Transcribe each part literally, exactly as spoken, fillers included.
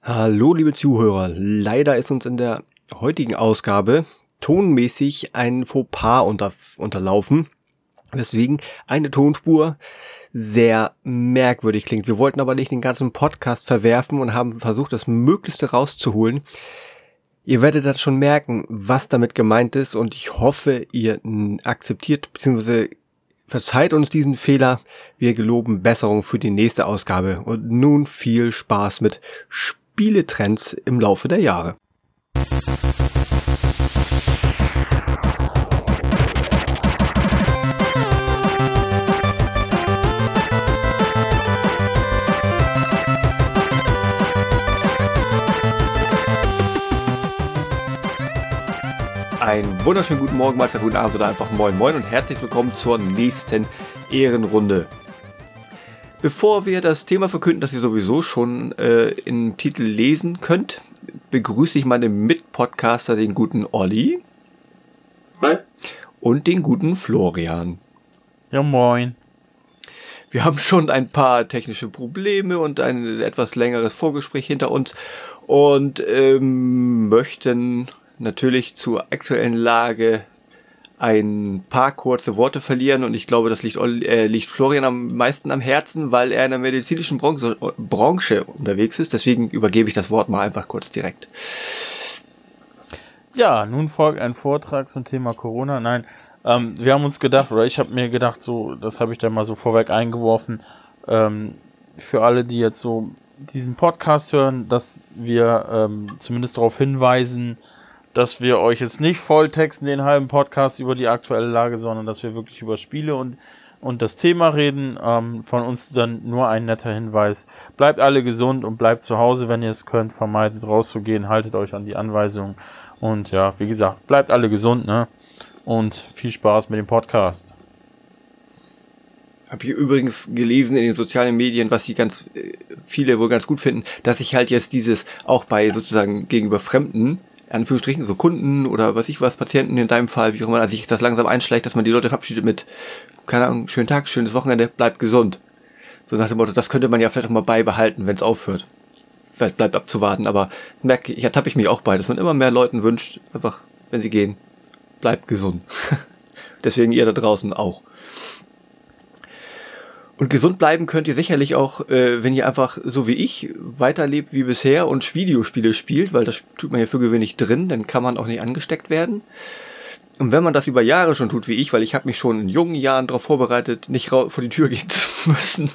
Hallo liebe Zuhörer, leider ist uns in der heutigen Ausgabe tonmäßig ein Fauxpas unter, unterlaufen, weswegen eine Tonspur sehr merkwürdig klingt. Wir wollten aber nicht den ganzen Podcast verwerfen und haben versucht, das Möglichste rauszuholen. Ihr werdet dann schon merken, was damit gemeint ist, und ich hoffe, ihr akzeptiert bzw. verzeiht uns diesen Fehler. Wir geloben Besserung für die nächste Ausgabe. Und nun viel Spaß mit Spieletrends im Laufe der Jahre. Einen wunderschönen guten Morgen, Mahlzeit, guten Abend oder einfach Moin Moin und herzlich willkommen zur nächsten Ehrenrunde. Bevor wir das Thema verkünden, das ihr sowieso schon äh, im Titel lesen könnt, begrüße ich meinen Mitpodcaster, den guten Olli. Hi. Und den guten Florian. Ja, moin. Wir haben schon ein paar technische Probleme und ein etwas längeres Vorgespräch hinter uns und ähm, möchten natürlich zur aktuellen Lage ein paar kurze Worte verlieren, und ich glaube, das liegt, äh, liegt Florian am meisten am Herzen, weil er in der medizinischen Branche, Branche unterwegs ist. Deswegen übergebe ich das Wort mal einfach kurz direkt. Ja, nun folgt ein Vortrag zum Thema Corona. Nein, ähm, wir haben uns gedacht, oder ich habe mir gedacht, so, das habe ich da mal so vorweg eingeworfen, ähm, für alle, die jetzt so diesen Podcast hören, dass wir ähm, zumindest darauf hinweisen, dass wir euch jetzt nicht volltexten den halben Podcast über die aktuelle Lage, sondern dass wir wirklich über Spiele und, und das Thema reden. Ähm, von uns dann nur ein netter Hinweis. Bleibt alle gesund und bleibt zu Hause, wenn ihr es könnt. Vermeidet rauszugehen, haltet euch an die Anweisungen. Und ja, wie gesagt, bleibt alle gesund, ne? Und viel Spaß mit dem Podcast. Habe ich übrigens gelesen in den sozialen Medien, was die ganz viele wohl ganz gut finden, dass ich halt jetzt dieses auch bei sozusagen gegenüber Fremden, Anführungsstrichen, so Kunden oder was ich was, Patienten in deinem Fall, wie auch immer, als sich das langsam einschleicht, dass man die Leute verabschiedet mit, keine Ahnung, schönen Tag, schönes Wochenende, bleibt gesund. So nach dem Motto, das könnte man ja vielleicht auch mal beibehalten, wenn es aufhört. Vielleicht bleibt abzuwarten, aber merke ich, ertappe ich mich auch bei, dass man immer mehr Leuten wünscht, einfach, wenn sie gehen, bleibt gesund. Deswegen ihr da draußen auch. Und gesund bleiben könnt ihr sicherlich auch, äh, wenn ihr einfach, so wie ich, weiterlebt wie bisher und Videospiele spielt, weil das tut man ja für gewöhnlich drin, dann kann man auch nicht angesteckt werden. Und wenn man das über Jahre schon tut wie ich, weil ich habe mich schon in jungen Jahren darauf vorbereitet, nicht vor die Tür gehen zu müssen,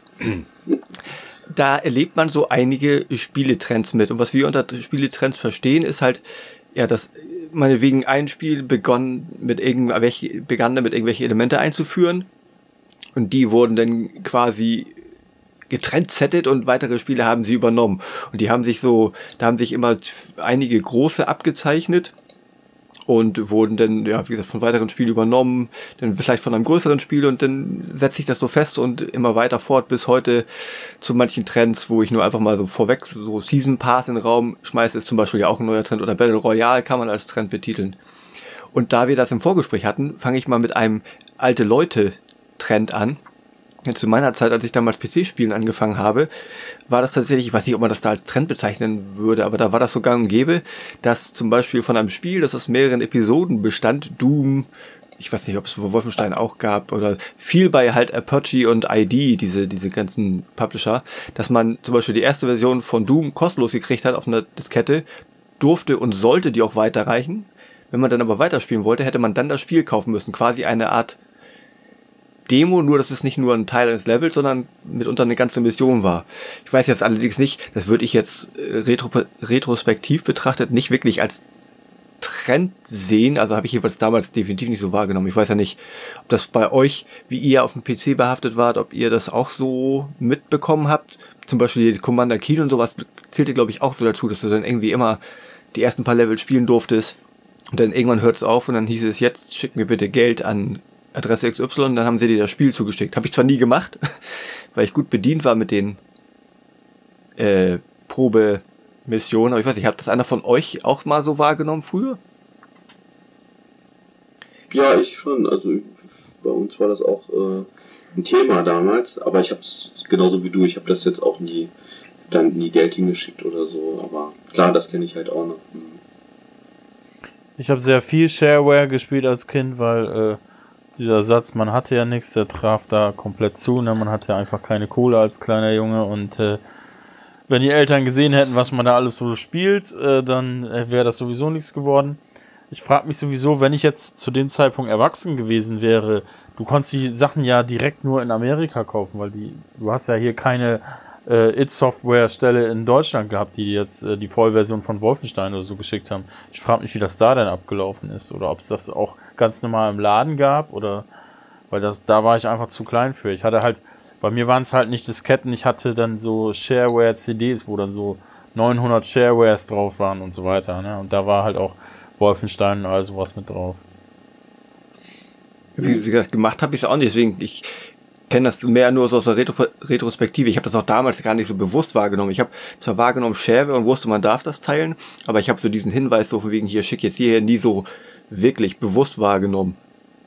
da erlebt man so einige Spieletrends mit. Und was wir unter Spieletrends verstehen, ist halt, ja, dass meinetwegen ein Spiel begann mit irgendwelche, begann damit irgendwelche Elemente einzuführen. Und die wurden dann quasi getrendsettet und weitere Spiele haben sie übernommen. Und die haben sich so, da haben sich immer einige große abgezeichnet und wurden dann, ja, wie gesagt, von weiteren Spielen übernommen, dann vielleicht von einem größeren Spiel, und dann setzt sich das so fest und immer weiter fort bis heute zu manchen Trends, wo ich nur einfach mal so vorweg so Season Pass in den Raum schmeiße, ist zum Beispiel ja auch ein neuer Trend, oder Battle Royale kann man als Trend betiteln. Und da wir das im Vorgespräch hatten, fange ich mal mit einem alte Leute Trend an. Jetzt zu meiner Zeit, als ich damals P C-Spielen angefangen habe, war das tatsächlich, ich weiß nicht, ob man das da als Trend bezeichnen würde, aber da war das so gang und gäbe, dass zum Beispiel von einem Spiel, das aus mehreren Episoden bestand, Doom, ich weiß nicht, ob es Wolfenstein auch gab, oder viel bei halt Apache und I D, diese, diese ganzen Publisher, dass man zum Beispiel die erste Version von Doom kostenlos gekriegt hat auf einer Diskette, durfte und sollte die auch weiterreichen. Wenn man dann aber weiterspielen wollte, hätte man dann das Spiel kaufen müssen, quasi eine Art Demo, nur dass es nicht nur ein Teil eines Levels, sondern mitunter eine ganze Mission war. Ich weiß jetzt allerdings nicht, das würde ich jetzt retro, retrospektiv betrachtet nicht wirklich als Trend sehen, also habe ich jeweils damals definitiv nicht so wahrgenommen. Ich weiß ja nicht, ob das bei euch, wie ihr auf dem P C behaftet wart, ob ihr das auch so mitbekommen habt. Zum Beispiel die Commander Keen und sowas zählte, glaube ich, auch so dazu, dass du dann irgendwie immer die ersten paar Level spielen durftest und dann irgendwann hört es auf und dann hieß es, jetzt schick mir bitte Geld an Adresse X Y, dann haben sie dir das Spiel zugeschickt. Habe ich zwar nie gemacht, weil ich gut bedient war mit den äh, Probemissionen, aber ich weiß nicht, hat das einer von euch auch mal so wahrgenommen früher? Ja, ich schon. Also bei uns war das auch äh, ein Thema damals, aber ich habe es genauso wie du, ich habe das jetzt auch nie dann nie Geld hingeschickt oder so, aber klar, das kenne ich halt auch noch. Hm. Ich habe sehr viel Shareware gespielt als Kind, weil äh, dieser Satz, man hatte ja nichts, der traf da komplett zu, ne? Man hatte einfach keine Kohle als kleiner Junge und äh, wenn die Eltern gesehen hätten, was man da alles so spielt, äh, dann äh, wäre das sowieso nichts geworden. Ich frage mich sowieso, wenn ich jetzt zu dem Zeitpunkt erwachsen gewesen wäre, du konntest die Sachen ja direkt nur in Amerika kaufen, weil die, du hast ja hier keine äh, id-Software-Stelle in Deutschland gehabt, die jetzt äh, die Vollversion von Wolfenstein oder so geschickt haben. Ich frage mich, wie das da denn abgelaufen ist oder ob es das auch ganz normal im Laden gab oder, weil das, da war ich einfach zu klein für. Ich hatte halt, bei mir waren es halt nicht Disketten, ich hatte dann so Shareware-C Ds, wo dann so neunhundert Sharewares drauf waren und so weiter, ne? Und da war halt auch Wolfenstein und all sowas mit drauf. Wie gesagt, gemacht habe ich es auch nicht, deswegen, ich kenne das mehr nur so aus der Retro- Retrospektive. Ich habe das auch damals gar nicht so bewusst wahrgenommen. Ich habe zwar wahrgenommen Shareware und wusste, man darf das teilen, aber ich habe so diesen Hinweis so von wegen hier, schick jetzt hierher, nie so wirklich bewusst wahrgenommen.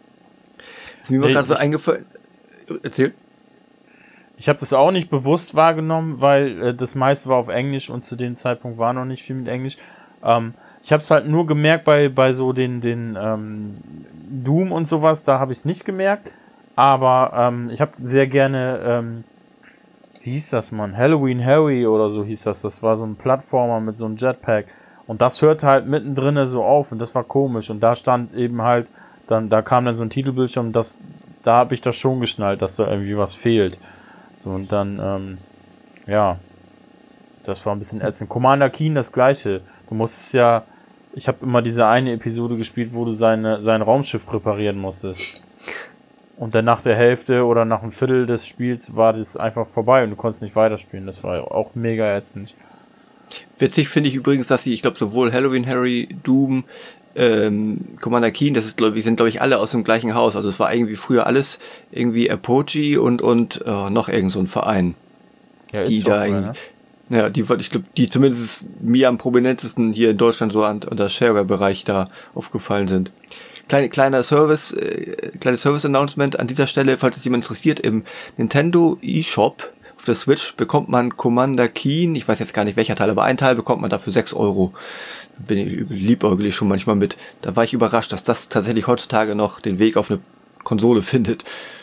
Ist mir Nee, gerade so ich- eingefallen. Erzähl. Ich habe das auch nicht bewusst wahrgenommen, weil äh, das meiste war auf Englisch und zu dem Zeitpunkt war noch nicht viel mit Englisch. Ähm, ich habe es halt nur gemerkt bei bei so den den ähm, Doom und sowas, da habe ich es nicht gemerkt. Aber ähm, ich habe sehr gerne, ähm, wie hieß das, Mann? Halloween Harry oder so hieß das. Das war so ein Plattformer mit so einem Jetpack. Und das hörte halt mittendrin so auf und das war komisch. Und da stand eben halt, dann da kam dann so ein Titelbildschirm, das, da habe ich das schon geschnallt, dass da irgendwie was fehlt. So und dann, ähm, ja, das war ein bisschen ätzend. Commander Keen das gleiche. Du musstest ja, ich habe immer diese eine Episode gespielt, wo du seine, sein Raumschiff reparieren musstest. Und dann nach der Hälfte oder nach einem Viertel des Spiels war das einfach vorbei und du konntest nicht weiterspielen. Das war auch mega ätzend. Witzig finde ich übrigens, dass sie, ich glaube, sowohl Halloween Harry, Doom, ähm, Commander Keen, das ist, glaube ich, sind, glaube ich, alle aus dem gleichen Haus. Also es war irgendwie früher alles irgendwie Apogee und, und äh, noch irgend so ein Verein. Ja, Die ist da Software, irgendwie, ne? ja, die, ich glaube, die zumindest mir am prominentesten hier in Deutschland so an, an der Shareware-Bereich da aufgefallen sind. Kleine, kleiner Service, äh, kleines Service-Announcement an dieser Stelle, falls es jemand interessiert, im Nintendo eShop auf der Switch bekommt man Commander Keen, ich weiß jetzt gar nicht welcher Teil, aber ein Teil bekommt man dafür sechs Euro. Da bin ich liebäuglich schon manchmal mit. Da war ich überrascht, dass das tatsächlich heutzutage noch den Weg auf eine Konsole findet.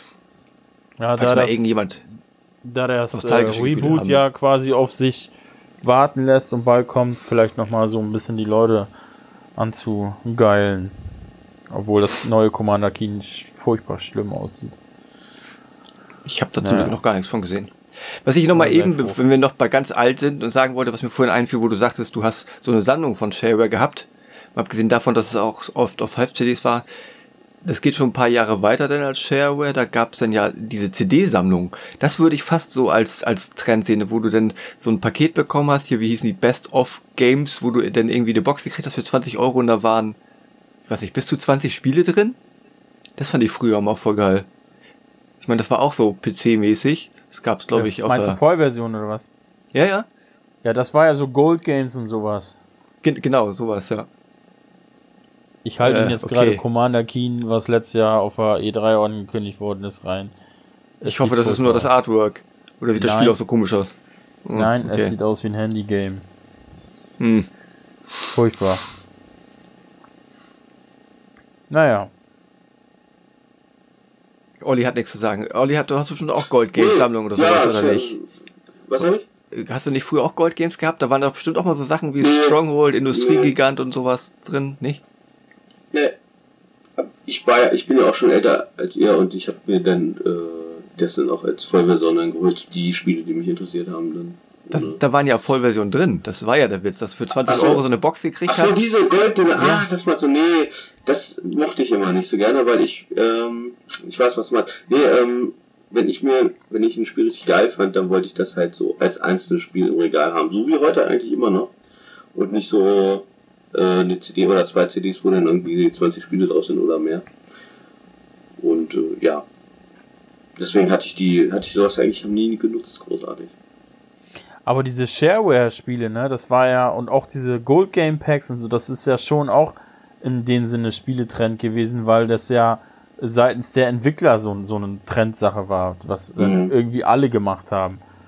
Ja, Falls da mal das, irgendjemand da das äh, nostalgische Gefühle Reboot haben. ja quasi auf sich warten lässt und bald kommt, vielleicht nochmal so ein bisschen die Leute anzugeilen. Obwohl das neue Commander Keen furchtbar schlimm aussieht. Ich habe dazu Naja. noch gar nichts von gesehen. Was ich nochmal Ja, eben, sehr froh. wenn wir noch bei ganz alt sind und sagen wollte, was mir vorhin einfiel, wo du sagtest, du hast so eine Sammlung von Shareware gehabt. Mal abgesehen davon, dass es auch oft auf Halb-C Ds war. Das geht schon ein paar Jahre weiter denn als Shareware. Da gab es dann ja diese C D-Sammlung. Das würde ich fast so als, als Trend sehen, wo du dann so ein Paket bekommen hast. Hier, wie hießen die Best-of-Games, wo du dann irgendwie eine Box gekriegt hast für zwanzig Euro und da waren, ich weiß nicht, bis zu zwanzig Spiele drin. Das fand ich früher mal voll geil. Ich meine, das war auch so P C-mäßig. Das gab es, glaube ich, auf Meinst du der... Vollversion oder was? Ja, ja. Ja, das war ja so Gold Games und sowas. Gen genau, sowas, ja. Ich halte Äh, ihn jetzt okay. gerade Commander Keen, was letztes Jahr auf der E drei angekündigt worden ist, rein. Es Ich hoffe, sieht das ist nur das furchtbar aus. Artwork. Oder sieht das Nein. Spiel auch so komisch aus? Hm, Nein, okay. es sieht aus wie ein Handy-Game. Hm. Furchtbar. Naja. Olli hat nichts zu sagen. Olli, hat, du hast bestimmt auch Gold Games Sammlung oder sowas, oder schon. nicht? Was habe ich? Hast du nicht früher auch Gold Games gehabt? Da waren doch bestimmt auch mal so Sachen wie Stronghold, Industriegigant und sowas drin, nicht? Ne. Ich war ja, ich bin ja auch schon älter als ihr und ich habe mir dann äh, das dann auch als Vollversion dann geholt, die Spiele, die mich interessiert haben dann. Das, Oder- da waren ja Vollversionen drin. Das war ja der Witz, dass du für zwanzig Ach so. Euro so eine Box gekriegt Ach so, hast. diese Golddinger, Ja. ah, das war so, nee, das mochte ich immer nicht so gerne, weil ich, ähm, ich weiß, was du meinst. Nee, ähm, wenn ich mir, wenn ich ein Spiel richtig geil fand, dann wollte ich das halt so als einzelnes Spiel im Regal haben. So wie heute eigentlich immer noch. Und nicht so, äh, eine C D oder zwei C Ds, wo dann irgendwie zwanzig Spiele draus sind oder mehr. Und, äh, ja. Deswegen hatte ich die, hatte ich sowas eigentlich nie genutzt, großartig. Aber diese Shareware-Spiele, ne, das war ja, und auch diese Gold Game Packs und so, das ist ja schon auch in dem Sinne Spieletrend gewesen, weil das ja seitens der Entwickler so, so eine Trendsache war, was äh, Mhm. irgendwie alle gemacht haben.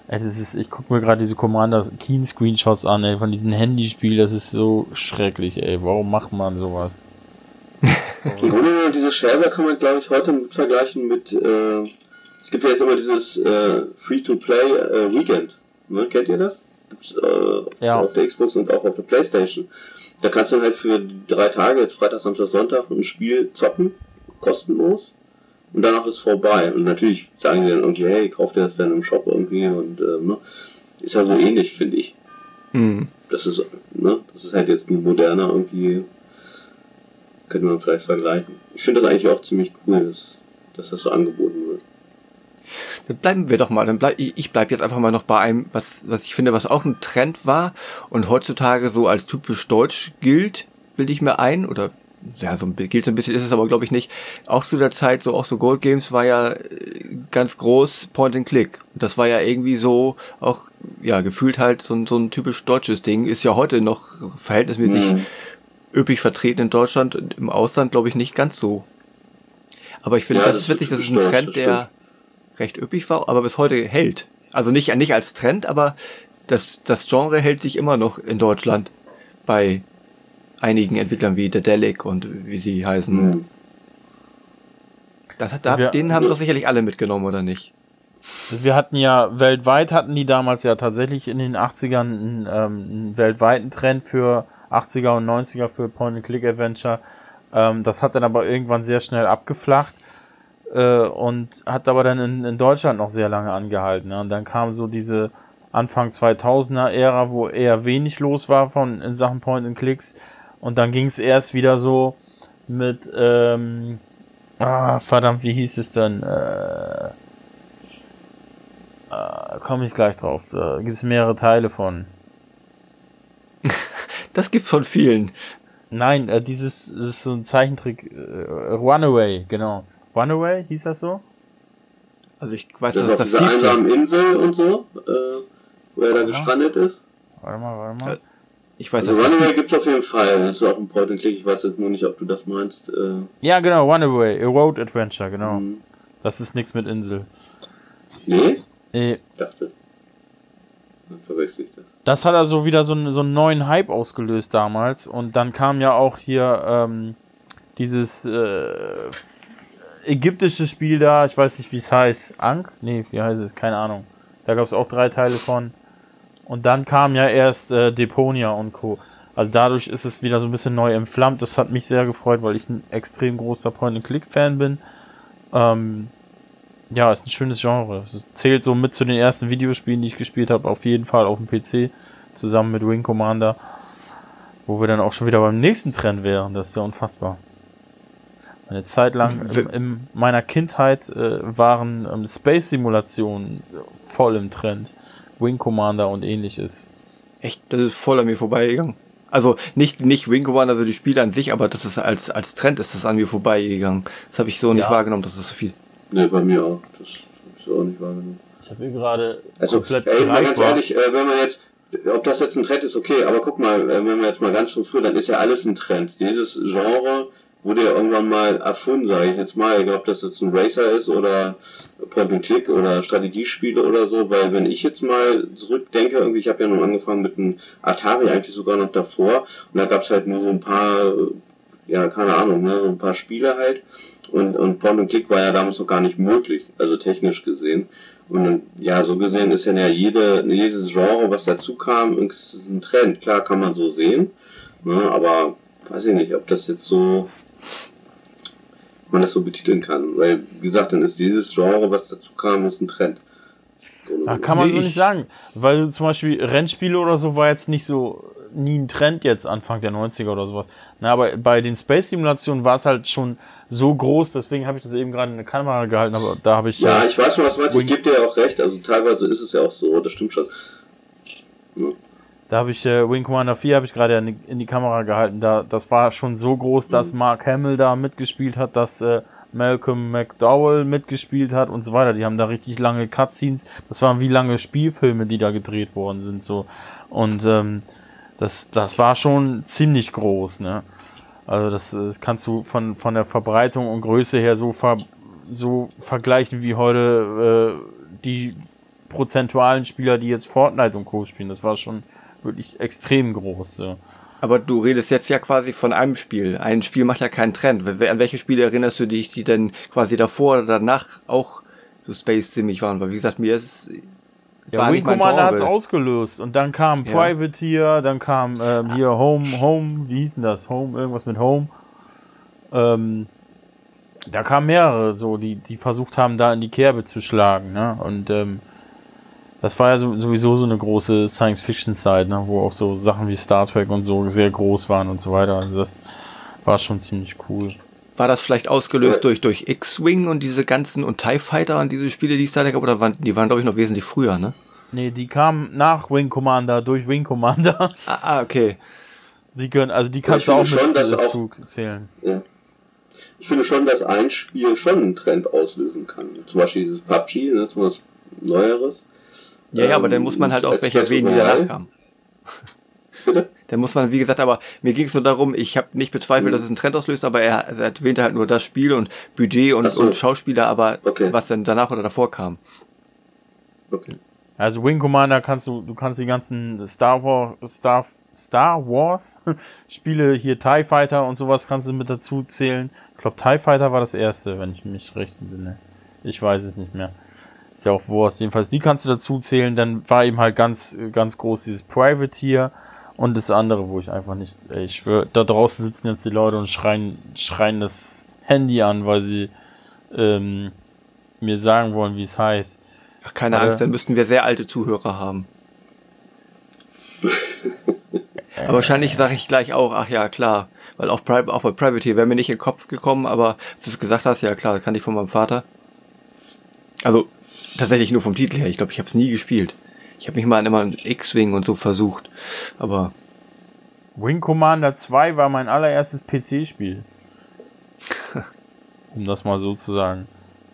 Ey, das ist, ich gucke mir gerade diese Commander Keen Screenshots an, ey, von diesem Handyspiel, das ist so schrecklich, ey. Warum macht man sowas? So. Im Grunde genommen, diese Shareware kann man, glaube ich, heute mit vergleichen mit, äh, es gibt ja jetzt immer dieses äh, Free-to-Play äh, Weekend. Ne? Kennt ihr das? Gibt's äh, ja. auf der Xbox und auch auf der Playstation. Da kannst du dann halt für drei Tage, jetzt Freitag, Samstag, Sonntag, ein Spiel zocken, kostenlos. Und danach ist vorbei. Und natürlich sagen die dann irgendwie, hey, kauf dir das dann im Shop irgendwie und äh, ne? Ist ja so ähnlich, finde ich. Mhm. Das ist, ne, das ist halt jetzt ein moderner irgendwie, könnte man vielleicht vergleichen. Ich finde das eigentlich auch ziemlich cool, dass, dass das so angeboten wird. Dann bleiben wir doch mal, dann bleib, ich bleibe jetzt einfach mal noch bei einem, was, was ich finde, was auch ein Trend war und heutzutage so als typisch deutsch gilt, bilde ich mir ein, oder ja, so gilt so ein bisschen, ist es aber glaube ich nicht. Auch zu der Zeit, so auch so Gold Games war ja ganz groß Point and Click. Und das war ja irgendwie so auch, ja, gefühlt halt so ein, so ein typisch deutsches Ding. Ist ja heute noch verhältnismäßig mhm. üppig vertreten in Deutschland, im Ausland glaube ich nicht ganz so. Aber ich finde, ja, das, das ist witzig, das ist ein Trend, das der recht üppig war, aber bis heute hält. Also nicht, nicht als Trend, aber das, das Genre hält sich immer noch in Deutschland bei einigen Entwicklern wie Daedalic und wie sie heißen. Mhm. Das hat, da, wir, den haben wir, doch sicherlich alle mitgenommen, oder nicht? Wir hatten ja, weltweit hatten die damals ja tatsächlich in den achtzigern einen, ähm, einen weltweiten Trend für achtziger und neunziger für Point-and-Click-Adventure. Ähm, das hat dann aber irgendwann sehr schnell abgeflacht äh, und hat aber dann in, in Deutschland noch sehr lange angehalten. Ne? Und dann kam so diese Anfang zweitausender-Ära, wo eher wenig los war von in Sachen Point-and-Clicks. Und dann ging es erst wieder so mit, ähm, ah, verdammt, wie hieß es denn? Äh, äh, komme ich gleich drauf. Da gibt es mehrere Teile von. Das gibt's von vielen. Nein, äh, dieses, das ist so ein Zeichentrick. Äh, Runaway, genau. Runaway, hieß das so? Also ich weiß, das dass das diese einsamen Insel und so, äh, wo er da gestrandet ist. Warte mal, warte mal. Ich weiß, also Runaway gibt's auf jeden Fall. Das ist auch ein Point and Click. Ich weiß jetzt nur nicht, ob du das meinst. Äh ja, genau, Runaway, A Road Adventure, genau. Mhm. Das ist nichts mit Insel. Nee? Nee. Ich dachte. Dann verwechsel ich das. Das hat also wieder so einen, so einen neuen Hype ausgelöst damals. Und dann kam ja auch hier ähm, dieses äh, ägyptische Spiel da. Ich weiß nicht, wie es heißt. Ankh? Nee, wie heißt es? Keine Ahnung. Da gab es auch drei Teile von. Und dann kam ja erst äh, Deponia und Co. Also dadurch ist es wieder so ein bisschen neu entflammt. Das hat mich sehr gefreut, weil ich ein extrem großer Point-and-Click-Fan bin. Ähm, ja, ist ein schönes Genre. Es zählt so mit zu den ersten Videospielen, die ich gespielt habe. Auf jeden Fall auf dem P C. Zusammen mit Wing Commander. Wo wir dann auch schon wieder beim nächsten Trend wären. Das ist ja unfassbar. Eine Zeit lang in, in meiner Kindheit äh, waren ähm, Space-Simulationen voll im Trend. Wing Commander und ähnliches. Echt, das ist voll an mir vorbeigegangen. Also nicht nicht Wing Commander, also die Spiele an sich, aber das ist als als Trend ist das an mir vorbeigegangen. Das habe ich so ja. nicht wahrgenommen, das ist so viel. Ne, bei mir auch. Das habe ich so auch nicht wahrgenommen. Ich habe hier gerade also, komplett ey, mal ganz ehrlich, äh, wenn man jetzt, ob das jetzt ein Trend ist, okay, aber guck mal, äh, wenn wir jetzt mal ganz von früh, dann ist ja alles ein Trend. Dieses Genre wurde ja irgendwann mal erfunden, sage ich jetzt mal, egal ob das jetzt ein Racer ist oder Point-and-Click oder Strategiespiele oder so, weil wenn ich jetzt mal zurückdenke, irgendwie, ich habe ja noch angefangen mit einem Atari, eigentlich sogar noch davor, und da gab es halt nur so ein paar, ja, keine Ahnung, ne, so ein paar Spiele halt, und, und Point-and-Click war ja damals noch gar nicht möglich, also technisch gesehen. Und ja, so gesehen ist ja jede, jedes Genre, was dazu kam, ist ein Trend, klar kann man so sehen, ne, aber weiß ich nicht, ob das jetzt so man das so betiteln kann, weil, wie gesagt, dann ist dieses Genre, was dazu kam, ist ein Trend. Ach, kann man nee, so nicht sagen, weil zum Beispiel Rennspiele oder so war jetzt nicht so, nie ein Trend jetzt Anfang der neunziger oder sowas. Na, aber bei den Space-Simulationen war es halt schon so groß, deswegen habe ich das eben gerade in der Kamera gehalten, aber da habe ich... Ja, äh, ich weiß schon, was du meinst, ich gebe dir ja auch recht, also teilweise ist es ja auch so, das stimmt schon. Ja. Da habe ich äh, Wing Commander vier habe ich gerade in, in die Kamera gehalten. Da, das war schon so groß, dass Mark Hamill da mitgespielt hat, dass äh, Malcolm McDowell mitgespielt hat und so weiter. Die haben da richtig lange Cutscenes. Das waren wie lange Spielfilme, die da gedreht worden sind. So. Und ähm, das, das war schon ziemlich groß. Ne? Also das, das kannst du von, von der Verbreitung und Größe her so, ver, so vergleichen wie heute äh, die prozentualen Spieler, die jetzt Fortnite und Co. spielen. Das war schon wirklich extrem groß. So. Aber du redest jetzt ja quasi von einem Spiel. Ein Spiel macht ja keinen Trend. An welche Spiele erinnerst du dich, die denn quasi davor oder danach auch so Space-Simmig waren? Weil wie gesagt, mir ist es... Ja, Wing Commander hat es ausgelöst. Und dann kam ja. Privateer, dann kam ähm, hier Home, Home, wie hieß denn das? Home, irgendwas mit Home. Ähm, da kamen mehrere so, die, die versucht haben, da in die Kerbe zu schlagen. Ne? Und ähm, das war ja so, sowieso so eine große Science-Fiction-Zeit, ne? Wo auch so Sachen wie Star Trek und so sehr groß waren und so weiter. Also das war schon ziemlich cool. War das vielleicht ausgelöst durch, durch X-Wing und diese ganzen und TIE Fighter und diese Spiele, die es da gab? Oder waren, die waren, glaube ich, noch wesentlich früher, ne? Nee, die kamen nach Wing Commander, durch Wing Commander. Ah, ah okay. Die können, also die kannst du auch mit dazu zählen. Ja. Ich finde schon, dass ein Spiel schon einen Trend auslösen kann. Zum Beispiel dieses P U B G, ne, zum Beispiel Neueres. Ja, ja, ähm, aber dann muss man halt auch welche erwähnen, die danach kamen. Bitte? Dann muss man, wie gesagt, aber mir ging es nur darum, ich habe nicht bezweifelt, mhm. dass es einen Trend auslöst, aber er, er erwähnte halt nur das Spiel und Budget und, so. und Schauspieler, aber okay. was dann danach oder davor kam. Okay. Also Wing Commander kannst du, du kannst die ganzen Star Wars, Star, Star Wars Spiele, hier TIE Fighter und sowas kannst du mit dazu zählen. Ich glaube TIE Fighter war das erste, wenn ich mich recht entsinne. Ich weiß es nicht mehr. Ist ja auch Wurst. Jedenfalls, die kannst du dazu zählen. Dann war eben halt ganz, ganz groß dieses Privateer. Und das andere, wo ich einfach nicht, ey, ich schwör, da draußen sitzen jetzt die Leute und schreien, schreien das Handy an, weil sie ähm, mir sagen wollen, wie es heißt. Ach, keine Aber, Angst, dann müssten wir sehr alte Zuhörer haben. Aber wahrscheinlich sage ich gleich auch, ach ja, klar, weil auch, Pri- auch bei Privateer wäre mir nicht in den Kopf gekommen, aber als du es gesagt hast, ja klar, das kannte ich von meinem Vater. Also tatsächlich nur vom Titel her, ich glaube, ich habe es nie gespielt. Ich habe mich mal an immer X-Wing und so versucht, aber... Wing Commander zwei war mein allererstes P C-Spiel. Um das mal so zu sagen.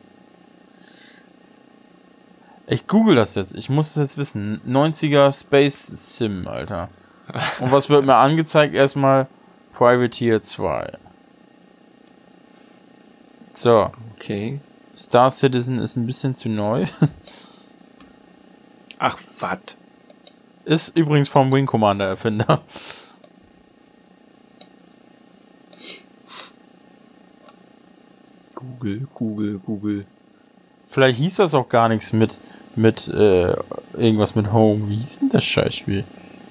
Ich google das jetzt, ich muss es jetzt wissen. neunziger Space Sim, Alter. Und was wird mir angezeigt? Erstmal Privateer zwei. So. Okay. Star Citizen ist ein bisschen zu neu. Ach, was? Ist übrigens vom Wing Commander Erfinder. Google, Google, Google. Vielleicht hieß das auch gar nichts mit, mit, äh, irgendwas mit Home. Wie hieß denn das Scheißspiel?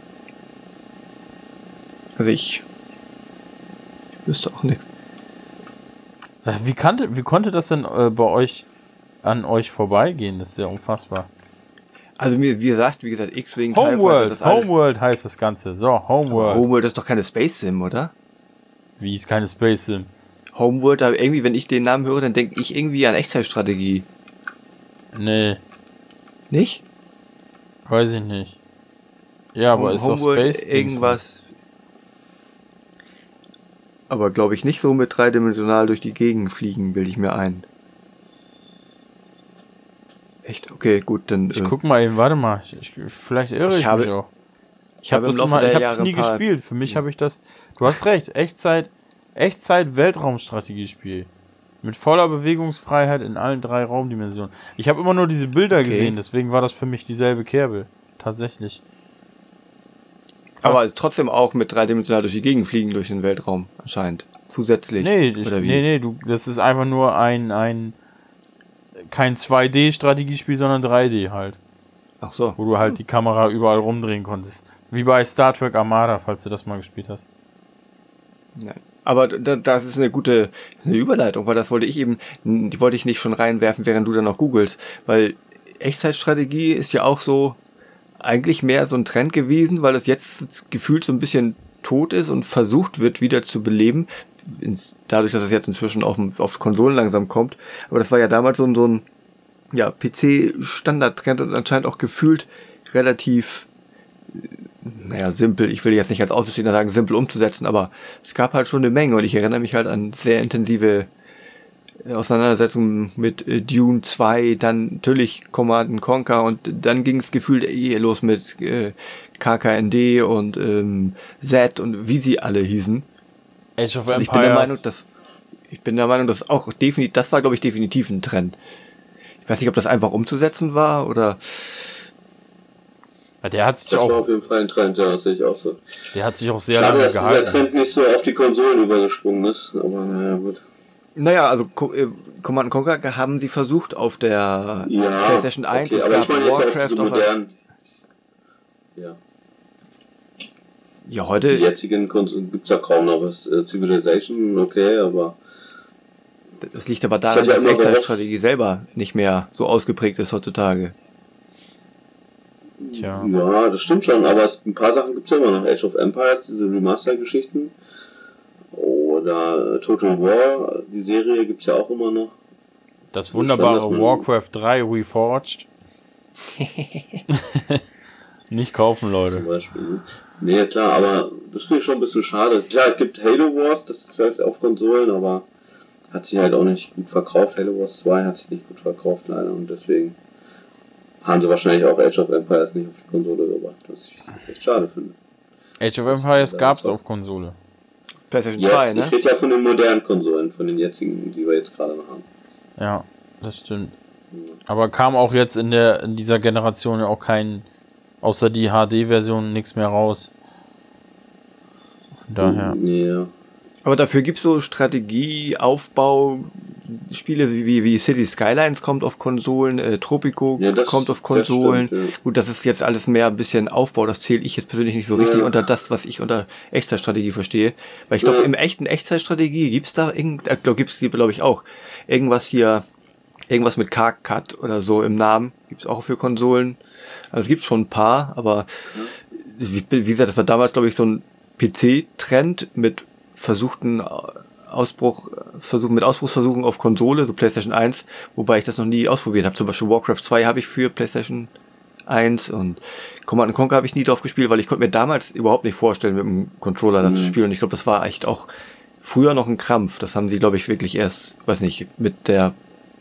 Also ich, ich wüsste auch nichts. Wie, kannte, wie konnte das denn äh, bei euch, an euch vorbeigehen? Das ist ja unfassbar. Also mir, wie gesagt, wie gesagt, X-Wing, Homeworld, Homeworld heißt das Ganze. So, Homeworld. Homeworld ist doch keine Space Sim, oder? Wie ist keine Space Sim? Homeworld, aber irgendwie, wenn ich den Namen höre, dann denke ich irgendwie an Echtzeitstrategie. Nee. Nicht? Weiß ich nicht. Ja, aber Home, ist Homeworld doch Space irgendwas. Aber glaube ich nicht so mit dreidimensional durch die Gegend fliegen, bilde ich mir ein. Echt? Okay, gut, dann... Ich äh, guck mal eben, warte mal, ich, ich, vielleicht irre ich, ich habe, mich auch. Ich habe es nie gespielt, für mich habe ich das... Du hast recht, Echtzeit, Echtzeit Weltraumstrategiespiel. Mit voller Bewegungsfreiheit in allen drei Raumdimensionen. Ich habe immer nur diese Bilder okay. gesehen, deswegen war das für mich dieselbe Kerbe. Tatsächlich. Krass. Aber also trotzdem auch mit dreidimensional durch die Gegend fliegen durch den Weltraum anscheinend. Zusätzlich. Nee, ich, oder wie? nee, nee, du, das ist einfach nur ein... ein kein zwei D-Strategiespiel, sondern drei D halt. Ach so. Wo du halt die Kamera überall rumdrehen konntest. Wie bei Star Trek Armada, falls du das mal gespielt hast. Nein. Aber da, das ist eine gute eine Überleitung, weil das wollte ich eben, die wollte ich nicht schon reinwerfen, während du dann noch googelst. Weil Echtzeitstrategie ist ja auch so eigentlich mehr so ein Trend gewesen, weil es jetzt gefühlt so ein bisschen tot ist und versucht wird, wieder zu beleben. Dadurch, dass es jetzt inzwischen auch auf Konsolen langsam kommt. Aber das war ja damals so ein, so ein ja, P C-Standardtrend und anscheinend auch gefühlt relativ, naja, simpel. Ich will jetzt nicht als Außenstehender sagen, simpel umzusetzen, aber es gab halt schon eine Menge und ich erinnere mich halt an sehr intensive Auseinandersetzungen mit äh, Dune zwei, dann natürlich Command and Conquer und dann ging es gefühlt eh los mit äh, K K N D und ähm, Z und wie sie alle hießen. Age of Empires. Ich bin der Meinung, dass ich bin der Meinung, dass auch definitiv, das war glaube ich definitiv ein Trend. Ich weiß nicht, ob das einfach umzusetzen war oder... Ja, der hat sich das auch... war auf jeden Fall ein Trend, ja, das sehe ich auch so. Der hat sich auch sehr Schade, lange dass gehalten. dieser Trend nicht so auf die Konsolen übergesprungen ist, aber naja, gut. Naja, also Command and Conquer haben sie versucht auf der ja, PlayStation eins, okay, es aber gab ich meine jetzt Warcraft auch diese auf modernen... Ja. Ja, heute... Die jetzigen Konsolen gibt es ja kaum noch was. Äh, Civilization, okay, aber... Das liegt aber daran, ja dass immer Echtzeitstrategie selber nicht mehr so ausgeprägt ist heutzutage. Tja. Ja, das stimmt schon, aber es, ein paar Sachen gibt es ja immer noch. Age of Empires, diese Remaster-Geschichten. Oder Total War, die Serie gibt es ja auch immer noch. Das wunderbare schon, Warcraft drei Reforged. Nicht kaufen, Leute. Zum Beispiel. Nee, klar, aber das finde ich schon ein bisschen schade. Klar, es gibt Halo Wars, das ist halt auf Konsolen, aber hat sich halt auch nicht gut verkauft. Halo Wars zwei hat sich nicht gut verkauft, leider, und deswegen haben sie wahrscheinlich auch Age of Empires nicht auf die Konsole gebracht, was ich echt schade finde. Age of Empires gab es auf Konsole. PlayStation Jetzt, zwei, ne? ich rede ja von den modernen Konsolen, von den jetzigen, die wir jetzt gerade noch haben. Ja, das stimmt. Ja. Aber kam auch jetzt in der in dieser Generation ja auch kein, außer die H D-Version, nichts mehr raus. Von daher. Ja. Aber dafür gibt es so Strategie, Aufbau, Spiele wie, wie City Skylines kommt auf Konsolen, äh, Tropico Ja, das- kommt auf das Konsolen. stimmt, ja. Gut, das ist jetzt alles mehr ein bisschen Aufbau, das zähle ich jetzt persönlich nicht so richtig Ja. unter das, was ich unter Echtzeitstrategie verstehe. Weil ich glaube, Ja. im echten Echtzeitstrategie gibt's da irgend, äh, glaub, gibt's glaube ich auch irgendwas hier, irgendwas mit K-Cut oder so im Namen, gibt's auch für Konsolen. Also es gibt schon ein paar, aber wie, wie gesagt, das war damals glaube ich so ein P C-Trend mit versuchten Ausbruch, Versuchen mit Ausbruchsversuchen auf Konsole, so PlayStation eins, wobei ich das noch nie ausprobiert habe. Zum Beispiel Warcraft zwei habe ich für PlayStation eins und Command and Conquer habe ich nie drauf gespielt, weil ich konnte mir damals überhaupt nicht vorstellen, mit dem Controller das Mhm. zu spielen. Und ich glaube, das war echt auch früher noch ein Krampf. Das haben sie, glaube ich, wirklich erst, weiß nicht, mit der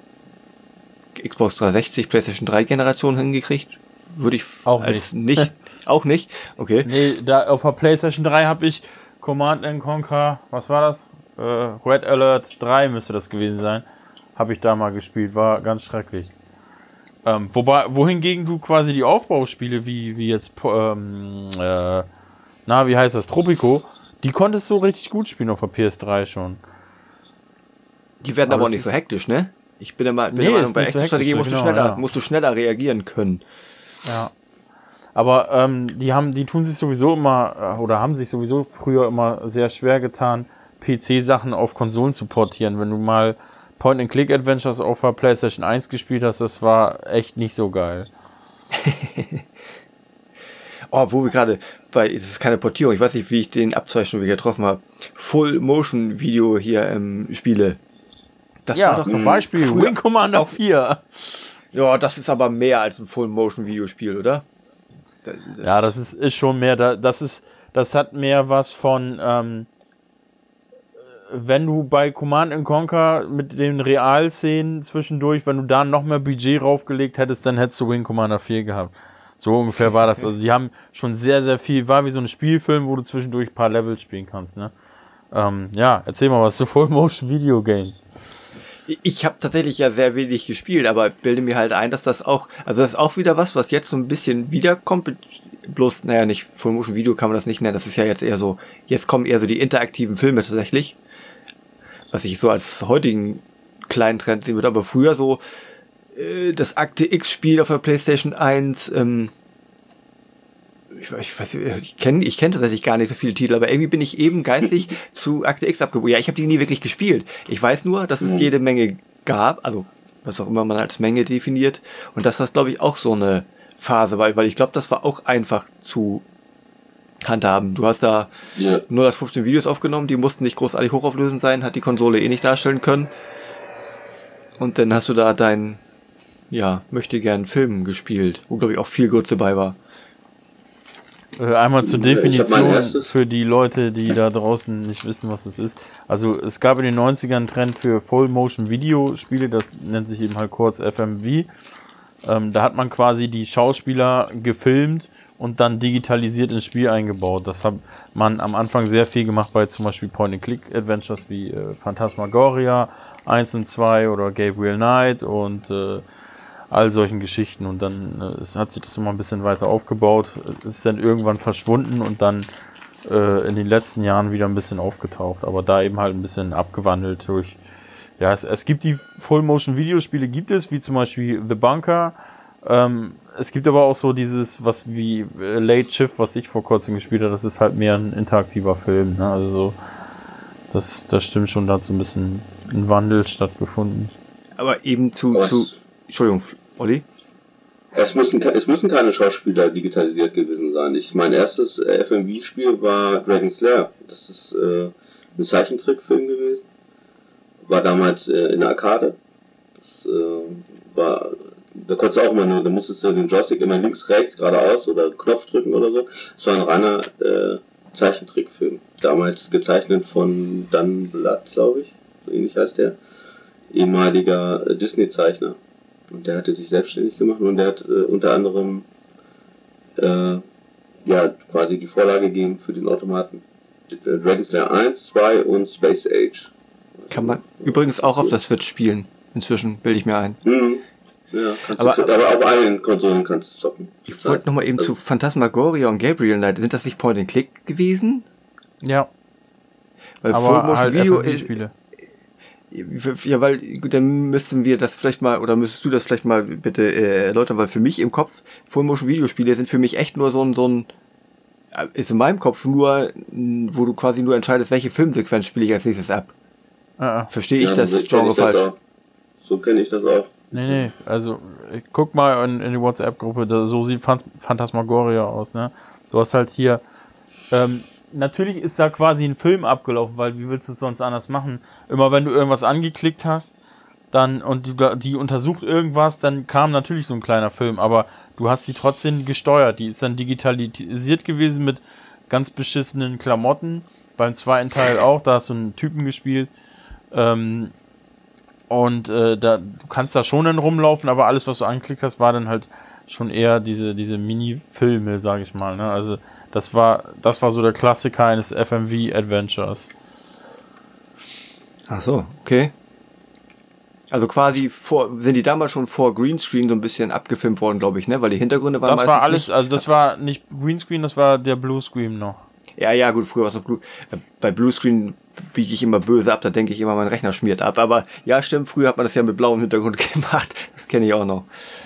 Xbox dreihundertsechzig, PlayStation drei Generation hingekriegt. Würde ich Auch als nicht. Auch nicht? Okay. Nee, da auf der PlayStation drei habe ich Command and Conquer, was war das? Äh, Red Alert drei müsste das gewesen sein. Habe ich da mal gespielt, war ganz schrecklich. Ähm, wobei, wohingegen du quasi die Aufbauspiele wie, wie jetzt, ähm, äh, na, wie heißt das, Tropico, die konntest du richtig gut spielen auf der P S drei schon. Die werden Aber aber auch es nicht so ist- hektisch, ne? Ich bin der, Ma- bin Nee, der Meinung, ist bei nicht so echter Strategie hektisch, musst, genau, du schneller, ja. musst du schneller reagieren können. Ja. Aber ähm, die haben, die tun sich sowieso immer, äh, oder haben sich sowieso früher immer sehr schwer getan, P C-Sachen auf Konsolen zu portieren. Wenn du mal Point-and-Click-Adventures auf der PlayStation eins gespielt hast, das war echt nicht so geil. Oh, wo wir gerade bei, das ist keine Portierung, ich weiß nicht, wie ich den Abzweig schon wieder getroffen habe. Full-Motion-Video hier ähm, Spiele. Das Ja, war doch zum so Beispiel früher- Wing Commander vier. Ja, das ist aber mehr als ein Full-Motion-Videospiel, oder? Das, das Ja, das ist, ist schon mehr, da- das ist, das hat mehr was von, ähm, wenn du bei Command and Conquer mit den Realszenen zwischendurch, wenn du da noch mehr Budget raufgelegt hättest, dann hättest du Wing Commander vier gehabt. So ungefähr war das. Also die haben schon sehr, sehr viel, war wie so ein Spielfilm, wo du zwischendurch ein paar Level spielen kannst, ne? Ähm, ja, erzähl mal was zu Full Motion Video Games. Ich habe tatsächlich ja sehr wenig gespielt, aber bilde mir halt ein, dass das auch, also das ist auch wieder was, was jetzt so ein bisschen wiederkommt, bloß, naja, nicht Full Motion Video kann man das nicht nennen, das ist ja jetzt eher so, jetzt kommen eher so die interaktiven Filme tatsächlich, was ich so als heutigen kleinen Trend sehen würde, aber früher so äh, das Akte X-Spiel auf der PlayStation eins, ähm, ich, ich weiß, ich kenne ich kenn tatsächlich gar nicht so viele Titel, aber irgendwie bin ich eben geistig zu Akte X abgebogen. Ja, ich habe die nie wirklich gespielt. Ich weiß nur, dass es Mhm. jede Menge gab, also was auch immer man als Menge definiert, und dass das, glaube ich, auch so eine Phase war, weil ich glaube, das war auch einfach zu handhaben. Du hast da Ja. null acht fünfzehn Videos aufgenommen, die mussten nicht großartig hochauflösend sein, hat die Konsole eh nicht darstellen können. Und dann hast du da dein, ja, möchte gern Film gespielt, wo, glaube ich, auch viel Gutes dabei war. Äh, Einmal zur Ja, ich hab mein Definition erstes- für die Leute, die da draußen nicht wissen, was das ist. Also es gab in den neunzigern einen Trend für Full-Motion-Video-Spiele, das nennt sich eben halt kurz F M V. Ähm, da hat man quasi die Schauspieler gefilmt und dann digitalisiert ins Spiel eingebaut. Das hat man am Anfang sehr viel gemacht bei zum Beispiel Point-and-Click-Adventures wie äh, Phantasmagoria eins und zwei oder Gabriel Knight und äh, all solchen Geschichten. Und dann äh, es hat sich das immer ein bisschen weiter aufgebaut, ist dann irgendwann verschwunden und dann äh, in den letzten Jahren wieder ein bisschen aufgetaucht. Aber da eben halt ein bisschen abgewandelt durch, ja, es, es gibt die Full-Motion-Videospiele, gibt es, wie zum Beispiel The Bunker. Ähm, es gibt aber auch so dieses, was wie äh, Late Shift, was ich vor kurzem gespielt habe, das ist halt mehr ein interaktiver Film, ne? Also so, das, das stimmt schon, da hat so ein bisschen ein Wandel stattgefunden. Aber eben zu, Was? zu Entschuldigung, Olli? Es müssen, ke- es müssen keine Schauspieler digitalisiert gewesen sein. Ich, mein erstes äh, F M V-Spiel war Dragon's Lair. Das ist äh, ein Zeichentrickfilm gewesen. War damals äh, in der Arcade. Das äh, war, da konntest du auch immer nur, da musstest du den Joystick immer links, rechts, geradeaus oder Knopf drücken oder so. Es war ein reiner äh, Zeichentrickfilm. Damals gezeichnet von Dan Blatt, glaube ich. So ähnlich heißt der. Ehemaliger äh, Disney-Zeichner. Und der hatte sich selbstständig gemacht und der hat äh, unter anderem äh, ja quasi die Vorlage gegeben für den Automaten. Äh, Dragon's Lair eins, zwei und Space Age. Kann man übrigens auch auf der Switch spielen. Inzwischen, bilde ich mir ein. Mhm. Ja, kannst Aber- du zocken, aber auf allen Konsolen kannst du zocken. Ich wollte nochmal eben Also, zu Phantasmagoria und Gabriel Knight. Sind das nicht Point-and-Click gewesen? Ja, Weil aber Full-Motion halt Video F M V-Spiele. Ja, weil, gut, dann müssten wir das vielleicht mal, oder müsstest du das vielleicht mal bitte äh, erläutern, weil für mich im Kopf, Full-Motion-Videospiele sind für mich echt nur so ein, so ein, äh, ist in meinem Kopf nur, n- wo du quasi nur entscheidest, welche Filmsequenz spiele ich als nächstes ab. Ah, ah. Verstehe ich ja, das so kenn Genre ich das falsch? auch. So kenne ich das auch. Nee, nee, also ich guck mal in, in die WhatsApp-Gruppe, da, so sieht Phant- Phantasmagoria aus, ne? Du hast halt hier, ähm, natürlich ist da quasi ein Film abgelaufen, weil wie willst du es sonst anders machen? Immer wenn du irgendwas angeklickt hast, dann und die, die untersucht irgendwas, dann kam natürlich so ein kleiner Film, aber du hast sie trotzdem gesteuert. Die ist dann digitalisiert gewesen mit ganz beschissenen Klamotten. Beim zweiten Teil auch, da hast du einen Typen gespielt. Ähm, und äh, da, du kannst da schon dann rumlaufen, aber alles, was du angeklickt hast, war dann halt schon eher diese, diese Mini-Filme, sag ich mal. Ne? Also das war, das war so der Klassiker eines F M V-Adventures. Ach so, okay. Also quasi vor, sind die damals schon vor Greenscreen so ein bisschen abgefilmt worden, glaube ich, ne? Weil die Hintergründe waren Das meistens war alles, nicht. also das war nicht Greenscreen, das war der Bluescreen noch. Ja, ja, gut, früher war es noch Blue. äh, Bei Bluescreen biege ich immer böse ab, da denke ich immer, mein Rechner schmiert ab. Aber ja, stimmt, früher hat man das ja mit blauem Hintergrund gemacht. Das kenne ich auch noch.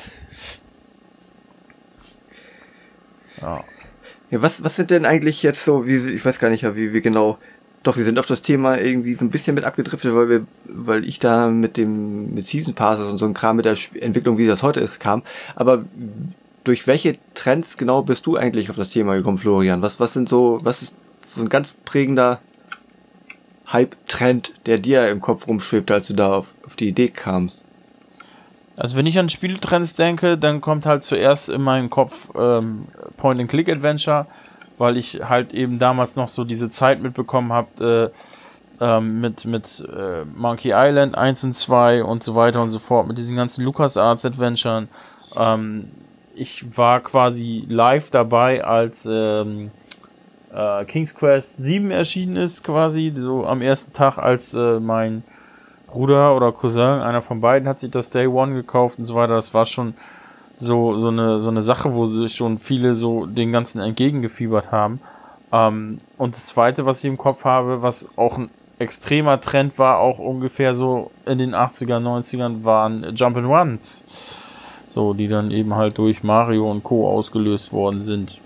Ja. Ja, was, was sind denn eigentlich jetzt so, wie, ich weiß gar nicht, ja, wie wir genau, doch, wir sind auf das Thema irgendwie so ein bisschen mit abgedriftet, weil wir, weil ich da mit dem, mit Season Passes und so ein Kram mit der Sp- Entwicklung, wie das heute ist, kam. Aber durch welche Trends genau bist du eigentlich auf das Thema gekommen, Florian? Was, was sind so, was ist so ein ganz prägender Hype-Trend, der dir im Kopf rumschwebt, als du da auf, auf die Idee kamst? Also wenn ich an Spieltrends denke, dann kommt halt zuerst in meinen Kopf ähm, Point-and-Click-Adventure, weil ich halt eben damals noch so diese Zeit mitbekommen habe äh, ähm, mit, mit äh, Monkey Island eins und zwei und so weiter und so fort, mit diesen ganzen LucasArts-Adventuren. Ähm, ich war quasi live dabei, als ähm, äh, King's Quest sieben erschienen ist, quasi, so am ersten Tag, als äh, mein Bruder oder Cousin, einer von beiden, hat sich das Day One gekauft und so weiter. Das war schon so, so eine, so eine Sache, wo sich schon viele so den ganzen entgegengefiebert haben. Ähm, und das zweite, was ich im Kopf habe, was auch ein extremer Trend war, auch ungefähr so in den achtziger, neunzigern, waren Jump'n'Runs. So, die dann eben halt durch Mario und Co. ausgelöst worden sind.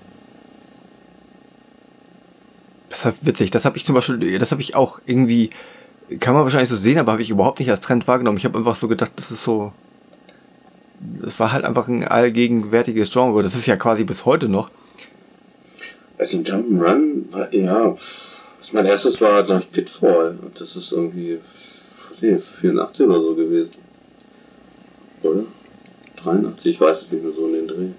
Das ist witzig, das habe ich zum Beispiel, das habe ich auch irgendwie, kann man wahrscheinlich so sehen, aber habe ich überhaupt nicht als Trend wahrgenommen. Ich habe einfach so gedacht, das ist so, das war halt einfach ein allgegenwärtiges Genre. Das ist ja quasi bis heute noch. Also Jump'n'Run war, ja, was mein erstes war, glaube ich, Pitfall. Und das ist irgendwie, was weiß ich, vierundachtzig oder so gewesen. Oder? dreiundachtzig, ich weiß es nicht mehr so in den Dreh.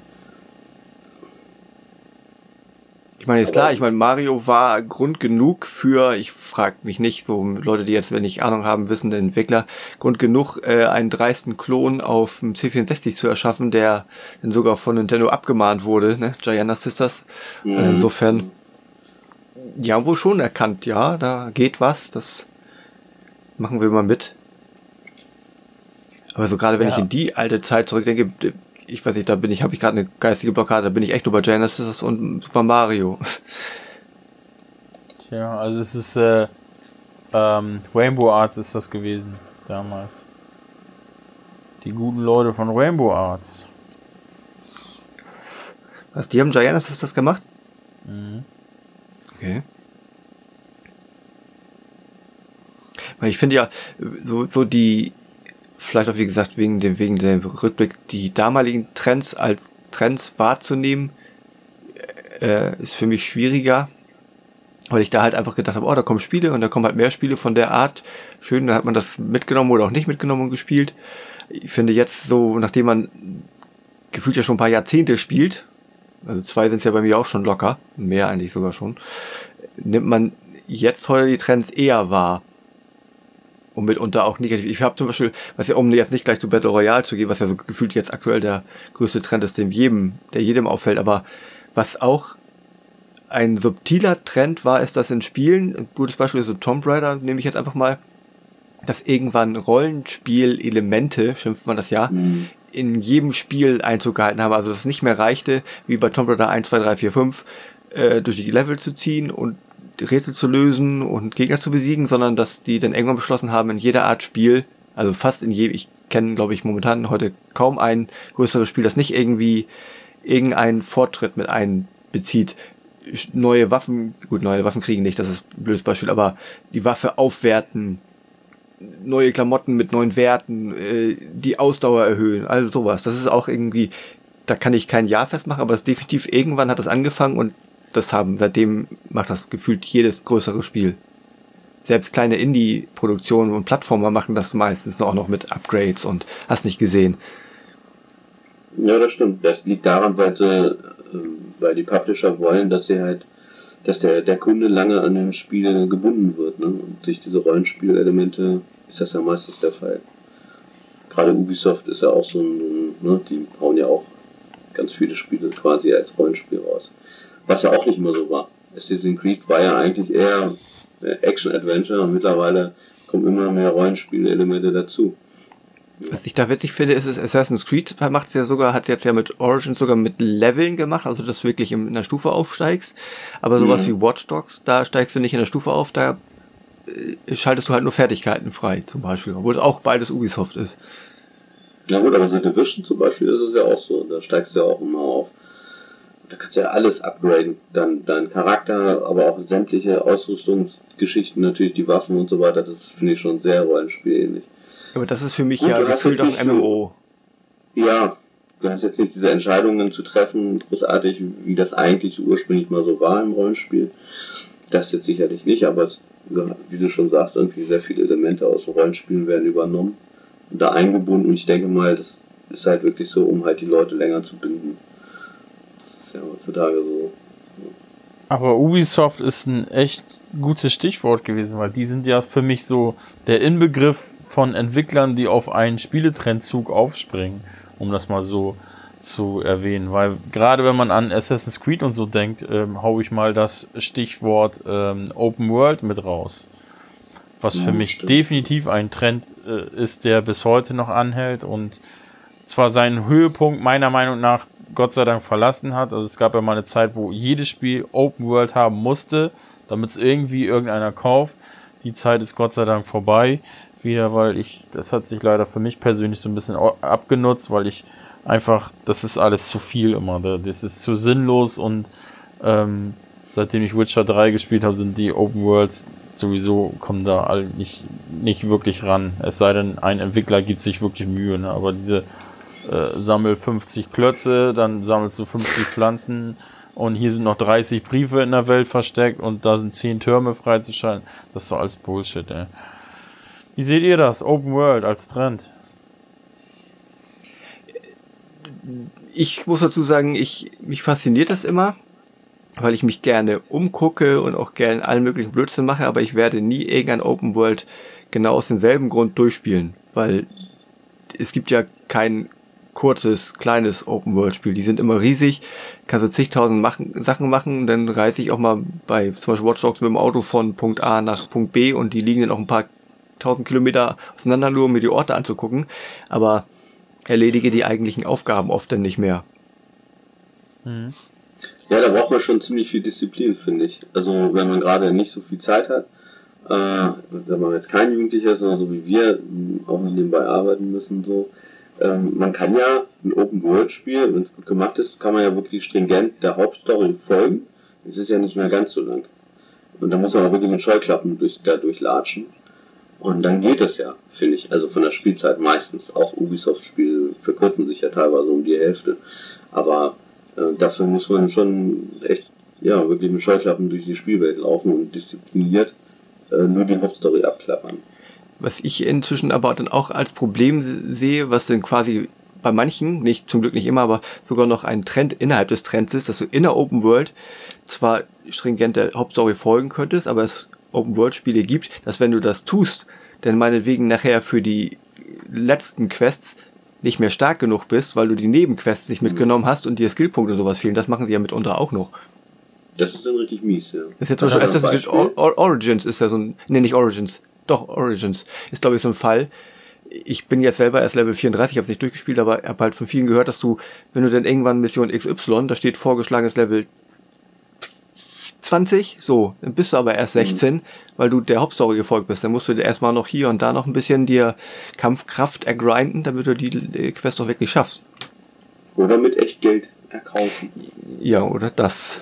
Ich meine, ist klar, ich meine, Mario war Grund genug für, ich frage mich nicht, so Leute, die jetzt, wenn ich Ahnung haben, wissen, der Entwickler, Grund genug, äh, einen dreisten Klon auf dem C vierundsechzig zu erschaffen, der dann sogar von Nintendo abgemahnt wurde, ne, Giana Sisters. Also insofern, die haben wohl schon erkannt, ja, da geht was, das machen wir mal mit. Aber so gerade wenn Ja. ich in die alte Zeit zurückdenke, ich weiß nicht, da bin ich, habe ich gerade eine geistige Blockade, da bin ich echt nur bei Genesis und Super Mario. Tja, also es ist äh, ähm, Rainbow Arts ist das gewesen damals. Die guten Leute von Rainbow Arts. Was, die haben Genesis das gemacht? Mhm. Okay. Weil ich finde ja, so, so die, vielleicht auch wie gesagt, wegen dem, wegen dem Rückblick, die damaligen Trends als Trends wahrzunehmen, äh, ist für mich schwieriger, weil ich da halt einfach gedacht habe, oh, da kommen Spiele und da kommen halt mehr Spiele von der Art. Schön, dann hat man das mitgenommen oder auch nicht mitgenommen und gespielt. Ich finde jetzt so, nachdem man gefühlt ja schon ein paar Jahrzehnte spielt, also zwei sind es ja bei mir auch schon locker, mehr eigentlich sogar schon, nimmt man jetzt heute die Trends eher wahr. Und mitunter auch negativ. Ich habe zum Beispiel, was ja, um jetzt nicht gleich zu Battle Royale zu gehen, was ja so gefühlt jetzt aktuell der größte Trend ist, dem jedem, der jedem auffällt, aber was auch ein subtiler Trend war, ist, dass in Spielen, ein gutes Beispiel ist so Tomb Raider, nehme ich jetzt einfach mal, dass irgendwann Rollenspiel-Elemente, schimpft man das ja, Mhm. in jedem Spiel Einzug gehalten haben. Also dass es nicht mehr reichte, wie bei Tomb Raider eins, zwei, drei, vier, fünf, äh, durch die Level zu ziehen und die Rätsel zu lösen und Gegner zu besiegen, sondern dass die dann irgendwann beschlossen haben, in jeder Art Spiel, also fast in jedem, ich kenne, glaube ich, momentan heute kaum ein größeres Spiel, das nicht irgendwie irgendeinen Fortschritt mit einbezieht. Neue Waffen, gut, neue Waffen kriegen nicht, das ist ein blödes Beispiel, aber die Waffe aufwerten, neue Klamotten mit neuen Werten, äh, die Ausdauer erhöhen, also sowas. Das ist auch irgendwie, da kann ich kein Jahr festmachen, aber es ist definitiv, irgendwann hat das angefangen und das haben, seitdem macht das gefühlt jedes größere Spiel. Selbst kleine Indie-Produktionen und Plattformer machen das meistens auch noch mit Upgrades und hast nicht gesehen. Ja, das stimmt. Das liegt daran, weil, sie, ähm, weil die Publisher wollen, dass sie halt, dass der, der Kunde lange an dem Spiel gebunden wird. Ne? Und durch diese Rollenspielelemente ist das ja meistens der Fall. Gerade Ubisoft ist ja auch so ein, ne, die hauen ja auch ganz viele Spiele quasi als Rollenspiel raus. Was ja auch nicht immer so war. Assassin's Creed war ja eigentlich eher Action-Adventure und mittlerweile kommen immer mehr Rollenspielelemente dazu. Was ich da witzig finde, ist, ist Assassin's Creed macht es ja sogar, hat es jetzt ja mit Origins sogar mit Leveln gemacht, also dass du wirklich in einer Stufe aufsteigst. Aber sowas Mhm. wie Watch Dogs, da steigst du nicht in der Stufe auf, da äh, schaltest du halt nur Fertigkeiten frei, zum Beispiel, obwohl es auch beides Ubisoft ist. Na gut, aber so Division zum Beispiel ist es ja auch so, da steigst du ja auch immer auf. Da kannst du ja alles upgraden, dann dein Charakter, aber auch sämtliche Ausrüstungsgeschichten, natürlich die Waffen und so weiter, das finde ich schon sehr rollenspielähnlich. Aber das ist für mich Gut, ja du hast gefühlt jetzt auch nicht M M O. Ja, du hast jetzt nicht diese Entscheidungen zu treffen, großartig, wie das eigentlich ursprünglich mal so war im Rollenspiel. Das jetzt sicherlich nicht, aber wie du schon sagst, irgendwie sehr viele Elemente aus dem Rollenspiel werden übernommen und da eingebunden. Und ich denke mal, das ist halt wirklich so, um halt die Leute länger zu binden. Das ist ja heutzutage so. Aber Ubisoft ist ein echt gutes Stichwort gewesen, weil die sind ja für mich so der Inbegriff von Entwicklern, die auf einen Spieletrendzug aufspringen, um das mal so zu erwähnen. Weil gerade wenn man an Assassin's Creed und so denkt, ähm, hau ich mal das Stichwort ähm, Open World mit raus. Was Ja, für mich stimmt. definitiv ein Trend äh, ist, der bis heute noch anhält und zwar seinen Höhepunkt meiner Meinung nach Gott sei Dank verlassen hat. Also es gab ja mal eine Zeit, wo jedes Spiel Open World haben musste, damit es irgendwie irgendeiner kauft. Die Zeit ist Gott sei Dank vorbei wieder, weil ich, das hat sich leider für mich persönlich so ein bisschen abgenutzt, weil ich einfach, das ist alles zu viel immer, das ist zu sinnlos und ähm, seitdem ich Witcher drei gespielt habe, sind die Open Worlds sowieso, kommen da alle nicht, nicht wirklich ran, es sei denn, ein Entwickler gibt sich wirklich Mühe, ne? Aber diese äh, sammel fünfzig Klötze, dann sammelst du fünfzig Pflanzen und hier sind noch dreißig Briefe in der Welt versteckt und da sind zehn Türme freizuschalten, das ist doch alles Bullshit, ey. Wie seht ihr das? Open World als Trend? Ich muss dazu sagen, ich, mich fasziniert das immer, weil ich mich gerne umgucke und auch gerne allen möglichen Blödsinn mache, aber ich werde nie irgendein Open World genau aus demselben Grund durchspielen, weil es gibt ja kein kurzes, kleines Open World Spiel, die sind immer riesig, kannst du zigtausend machen, Sachen machen, dann reise ich auch mal bei zum Beispiel Watch Dogs mit dem Auto von Punkt A nach Punkt B und die liegen dann auch ein paar tausend Kilometer auseinander, nur um mir die Orte anzugucken, aber erledige die eigentlichen Aufgaben oft dann nicht mehr. Mhm. Ja, da braucht man schon ziemlich viel Disziplin, finde ich. Also wenn man gerade nicht so viel Zeit hat, äh, wenn man jetzt kein Jugendlicher ist, sondern so wie wir auch nebenbei arbeiten müssen, so, ähm, man kann ja ein Open-World-Spiel, wenn es gut gemacht ist, kann man ja wirklich stringent der Hauptstory folgen. Es ist ja nicht mehr ganz so lang. Und da muss man auch wirklich mit Scheuklappen durch, da durchlatschen. Und dann geht es ja, finde ich. Also von der Spielzeit meistens. Auch Ubisoft-Spiele verkürzen sich ja teilweise um die Hälfte. Aber äh, dafür muss man schon echt, ja, wirklich mit Scheuklappen durch die Spielwelt laufen und diszipliniert äh, nur die Hauptstory abklappern. Was ich inzwischen aber dann auch als Problem sehe, was dann quasi bei manchen, nicht zum Glück nicht immer, aber sogar noch ein Trend innerhalb des Trends ist, dass du in der Open World zwar stringent der Hauptstory folgen könntest, aber es Open World Spiele gibt, dass wenn du das tust, dann meinetwegen nachher für die letzten Quests nicht mehr stark genug bist, weil du die Nebenquests nicht mitgenommen hast und dir Skillpunkte und sowas fehlen. Das machen sie ja mitunter auch noch. Das ist dann richtig mies, ja. Das ist jetzt zum Beispiel, das Or- Or- Origins ist ja so ein, nee, nicht Origins, doch, Origins ist glaube ich so ein Fall. Ich bin jetzt selber erst Level vierunddreißig, habe es nicht durchgespielt, aber habe halt von vielen gehört, dass du, wenn du dann irgendwann Mission X Y, da steht vorgeschlagenes Level zwanzig, so, dann bist du aber erst sechzehn, mhm. weil du der Hauptstory gefolgt bist. Dann musst du dir erstmal noch hier und da noch ein bisschen dir Kampfkraft ergrinden, damit du die, die Quest auch wirklich schaffst. Oder mit echt Geld erkaufen. Ja, oder das.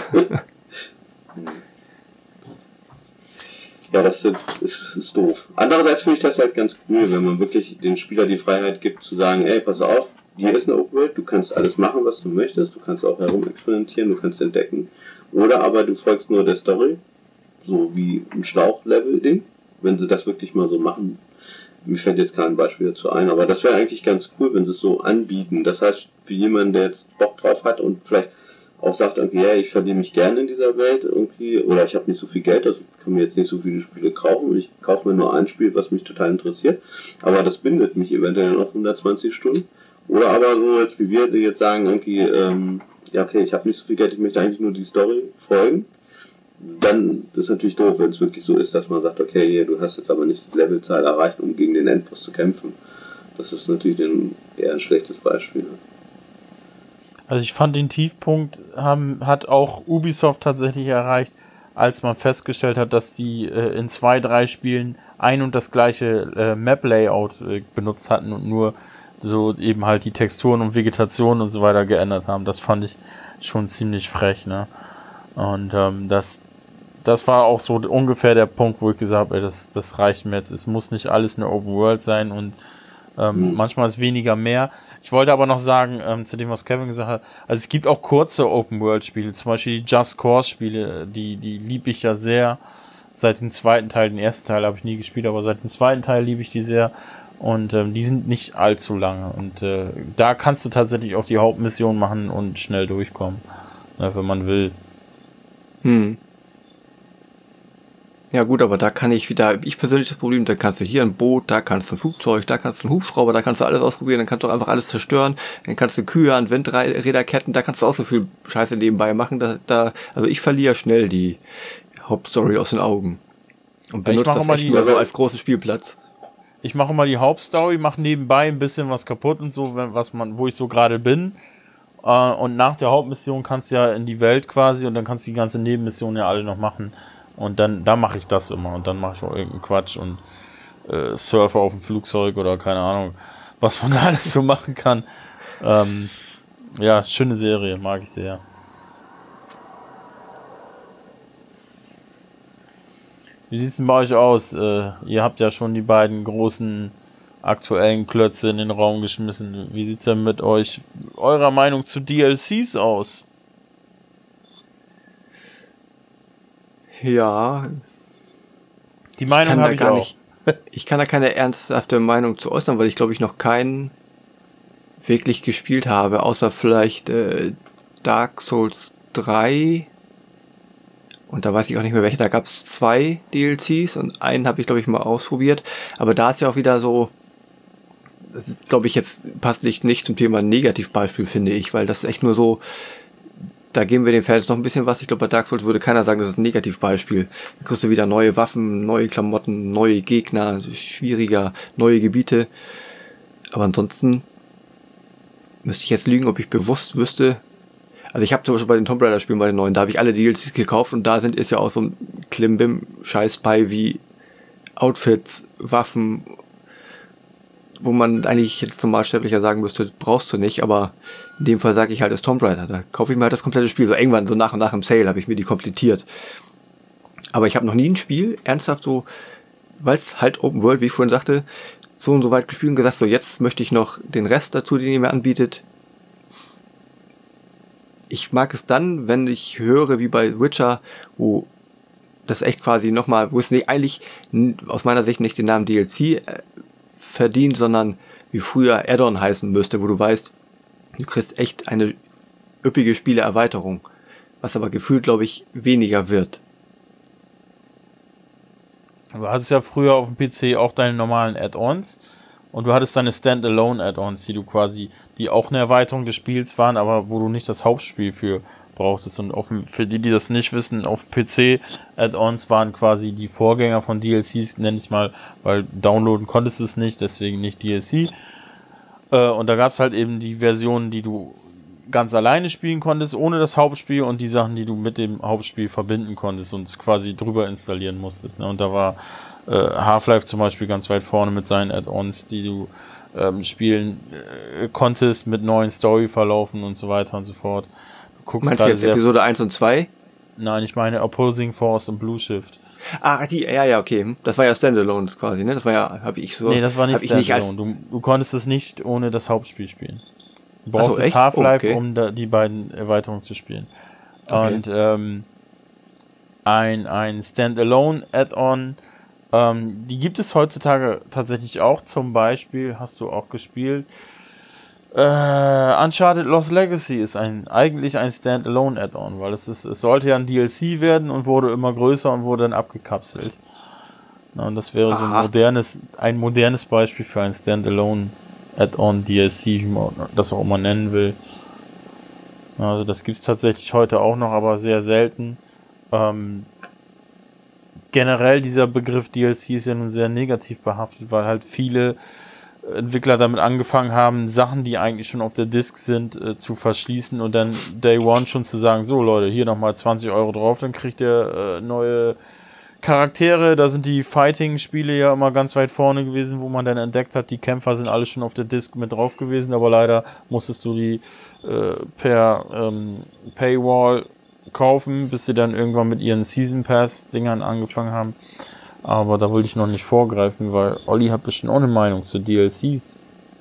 Ja, das ist, das ist, ist doof. Andererseits finde ich das halt ganz cool, wenn man wirklich den Spieler die Freiheit gibt zu sagen, ey, pass auf, hier ist eine Open World, du kannst alles machen, was du möchtest, du kannst auch herumexperimentieren, du kannst entdecken. Oder aber du folgst nur der Story, so wie ein Schlauch-Level-Ding, wenn sie das wirklich mal so machen. Mir fällt jetzt kein Beispiel dazu ein, aber das wäre eigentlich ganz cool, wenn sie es so anbieten. Das heißt, für jemanden, der jetzt Bock drauf hat und vielleicht auch sagt, okay, ja, ich verdiene mich gerne in dieser Welt irgendwie, oder ich habe nicht so viel Geld, also ich kann mir jetzt nicht so viele Spiele kaufen, ich kaufe mir nur ein Spiel, was mich total interessiert, aber das bindet mich eventuell noch hundertzwanzig Stunden. Oder aber so jetzt wie wir, die jetzt sagen, irgendwie, ähm, ja okay, ich habe nicht so viel Geld, ich möchte eigentlich nur die Story folgen. Dann ist natürlich doof, wenn es wirklich so ist, dass man sagt, okay, hier, du hast jetzt aber nicht die Levelzahl erreicht, um gegen den Endboss zu kämpfen. Das ist natürlich ein, eher ein schlechtes Beispiel. Also ich fand den Tiefpunkt haben, hat auch Ubisoft tatsächlich erreicht, als man festgestellt hat, dass die äh, in zwei, drei Spielen ein und das gleiche äh, Map-Layout äh, benutzt hatten und nur so eben halt die Texturen und Vegetation und so weiter geändert haben. Das fand ich schon ziemlich frech, ne? Und ähm, das das war auch so ungefähr der Punkt, wo ich gesagt habe, ey, das, das reicht mir jetzt. Es muss nicht alles eine Open World sein und ähm, mhm. manchmal ist weniger mehr. Ich wollte aber noch sagen, ähm, zu dem, was Kevin gesagt hat, also es gibt auch kurze Open World Spiele, zum Beispiel die Just Cause Spiele, die, die liebe ich ja sehr. Seit dem zweiten Teil, den ersten Teil habe ich nie gespielt, aber seit dem zweiten Teil liebe ich die sehr. Und ähm, die sind nicht allzu lange. Und äh, da kannst du tatsächlich auch die Hauptmission machen und schnell durchkommen, ne, wenn man will. Hm. Ja gut, aber da kann ich wieder, ich persönlich das Problem, da kannst du hier ein Boot, da kannst du ein Flugzeug, da kannst du einen Hubschrauber, da kannst du alles ausprobieren, dann kannst du auch einfach alles zerstören, dann kannst du Kühe an Windräderketten, da kannst du auch so viel Scheiße nebenbei machen, da, da also ich verliere schnell die Hauptstory aus den Augen und benutze das echt nur so als großen Spielplatz. Ich mache immer die Hauptstory, mache nebenbei ein bisschen was kaputt und so, was man, wo ich so gerade bin. Und nach der Hauptmission kannst du ja in die Welt quasi und dann kannst du die ganze Nebenmission ja alle noch machen. Und dann, da mache ich das immer und dann mache ich auch irgendeinen Quatsch und äh, surfe auf dem Flugzeug oder keine Ahnung, was man da alles so machen kann. Ähm, ja, schöne Serie, mag ich sehr. Wie sieht's denn bei euch aus? Äh, ihr habt ja schon die beiden großen aktuellen Klötze in den Raum geschmissen. Wie sieht's denn mit euch, eurer Meinung zu D L Cs aus? Ja. Die Meinung habe ich gar auch. Nicht, ich kann da keine ernsthafte Meinung zu äußern, weil ich glaube ich noch keinen wirklich gespielt habe, außer vielleicht äh, Dark Souls drei. Und da weiß ich auch nicht mehr welche. Da gab es zwei D L Cs und einen habe ich glaube ich mal ausprobiert. Aber da ist ja auch wieder so, das ist glaube ich jetzt passt nicht, nicht zum Thema Negativbeispiel, finde ich, weil das echt nur so da geben wir den Fans noch ein bisschen was. Ich glaube, bei Dark Souls würde keiner sagen, das ist ein Negativbeispiel. Da kriegst du wieder neue Waffen, neue Klamotten, neue Gegner, schwieriger, neue Gebiete. Aber ansonsten müsste ich jetzt lügen, ob ich bewusst wüsste. Also ich habe zum Beispiel bei den Tomb Raider Spielen, bei den neuen, da habe ich alle D L Cs gekauft und da sind ist ja auch so ein Klimbim-Scheiß bei wie Outfits, Waffen, wo man eigentlich jetzt normalsterblicher sagen müsste, brauchst du nicht, aber in dem Fall sage ich halt, das Tomb Raider, da kaufe ich mir halt das komplette Spiel, so irgendwann so nach und nach im Sale habe ich mir die komplettiert. Aber ich habe noch nie ein Spiel ernsthaft so, weil es halt Open World, wie ich vorhin sagte, so und so weit gespielt und gesagt, so jetzt möchte ich noch den Rest dazu, den ihr mir anbietet. Ich mag es dann, wenn ich höre, wie bei Witcher, wo das echt quasi nochmal, wo es nicht, eigentlich aus meiner Sicht nicht den Namen D L C äh, verdient, sondern wie früher Add-on heißen müsste, wo du weißt, du kriegst echt eine üppige Spieleerweiterung, was aber gefühlt, glaube ich, weniger wird. Du hattest ja früher auf dem P C auch deine normalen Add-ons und du hattest deine Standalone-Add-ons, die du quasi, die auch eine Erweiterung des Spiels waren, aber wo du nicht das Hauptspiel für brauchtest. Und auf dem, für die, die das nicht wissen, auf P C Add-ons waren quasi die Vorgänger von D L Cs, nenne ich mal, weil downloaden konntest du es nicht, deswegen nicht D L C. Äh, und da gab es halt eben die Versionen, die du ganz alleine spielen konntest, ohne das Hauptspiel, und die Sachen, die du mit dem Hauptspiel verbinden konntest und quasi drüber installieren musstest. Ne? Und da war äh, Half-Life zum Beispiel ganz weit vorne mit seinen Add-ons, die du ähm, spielen äh, konntest mit neuen Storyverlaufen und so weiter und so fort. Du guckst Meinst du jetzt Episode eins und zwei? Nein, ich meine Opposing Force und Blue Shift. Ah, die, ja, ja, okay. Das war ja Standalone quasi, ne? Das war ja, habe ich so... Nee, das war nicht Standalone. Nicht du, du konntest es nicht ohne das Hauptspiel spielen. Du brauchtest so, Half-Life, oh, okay. um da, die beiden Erweiterungen zu spielen. Okay. Und ähm, ein, ein Standalone-Add-on, ähm, die gibt es heutzutage tatsächlich auch. Zum Beispiel hast du auch gespielt äh, Uncharted Lost Legacy ist ein eigentlich ein Standalone-Add-on, weil es ist, es sollte ja ein D L C werden und wurde immer größer und wurde dann abgekapselt. Na, und das wäre Aha. so ein modernes, ein modernes Beispiel für ein Standalone Add-on, D L C, wie man das auch immer nennen will. Also das gibt es tatsächlich heute auch noch, aber sehr selten. Ähm, generell dieser Begriff D L C ist ja nun sehr negativ behaftet, weil halt viele Entwickler damit angefangen haben, Sachen, die eigentlich schon auf der Disk sind, äh, zu verschließen und dann Day One schon zu sagen, so Leute, hier nochmal zwanzig Euro drauf, dann kriegt ihr äh, neue Charaktere. Da sind die Fighting-Spiele ja immer ganz weit vorne gewesen, wo man dann entdeckt hat, die Kämpfer sind alle schon auf der Disk mit drauf gewesen, aber leider musstest du die äh, per ähm, Paywall kaufen, bis sie dann irgendwann mit ihren Season Pass-Dingern angefangen haben. Aber da wollte ich noch nicht vorgreifen, weil Olli hat bestimmt auch eine Meinung zu D L Cs.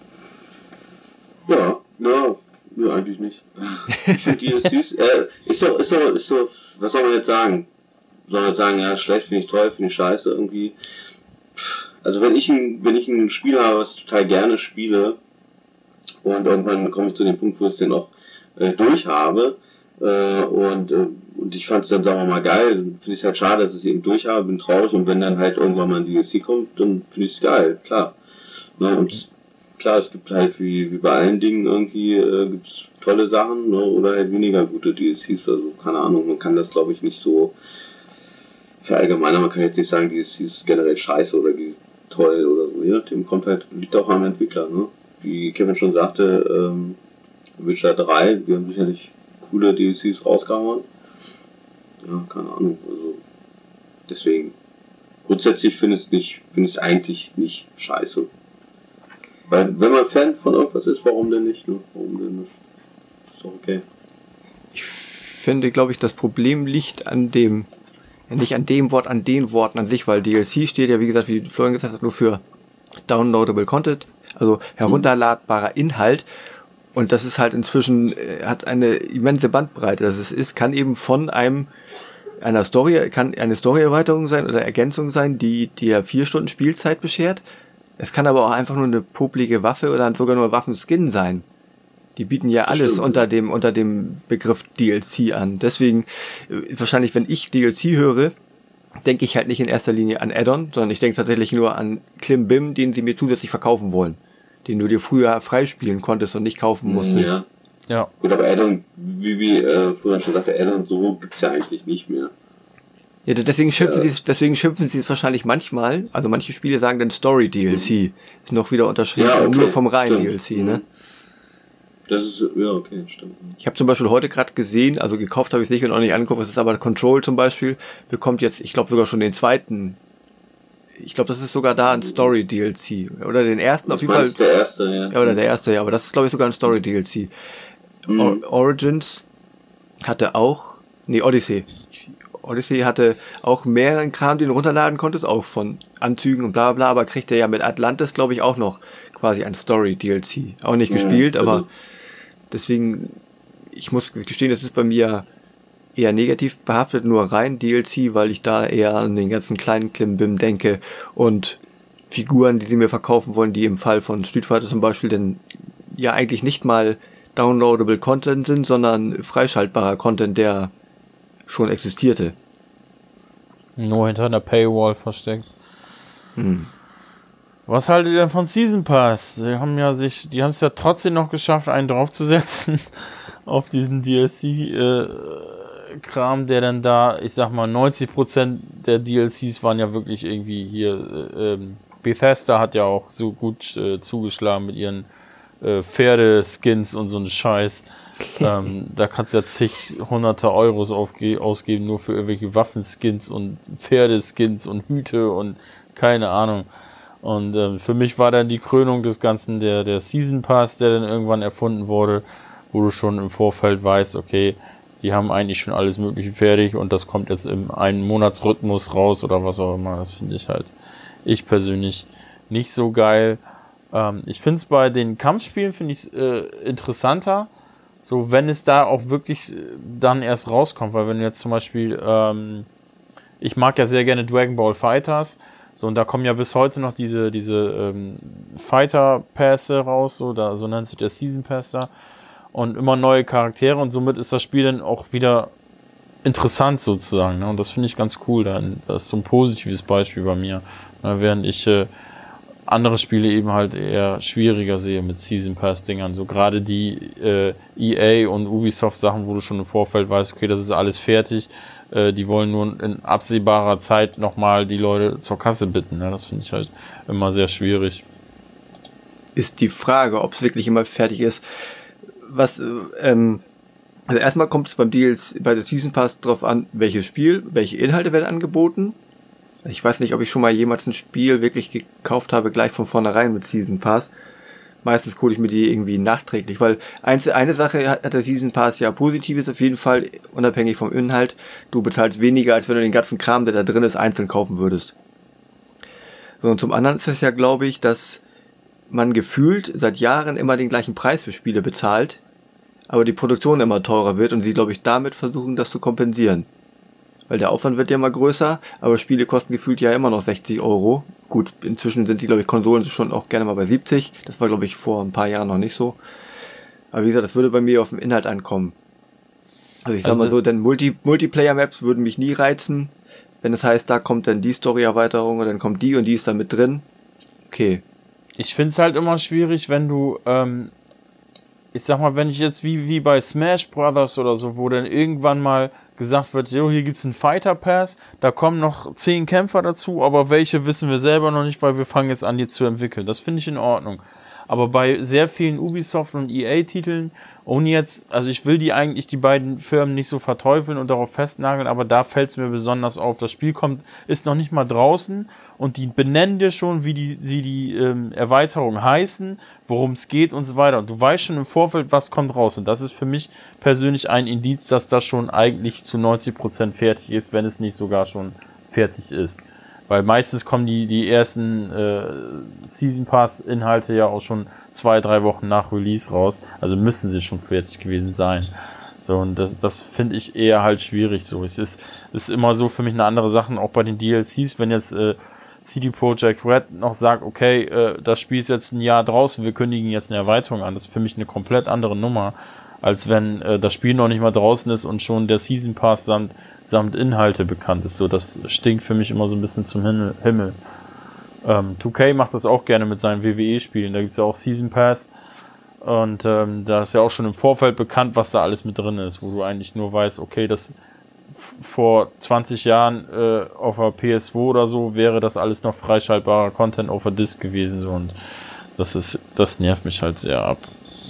Ja, no, nö, eigentlich nicht. Ich finde D L Cs, äh, ist doch, ist doch, ist doch, was soll man jetzt sagen? Soll man jetzt sagen, ja, schlecht, finde ich toll, finde ich scheiße, irgendwie. Also wenn ich ein, wenn ich ein Spiel habe, was ich total gerne spiele, und irgendwann komme ich zu dem Punkt, wo ich es dann auch äh, durch habe, äh, und, äh, und ich fand es dann, sagen wir mal, geil, finde ich es halt schade, dass ich es eben durch habe, bin traurig, und wenn dann halt irgendwann mal ein D L C kommt, dann finde ich es geil, klar. Ne, und klar, es gibt halt wie, wie bei allen Dingen irgendwie, äh, gibt's tolle Sachen, ne, oder halt weniger gute D L Cs, also keine Ahnung, man kann das, glaube ich, nicht so verallgemeinern, man kann jetzt nicht sagen, D L C ist generell scheiße oder die toll oder so, je nachdem, kommt halt, liegt auch am Entwickler, ne. Wie Kevin schon sagte, ähm, Witcher drei, wir haben sicherlich coole D L Cs rausgehauen. Ja, keine Ahnung, also deswegen grundsätzlich finde ich es nicht, finde ich es eigentlich nicht scheiße. Weil wenn man Fan von irgendwas ist, warum denn nicht, ne? Warum denn nicht? Ist doch okay. Ich finde, glaube ich, das Problem liegt an dem, ja nicht an dem Wort, an den Worten an sich, weil D L C steht ja, wie gesagt, wie Florian gesagt hat, nur für Downloadable Content, also herunterladbarer Inhalt. Und das ist halt inzwischen, äh, hat eine immense Bandbreite. Das ist, ist, kann eben von einem, einer Story, kann eine Story-Erweiterung sein oder Ergänzung sein, die dir vier Stunden Spielzeit beschert. Es kann aber auch einfach nur eine poplige Waffe oder sogar nur Waffenskin sein. Die bieten ja alles unter dem, unter dem Begriff D L C an. Deswegen, äh, wahrscheinlich, wenn ich D L C höre, denke ich halt nicht in erster Linie an Add-on, sondern ich denke tatsächlich nur an Klimbim, den sie mir zusätzlich verkaufen wollen. Den du dir früher freispielen konntest und nicht kaufen musstest. Ja, Ja. Gut, aber Add-on, wie wir äh, früher schon sagte, Add-on so gibt's ja eigentlich nicht mehr. Ja, deswegen schimpfen, Ja. sie, deswegen schimpfen sie es wahrscheinlich manchmal. Also manche Spiele sagen dann Story-D L C. Mhm. Ist noch wieder unterschrieben, Ja, okay, nur vom reinen stimmt. D L C, ne? Mhm. Das ist, ja, okay, stimmt. Ich habe zum Beispiel heute gerade gesehen, also gekauft habe ich sicher noch nicht angeguckt, es ist aber Control zum Beispiel, bekommt jetzt, ich glaube sogar schon den zweiten, ich glaube das ist sogar da ein Story-D L C. Oder den ersten, auf jeden Fall. Das ist der erste, ja. Ja, oder der erste, ja, aber das ist glaube ich sogar ein Story-D L C. Mhm. Or- Origins hatte auch, nee, Odyssey. Odyssey hatte auch mehreren Kram, den du runterladen konntest, auch von Anzügen und bla bla, aber kriegte ja mit Atlantis, glaube ich, auch noch quasi ein Story-D L C. Auch nicht Mhm, gespielt, genau. aber deswegen, ich muss gestehen, das ist bei mir eher negativ behaftet, nur rein D L C, weil ich da eher an den ganzen kleinen Klimbim denke und Figuren, die sie mir verkaufen wollen, die im Fall von Street Fighter zum Beispiel denn ja eigentlich nicht mal downloadable Content sind, sondern freischaltbarer Content, der schon existierte. Nur hinter einer Paywall versteckt. Hm. Was haltet ihr denn von Season Pass? Die haben ja sich, die haben es ja trotzdem noch geschafft, einen draufzusetzen auf diesen D L C-Kram, äh, der dann da, ich sag mal, neunzig Prozent der D L Cs waren ja wirklich irgendwie hier, äh, ähm, Bethesda hat ja auch so gut äh, zugeschlagen mit ihren äh, Pferdeskins und so einen Scheiß. ähm, da kannst du ja zig hunderte Euros aufge- ausgeben, nur für irgendwelche Waffenskins und Pferdeskins und Hüte und keine Ahnung. Und ähm, für mich war dann die Krönung des Ganzen der, der Season Pass, der dann irgendwann erfunden wurde, wo du schon im Vorfeld weißt, okay, die haben eigentlich schon alles Mögliche fertig und das kommt jetzt im einen Monatsrhythmus raus oder was auch immer. Das finde ich halt, ich persönlich nicht so geil. Ähm, ich finde es bei den Kampfspielen, finde ich äh, interessanter, so wenn es da auch wirklich dann erst rauskommt, weil wenn du jetzt zum Beispiel, ähm, ich mag ja sehr gerne Dragon Ball Fighters, so, und da kommen ja bis heute noch diese, diese ähm, Fighter-Pässe raus, so, da, so nennt sich der Season Pass da. Und immer neue Charaktere und somit ist das Spiel dann auch wieder interessant sozusagen. Ne? Und das finde ich ganz cool. Dann. Das ist so ein positives Beispiel bei mir. Ne? Während ich äh, andere Spiele eben halt eher schwieriger sehe mit Season Pass-Dingern. So gerade die äh, E A und Ubisoft Sachen, wo du schon im Vorfeld weißt, okay, das ist alles fertig. Äh, die wollen nur in absehbarer Zeit nochmal die Leute zur Kasse bitten. Ne? Das finde ich halt immer sehr schwierig. Ist die Frage, ob es wirklich immer fertig ist. Was, ähm, also erstmal kommt es beim D L C, bei der Season Pass drauf an, welches Spiel, welche Inhalte werden angeboten. Ich weiß nicht, ob ich schon mal jemals ein Spiel wirklich gekauft habe, gleich von vornherein mit Season Pass. Meistens hole ich mir die irgendwie nachträglich, weil eins, eine Sache hat der Season Pass ja Positives auf jeden Fall, unabhängig vom Inhalt. Du bezahlst weniger, als wenn du den ganzen Kram, der da drin ist, einzeln kaufen würdest. So, und zum anderen ist es ja, glaube ich, dass man gefühlt seit Jahren immer den gleichen Preis für Spiele bezahlt, aber die Produktion immer teurer wird und sie, glaube ich, damit versuchen, das zu kompensieren. Weil der Aufwand wird ja immer größer, aber Spiele kosten gefühlt ja immer noch sechzig Euro. Gut, inzwischen sind die, glaube ich, Konsolen schon auch gerne mal bei siebzig. Das war, glaube ich, vor ein paar Jahren noch nicht so. Aber wie gesagt, das würde bei mir auf den Inhalt ankommen. Also ich sag Also mal so, denn Multi- Multiplayer-Maps würden mich nie reizen. Wenn das heißt, da kommt dann die Story-Erweiterung und dann kommt die und die ist da mit drin. Okay. Ich finde es halt immer schwierig, wenn du, ähm, ich sag mal, wenn ich jetzt wie, wie bei Smash Brothers oder so, wo dann irgendwann mal gesagt wird, jo, hier gibt's einen Fighter Pass, da kommen noch zehn Kämpfer dazu, aber welche wissen wir selber noch nicht, weil wir fangen jetzt an, die zu entwickeln. Das finde ich in Ordnung. Aber bei sehr vielen Ubisoft und E A-Titeln, ohne jetzt, also ich will die eigentlich, die beiden Firmen nicht so verteufeln und darauf festnageln, aber da fällt es mir besonders auf. Das Spiel kommt, ist noch nicht mal draußen und die benennen dir schon, wie die, sie die ähm, Erweiterung heißen, worum es geht und so weiter. Und du weißt schon im Vorfeld, was kommt raus. Und das ist für mich persönlich ein Indiz, dass das schon eigentlich zu neunzig Prozent fertig ist, wenn es nicht sogar schon fertig ist. Weil meistens kommen die, die ersten äh, Season Pass Inhalte ja auch schon zwei, drei Wochen nach Release raus. Also müssen sie schon fertig gewesen sein. So, und das, das finde ich eher halt schwierig. So, es ist, ist immer so für mich eine andere Sache, auch bei den D L Cs, wenn jetzt äh, C D Projekt Red noch sagt, okay, äh, das Spiel ist jetzt ein Jahr draußen, wir kündigen jetzt eine Erweiterung an. Das ist für mich eine komplett andere Nummer, als wenn äh, das Spiel noch nicht mal draußen ist und schon der Season Pass samt, samt Inhalte bekannt ist. So, das stinkt für mich immer so ein bisschen zum Himmel. Himmel. Ähm, zwei K macht das auch gerne mit seinen W W E-Spielen. Da gibt es ja auch Season Pass. Und ähm, da ist ja auch schon im Vorfeld bekannt, was da alles mit drin ist, wo du eigentlich nur weißt, okay, das f- vor zwanzig Jahren äh, auf der P S zwei oder so wäre das alles noch freischaltbarer Content auf der Disk gewesen. So. Und das ist, das nervt mich halt sehr ab.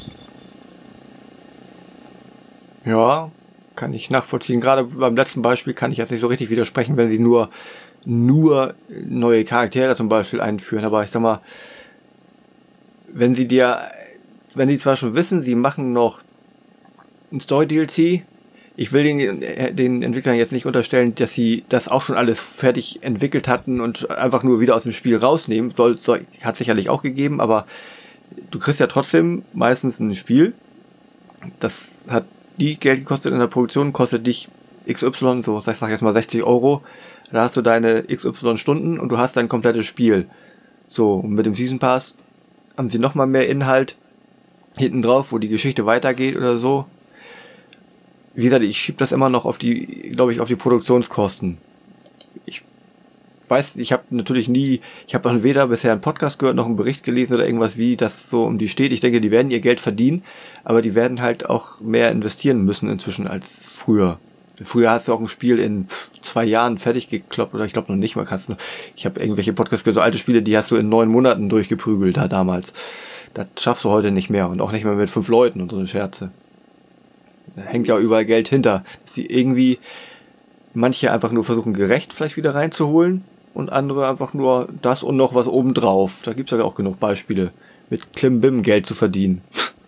Ja, kann ich nachvollziehen. Gerade beim letzten Beispiel kann ich jetzt nicht so richtig widersprechen, wenn sie nur, nur neue Charaktere zum Beispiel einführen. Aber ich sag mal, wenn sie dir, wenn sie zwar schon wissen, sie machen noch ein Story-D L C, ich will den, den Entwicklern jetzt nicht unterstellen, dass sie das auch schon alles fertig entwickelt hatten und einfach nur wieder aus dem Spiel rausnehmen. Soll, soll, hat sicherlich auch gegeben, aber du kriegst ja trotzdem meistens ein Spiel. Das hat die Geld gekostet in der Produktion, kostet dich X Y, so sag ich jetzt mal sechzig Euro. Da hast du deine X Y Stunden und du hast dein komplettes Spiel. So, und mit dem Season Pass haben sie nochmal mehr Inhalt hinten drauf, wo die Geschichte weitergeht oder so. Wie gesagt, ich schiebe das immer noch auf die, glaube ich, auf die Produktionskosten. Ich weiß, ich habe natürlich nie, ich habe noch weder bisher einen Podcast gehört, noch einen Bericht gelesen oder irgendwas, wie das so um die steht. Ich denke, die werden ihr Geld verdienen, aber die werden halt auch mehr investieren müssen inzwischen als früher. Früher hast du auch ein Spiel in zwei Jahren fertig gekloppt, oder ich glaube noch nicht mal kannst du. Ich habe irgendwelche Podcasts gehört, so alte Spiele, die hast du in neun Monaten durchgeprügelt da damals. Das schaffst du heute nicht mehr und auch nicht mehr mit fünf Leuten und so eine Scherze. Da hängt ja überall Geld hinter, dass sie irgendwie manche einfach nur versuchen, gerecht vielleicht wieder reinzuholen und andere einfach nur das und noch was obendrauf. Da gibt's ja auch genug Beispiele, mit Klimbim Geld zu verdienen.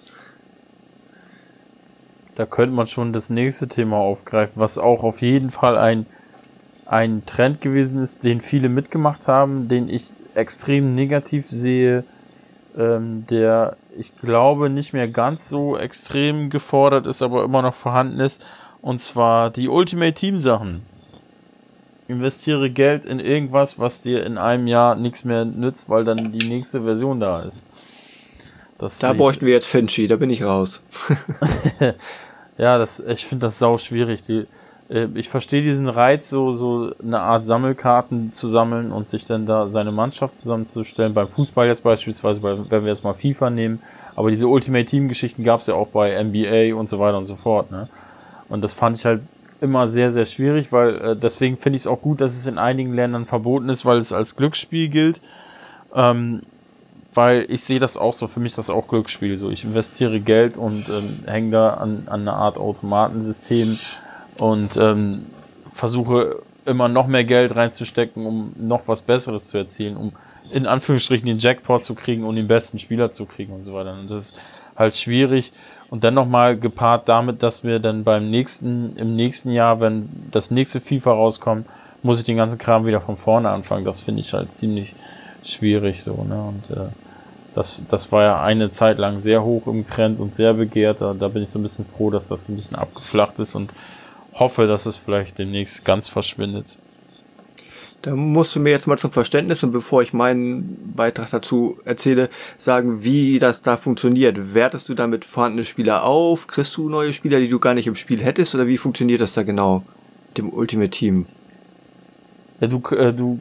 Da könnte man schon das nächste Thema aufgreifen, was auch auf jeden Fall ein, ein Trend gewesen ist, den viele mitgemacht haben, den ich extrem negativ sehe, ähm, der, ich glaube, nicht mehr ganz so extrem gefordert ist, aber immer noch vorhanden ist, und zwar die Ultimate Team Sachen. Investiere Geld in irgendwas, was dir in einem Jahr nichts mehr nützt, weil dann die nächste Version da ist. Das da bräuchten wir jetzt Finchi, da bin ich raus. Ja, das, ich finde das sau schwierig. Die, äh, ich verstehe diesen Reiz, so, so eine Art Sammelkarten zu sammeln und sich dann da seine Mannschaft zusammenzustellen. Beim Fußball jetzt beispielsweise, bei, wenn wir jetzt mal FIFA nehmen. Aber diese Ultimate Team Geschichten gab es ja auch bei N B A und so weiter und so fort. Ne? Und das fand ich halt immer sehr, sehr schwierig, weil äh, deswegen finde ich es auch gut, dass es in einigen Ländern verboten ist, weil es als Glücksspiel gilt. Ähm, weil ich sehe das auch so, für mich das auch Glücksspiel. So, ich investiere Geld und ähm, hänge da an, an einer Art Automatensystem und ähm, versuche immer noch mehr Geld reinzustecken, um noch was Besseres zu erzielen, um in Anführungsstrichen den Jackpot zu kriegen und den besten Spieler zu kriegen und so weiter. Und das ist halt schwierig. Und dann nochmal gepaart damit, dass wir dann beim nächsten, im nächsten Jahr, wenn das nächste FIFA rauskommt, muss ich den ganzen Kram wieder von vorne anfangen. Das finde ich halt ziemlich schwierig so, ne? Und äh, das, das war ja eine Zeit lang sehr hoch im Trend und sehr begehrt. Da, da bin ich so ein bisschen froh, dass das ein bisschen abgeflacht ist und hoffe, dass es vielleicht demnächst ganz verschwindet. Da musst du mir jetzt mal zum Verständnis, und bevor ich meinen Beitrag dazu erzähle, sagen, wie das da funktioniert. Wertest du damit vorhandene Spieler auf? Kriegst du neue Spieler, die du gar nicht im Spiel hättest? Oder wie funktioniert das da genau, dem Ultimate Team? Ja, du, äh, du,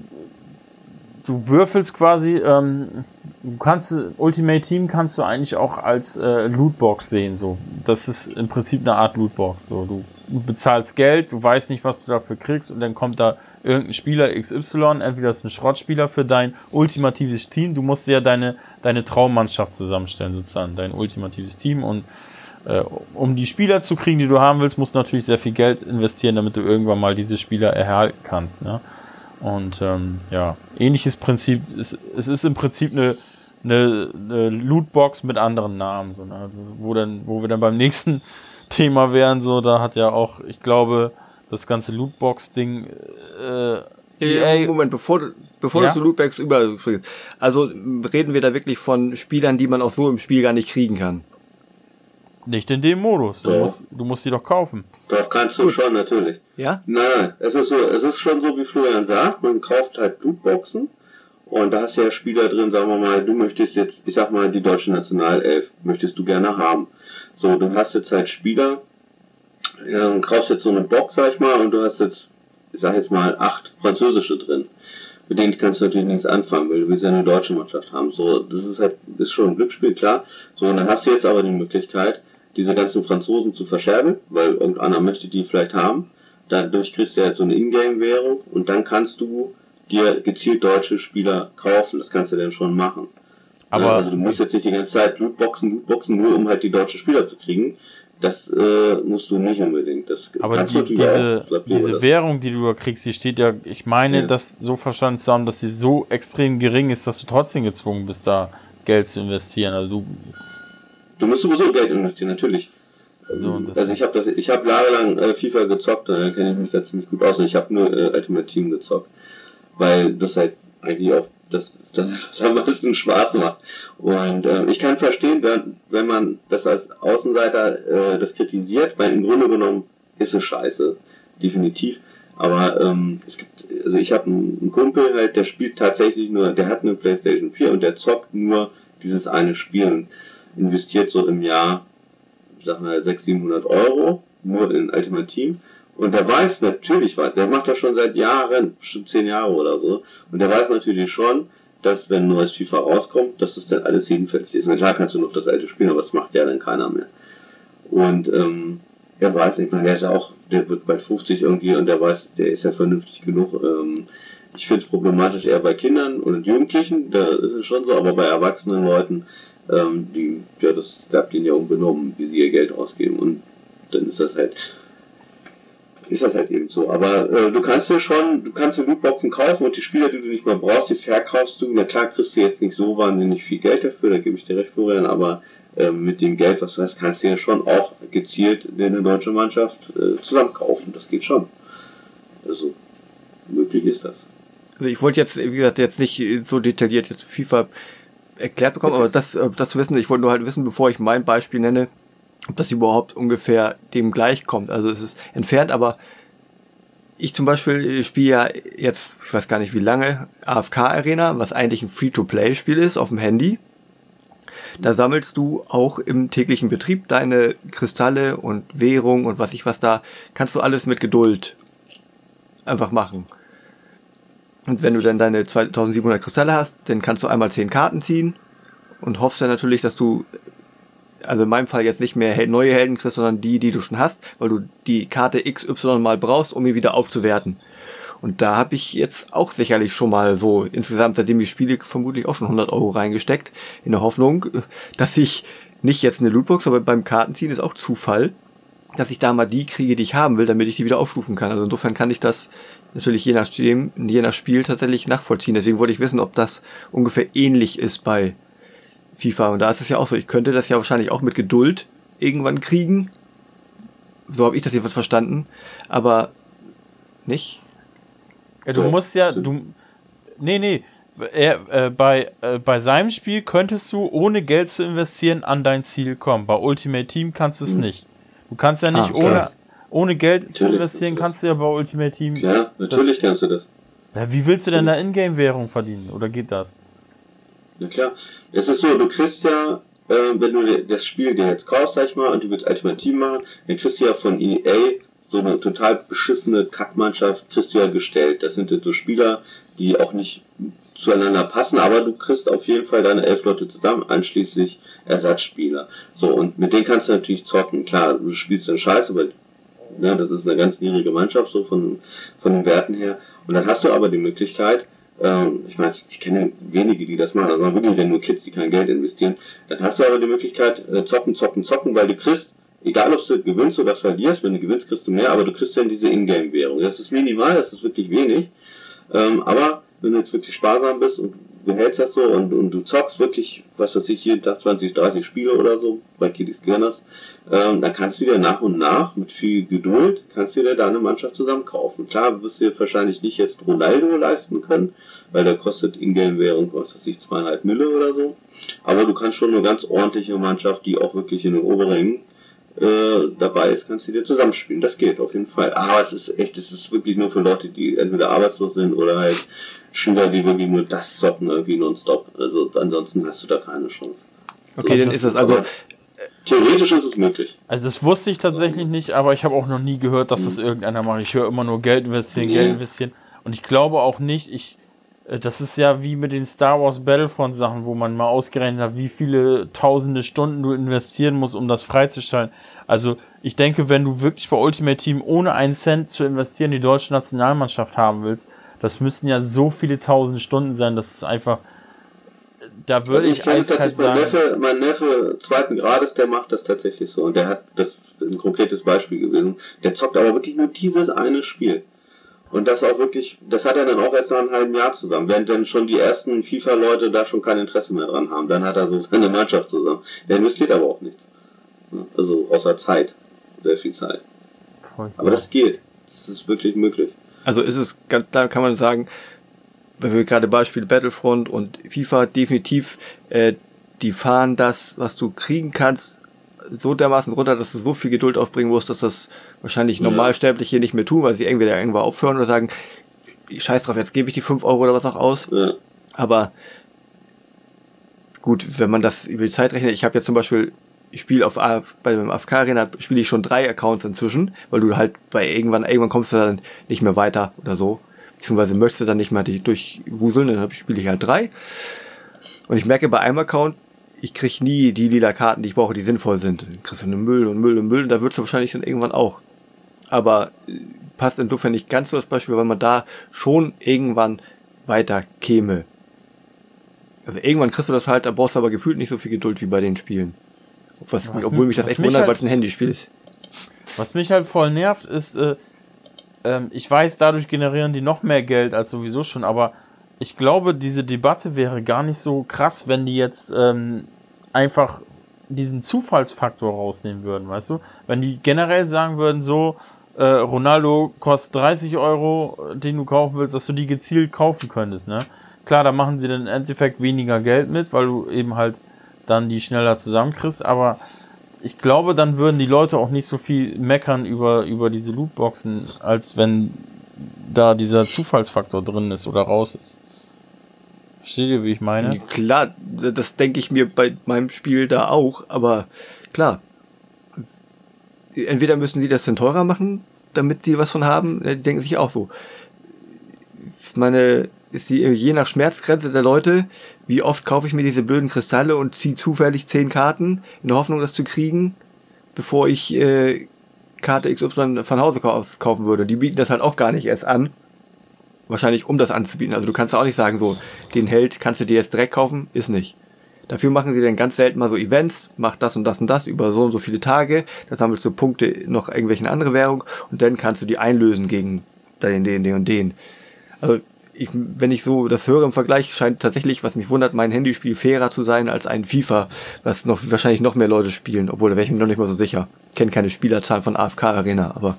du würfelst quasi, ähm, du kannst, Ultimate Team kannst du eigentlich auch als äh, Lootbox sehen, so. Das ist im Prinzip eine Art Lootbox, so. Du, du bezahlst Geld, du weißt nicht, was du dafür kriegst, und dann kommt da irgendein Spieler X Y, entweder ist ein Schrottspieler für dein ultimatives Team, du musst ja deine, deine Traummannschaft zusammenstellen, sozusagen, dein ultimatives Team, und äh, um die Spieler zu kriegen, die du haben willst, musst du natürlich sehr viel Geld investieren, damit du irgendwann mal diese Spieler erhalten kannst, ne? Und ähm, ja, ähnliches Prinzip, es, es ist im Prinzip eine, eine, eine Lootbox mit anderen Namen, so, ne? wo, dann, wo wir dann beim nächsten Thema wären, so, da hat ja auch, ich glaube, das ganze Lootbox-Ding äh, E A, Moment, bevor, du, bevor ja? du zu Lootbox überspringst, also reden wir da wirklich von Spielern, die man auch so im Spiel gar nicht kriegen kann? Nicht in dem Modus. Du, musst, du musst die doch kaufen. Doch, kannst du Gut. schon, natürlich. Ja? Nein, nein, es ist so, es ist schon so, wie Florian sagt, man kauft halt Lootboxen und da hast du ja Spieler drin, sagen wir mal, du möchtest jetzt, ich sag mal, die deutsche Nationalelf, möchtest du gerne haben. So, du hast jetzt halt Spieler, äh, kaufst jetzt so eine Box, sag ich mal, und du hast jetzt, ich sag jetzt mal, acht französische drin. mit denen kannst du natürlich nichts anfangen, weil du willst ja eine deutsche Mannschaft haben. So, das ist halt, ist schon ein Glücksspiel, klar. So, und dann hast du jetzt aber die Möglichkeit, diese ganzen Franzosen zu verscherbeln, weil irgendeiner möchte die vielleicht haben. Dadurch kriegst du halt so eine Ingame-Währung und dann kannst du dir gezielt deutsche Spieler kaufen. Das kannst du dann schon machen. Aber ja, also du musst jetzt nicht die ganze Zeit Lootboxen, Lootboxen, nur um halt die deutschen Spieler zu kriegen. Das äh, musst du nicht unbedingt. Das aber die, diese, auch, diese Währung, die du da kriegst, die steht ja, ich meine, ja. das so verstanden zu haben, dass sie so extrem gering ist, dass du trotzdem gezwungen bist, da Geld zu investieren. Also du, du musst sowieso Geld investieren, natürlich. So, also ich habe das, ich habe jahrelang äh, FIFA gezockt, da kenne ich mich da ziemlich gut aus. Ich habe nur äh, Ultimate Team gezockt, weil das halt eigentlich auch das, das, das am meisten Spaß macht. Und äh, ich kann verstehen, wenn, wenn man das als Außenseiter äh, das kritisiert, weil im Grunde genommen ist es scheiße, definitiv. Aber ähm, es gibt, also ich habe einen, einen Kumpel halt, der spielt tatsächlich nur, der hat eine PlayStation vier und der zockt nur dieses eine Spiel und investiert so im Jahr, ich sag mal, sechshundert, siebenhundert Euro nur in Ultimate Team. Und der weiß natürlich was, der macht das schon seit Jahren, bestimmt zehn Jahre oder so. Und der weiß natürlich schon, dass wenn ein neues FIFA rauskommt, dass das dann alles hinfällig ist. Na klar kannst du noch das alte spielen, aber das macht ja dann keiner mehr. Und ähm, er weiß, ich meine, der ist ja auch, der wird bald fünfzig irgendwie und der weiß, der ist ja vernünftig genug. Ähm, ich finde es problematisch eher bei Kindern und Jugendlichen, da ist es schon so, aber bei erwachsenen Leuten, ähm, die, ja, das bleibt ihnen ja unbenommen, wie sie ihr Geld ausgeben. Und dann ist das halt... ist das halt eben so. Aber äh, du kannst ja schon, du kannst die Lootboxen kaufen und die Spieler, die du nicht mehr brauchst, die verkaufst du. Na klar kriegst du jetzt nicht so wahnsinnig viel Geld dafür, da gebe ich dir recht, Florian, aber äh, mit dem Geld, was du hast, kannst du ja schon auch gezielt eine deutsche Mannschaft äh, zusammenkaufen. Das geht schon. Also, möglich ist das. Also ich wollte jetzt, wie gesagt, jetzt nicht so detailliert jetzt FIFA erklärt bekommen, Bitte? aber das, das zu wissen, ich wollte nur halt wissen, bevor ich mein Beispiel nenne, ob das überhaupt ungefähr dem gleichkommt. Also es ist entfernt, aber ich zum Beispiel spiele ja jetzt, ich weiß gar nicht wie lange, A F K Arena, was eigentlich ein Free-to-Play-Spiel ist auf dem Handy. Da sammelst du auch im täglichen Betrieb deine Kristalle und Währung und was ich was da, kannst du alles mit Geduld einfach machen. Und wenn du dann deine zweitausendsiebenhundert Kristalle hast, dann kannst du einmal zehn Karten ziehen und hoffst dann natürlich, dass du, also in meinem Fall jetzt nicht mehr neue Helden kriegst, sondern die, die du schon hast, weil du die Karte X Y mal brauchst, um ihn wieder aufzuwerten. Und da habe ich jetzt auch sicherlich schon mal so insgesamt, seitdem ich spiele, vermutlich auch schon hundert Euro reingesteckt, in der Hoffnung, dass ich nicht jetzt eine Lootbox, aber beim Kartenziehen ist auch Zufall, dass ich da mal die kriege, die ich haben will, damit ich die wieder aufstufen kann. Also insofern kann ich das natürlich je nachdem, je nach Spiel tatsächlich nachvollziehen. Deswegen wollte ich wissen, ob das ungefähr ähnlich ist bei FIFA. Und da ist es ja auch so, ich könnte das ja wahrscheinlich auch mit Geduld irgendwann kriegen. So habe ich das jedenfalls verstanden. Aber nicht? Ja, du musst ja, du, nee, nee, er, äh, bei, äh, bei seinem Spiel könntest du, ohne Geld zu investieren, an dein Ziel kommen. Bei Ultimate Team kannst du es hm. nicht. Du kannst ja nicht, ah, ohne, ohne Geld natürlich zu investieren, kannst du ja bei Ultimate Team... Ja, natürlich das, kannst du das. Ja, wie willst du denn da Ingame-Währung verdienen? Oder geht das? Na klar, es ist so, du kriegst ja, äh, wenn du das Spiel dir jetzt kaufst, sag ich mal, und du willst Ultimate Team machen, dann kriegst du ja von E A so eine total beschissene Kackmannschaft, kriegst du ja gestellt. Das sind jetzt so Spieler, die auch nicht zueinander passen, aber du kriegst auf jeden Fall deine elf Leute zusammen, einschließlich Ersatzspieler. So, und mit denen kannst du natürlich zocken. Klar, du spielst dann scheiße, weil ne, das ist eine ganz niedrige Mannschaft, so von, von den Werten her. Und dann hast du aber die Möglichkeit, ähm, ich meine, ich kenne wenige, die das machen, also wirklich nur Kids, die kein Geld investieren, dann hast du aber die Möglichkeit, äh, zocken, zocken, zocken, weil du kriegst, egal ob du gewinnst oder verlierst, wenn du gewinnst, kriegst du mehr, aber du kriegst dann diese Ingame-Währung. Das ist minimal, das ist wirklich wenig, ähm, aber wenn du jetzt wirklich sparsam bist und du hältst das so und, und du zockst wirklich, was weiß ich, jeden Tag zwanzig, dreißig Spiele oder so, bei Kiddies Gunners, ähm, dann kannst du dir nach und nach, mit viel Geduld, kannst du dir deine Mannschaft zusammenkaufen. Klar, wirst du dir wahrscheinlich nicht jetzt Ronaldo leisten können, weil der kostet Ingame-Währung, was weiß ich, zweieinhalb Mille oder so, aber du kannst schon eine ganz ordentliche Mannschaft, die auch wirklich in den oberen Äh, dabei ist, kannst du dir zusammenspielen. Das geht auf jeden Fall. Aber es ist echt, es ist wirklich nur für Leute, die entweder arbeitslos sind oder halt Schüler, die wirklich nur das zocken, irgendwie nonstop. Also ansonsten hast du da keine Chance. Okay, so, dann ist das also... Theoretisch ist es möglich. Also das wusste ich tatsächlich nicht, aber ich habe auch noch nie gehört, dass das irgendeiner macht. Ich höre immer nur Geld investieren, nee. Geld investieren. Und ich glaube auch nicht, ich Das ist ja wie mit den Star Wars Battlefront Sachen, wo man mal ausgerechnet hat, wie viele tausende Stunden du investieren musst, um das freizuschalten. Also ich denke, wenn du wirklich bei Ultimate Team ohne einen Cent zu investieren die deutsche Nationalmannschaft haben willst, das müssten ja so viele tausende Stunden sein, dass es einfach, da würde also ich, ich kenne eiskalt tatsächlich mein sagen. Neffe, mein Neffe zweiten Grades, der macht das tatsächlich so und der hat, das ist ein konkretes Beispiel gewesen, der zockt aber wirklich nur dieses eine Spiel. Und das auch wirklich, das hat er dann auch erst nach einem halben Jahr zusammen, während dann schon die ersten FIFA-Leute da schon kein Interesse mehr dran haben. Dann hat er so seine Mannschaft zusammen. Er investiert aber auch nichts. Also außer Zeit. Sehr viel Zeit. Aber das geht. Das ist wirklich möglich. Also ist es ganz klar, kann man sagen, wenn wir gerade Beispiel Battlefront und FIFA definitiv, äh, die fahren das, was du kriegen kannst, so dermaßen runter, dass du so viel Geduld aufbringen musst, dass das wahrscheinlich Ja. Normalsterbliche nicht mehr tun, weil sie irgendwie da irgendwo aufhören oder sagen, scheiß drauf, jetzt gebe ich die fünf Euro oder was auch aus. Ja. Aber gut, wenn man das über die Zeit rechnet, ich habe jetzt zum Beispiel, ich spiele auf A F, bei dem A F K-Arena spiele ich schon drei Accounts inzwischen, weil du halt bei irgendwann, irgendwann kommst du dann nicht mehr weiter oder so, beziehungsweise möchtest du dann nicht mehr dich durchwuseln, dann spiele ich halt drei. Und ich merke bei einem Account, ich krieg nie die lila Karten, die ich brauche, die sinnvoll sind. Dann kriegst du einen Müll und Müll und Müll und da würdest du wahrscheinlich dann irgendwann auch. Aber äh, passt insofern nicht ganz so das Beispiel, weil man da schon irgendwann weiter käme. Also irgendwann kriegst du das halt, da brauchst du aber gefühlt nicht so viel Geduld wie bei den Spielen. Was, Was obwohl mi- mich das was echt mich wundert, halt- weil es ein Handyspiel ist. Was mich halt voll nervt, ist, äh, ähm, ich weiß, dadurch generieren die noch mehr Geld als sowieso schon, aber ich glaube, diese Debatte wäre gar nicht so krass, wenn die jetzt ähm, einfach diesen Zufallsfaktor rausnehmen würden, weißt du? Wenn die generell sagen würden, so, äh, Ronaldo kostet dreißig Euro, den du kaufen willst, dass du die gezielt kaufen könntest, ne? Klar, da machen sie dann im Endeffekt weniger Geld mit, weil du eben halt dann die schneller zusammenkriegst, aber ich glaube, dann würden die Leute auch nicht so viel meckern über, über diese Lootboxen, als wenn da dieser Zufallsfaktor drin ist oder raus ist. Versteht ihr, wie ich meine? Klar, das denke ich mir bei meinem Spiel da auch, aber klar. Entweder müssen die das dann teurer machen, damit die was von haben, die denken sich auch so. Ich meine, ist die je nach Schmerzgrenze der Leute, wie oft kaufe ich mir diese blöden Kristalle und ziehe zufällig zehn Karten, in der Hoffnung, das zu kriegen, bevor ich äh, Karte X Y von Hause aus kaufen würde. Die bieten das halt auch gar nicht erst an. Wahrscheinlich um das anzubieten. Also du kannst auch nicht sagen, so, den Held kannst du dir jetzt direkt kaufen, ist nicht. Dafür machen sie dann ganz selten mal so Events, mach das und das und das über so und so viele Tage, da sammelst du Punkte noch irgendwelche andere Währung und dann kannst du die einlösen gegen den, den, den und den. Also ich, wenn ich so das höre im Vergleich, scheint tatsächlich, was mich wundert, mein Handyspiel fairer zu sein als ein FIFA, was noch wahrscheinlich noch mehr Leute spielen, obwohl da wäre ich mir noch nicht mal so sicher. Ich kenne keine Spielerzahl von A F K Arena, aber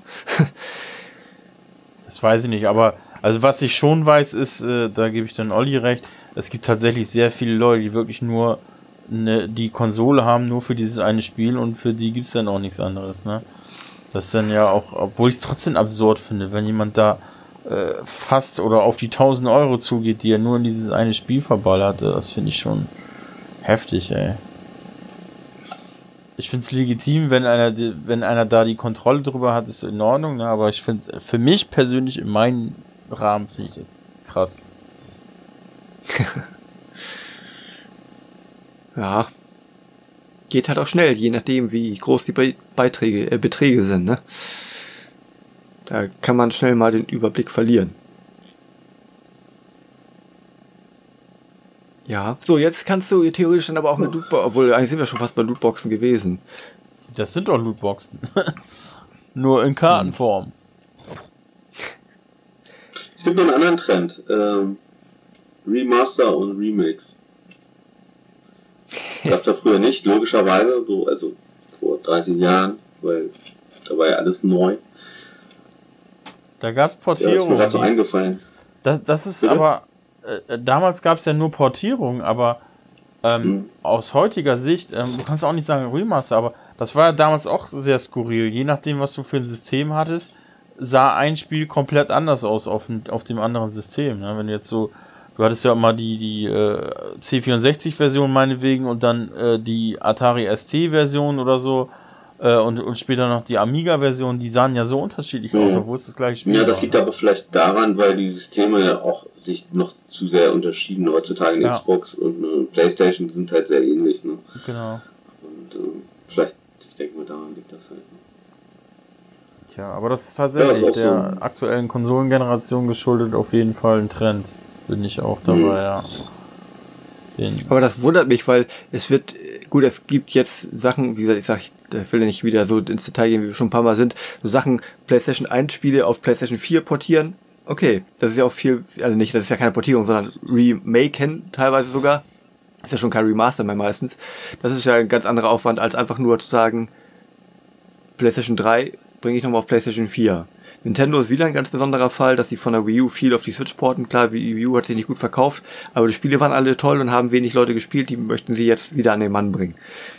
Das weiß ich nicht, aber also was ich schon weiß ist, äh, da gebe ich dann Olli recht, es gibt tatsächlich sehr viele Leute, die wirklich nur ne, die Konsole haben, nur für dieses eine Spiel und für die gibt es dann auch nichts anderes, ne? Das ist dann ja auch, obwohl ich es trotzdem absurd finde, wenn jemand da äh, fast oder auf die tausend Euro zugeht, die er nur in dieses eine Spiel verballert, das finde ich schon heftig, ey. Ich finde es legitim, wenn einer, die- wenn einer da die Kontrolle drüber hat, ist in Ordnung, ne? Aber ich finde für mich persönlich in meinem Rahmen finde ich das krass. ja, geht halt auch schnell, je nachdem, wie groß die Be Beiträge, äh, Beträge sind, ne? Da kann man schnell mal den Überblick verlieren. Ja, so, jetzt kannst du theoretisch dann aber auch mit Lootboxen, obwohl eigentlich sind wir schon fast bei Lootboxen gewesen. Das sind doch Lootboxen. Nur in Kartenform. Es gibt noch einen anderen Trend. Ähm, Remaster und Remakes. Gab's ja früher nicht, logischerweise, so, also vor dreißig Jahren, weil da war ja alles neu. Da gab es Ja, ist mir Portierungen. gerade so eingefallen. das, das ist Bitte? aber, äh, damals gab es ja nur Portierungen, aber ähm, Hm. aus heutiger Sicht, ähm, du kannst auch nicht sagen Remaster, aber das war ja damals auch sehr skurril. Je nachdem, was du für ein System hattest, sah ein Spiel komplett anders aus auf, dem- auf dem anderen System. Ne? Wenn du jetzt so, du hattest ja immer die, die äh, C vierundsechzig Version meinetwegen und dann äh, die Atari S T Version oder so. äh, und, und später noch die Amiga-Version, die sahen ja so unterschiedlich mhm. aus, obwohl es das gleiche Spiel war. Ja, das liegt aber vielleicht daran, weil die Systeme ja auch sich noch zu sehr unterschieden. Heutzutage eine ja. Xbox und eine Playstation sind halt sehr ähnlich. Ne? Genau. Und äh, vielleicht, ich denke mal, daran liegt das halt. Ne? Tja, aber das ist tatsächlich ja, das ist der so aktuellen Konsolengeneration geschuldet auf jeden Fall ein Trend. Bin ich auch dabei, mhm. ja. Den aber das wundert mich, weil es wird, gut, es gibt jetzt Sachen, wie gesagt, ich sag, ich will ja nicht wieder so ins Detail gehen, wie wir schon ein paar Mal sind, so Sachen, PlayStation eins Spiele auf PlayStation vier portieren, okay, das ist ja auch viel, also nicht, das ist ja keine Portierung, sondern Remaken teilweise sogar, ist ja schon kein Remaster mehr meistens, das ist ja ein ganz anderer Aufwand, als einfach nur zu sagen, PlayStation drei bringe ich nochmal auf PlayStation vier. Nintendo ist wieder ein ganz besonderer Fall, dass sie von der Wii U viel auf die Switch porten. Klar, die Wii U hat sie nicht gut verkauft, aber die Spiele waren alle toll und haben wenig Leute gespielt, die möchten sie jetzt wieder an den Mann bringen.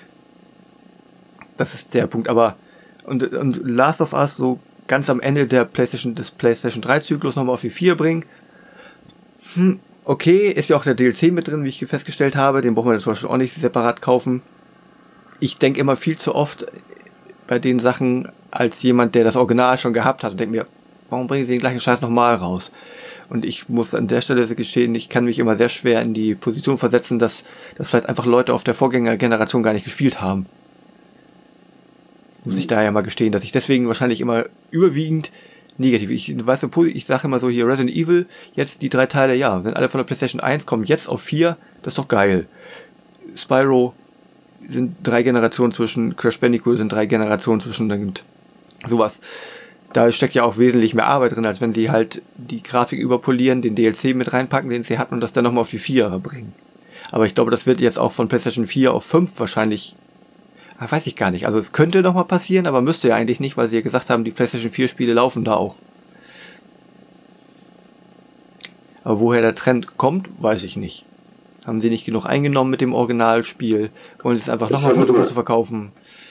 Das ist der Punkt, aber und, und Last of Us so ganz am Ende der PlayStation, des PlayStation drei Zyklus nochmal auf die vier bringen. Hm, okay, ist ja auch der D L C mit drin, wie ich festgestellt habe, den brauchen wir zum Beispiel auch nicht separat kaufen. Ich denke immer viel zu oft bei den Sachen als jemand, der das Original schon gehabt hat und denke mir, warum bringen sie den gleichen Scheiß nochmal raus? Und ich muss an der Stelle gestehen, ich kann mich immer sehr schwer in die Position versetzen, dass, dass vielleicht einfach Leute auf der Vorgängergeneration gar nicht gespielt haben. Muss ich daher mal gestehen, dass ich deswegen wahrscheinlich immer überwiegend negativ, ich weiß du, ich sage immer so hier Resident Evil, jetzt die drei Teile, ja, wenn alle von der PlayStation eins kommen, jetzt auf vier, das ist doch geil. Spyro sind drei Generationen zwischen, Crash Bandicoot sind drei Generationen zwischen, dann gibt sowas. Da steckt ja auch wesentlich mehr Arbeit drin, als wenn sie halt die Grafik überpolieren, den D L C mit reinpacken, den sie hatten und das dann nochmal auf die Vierer bringen. Aber ich glaube, das wird jetzt auch von PlayStation vier auf fünf wahrscheinlich, ach, weiß ich gar nicht. Also es könnte nochmal passieren, aber müsste ja eigentlich nicht, weil sie ja gesagt haben, die PlayStation vier Spiele laufen da auch. Aber woher der Trend kommt, weiß ich nicht. Haben sie nicht genug eingenommen mit dem Originalspiel? Wollen sie es einfach nochmal versuchen zu verkaufen?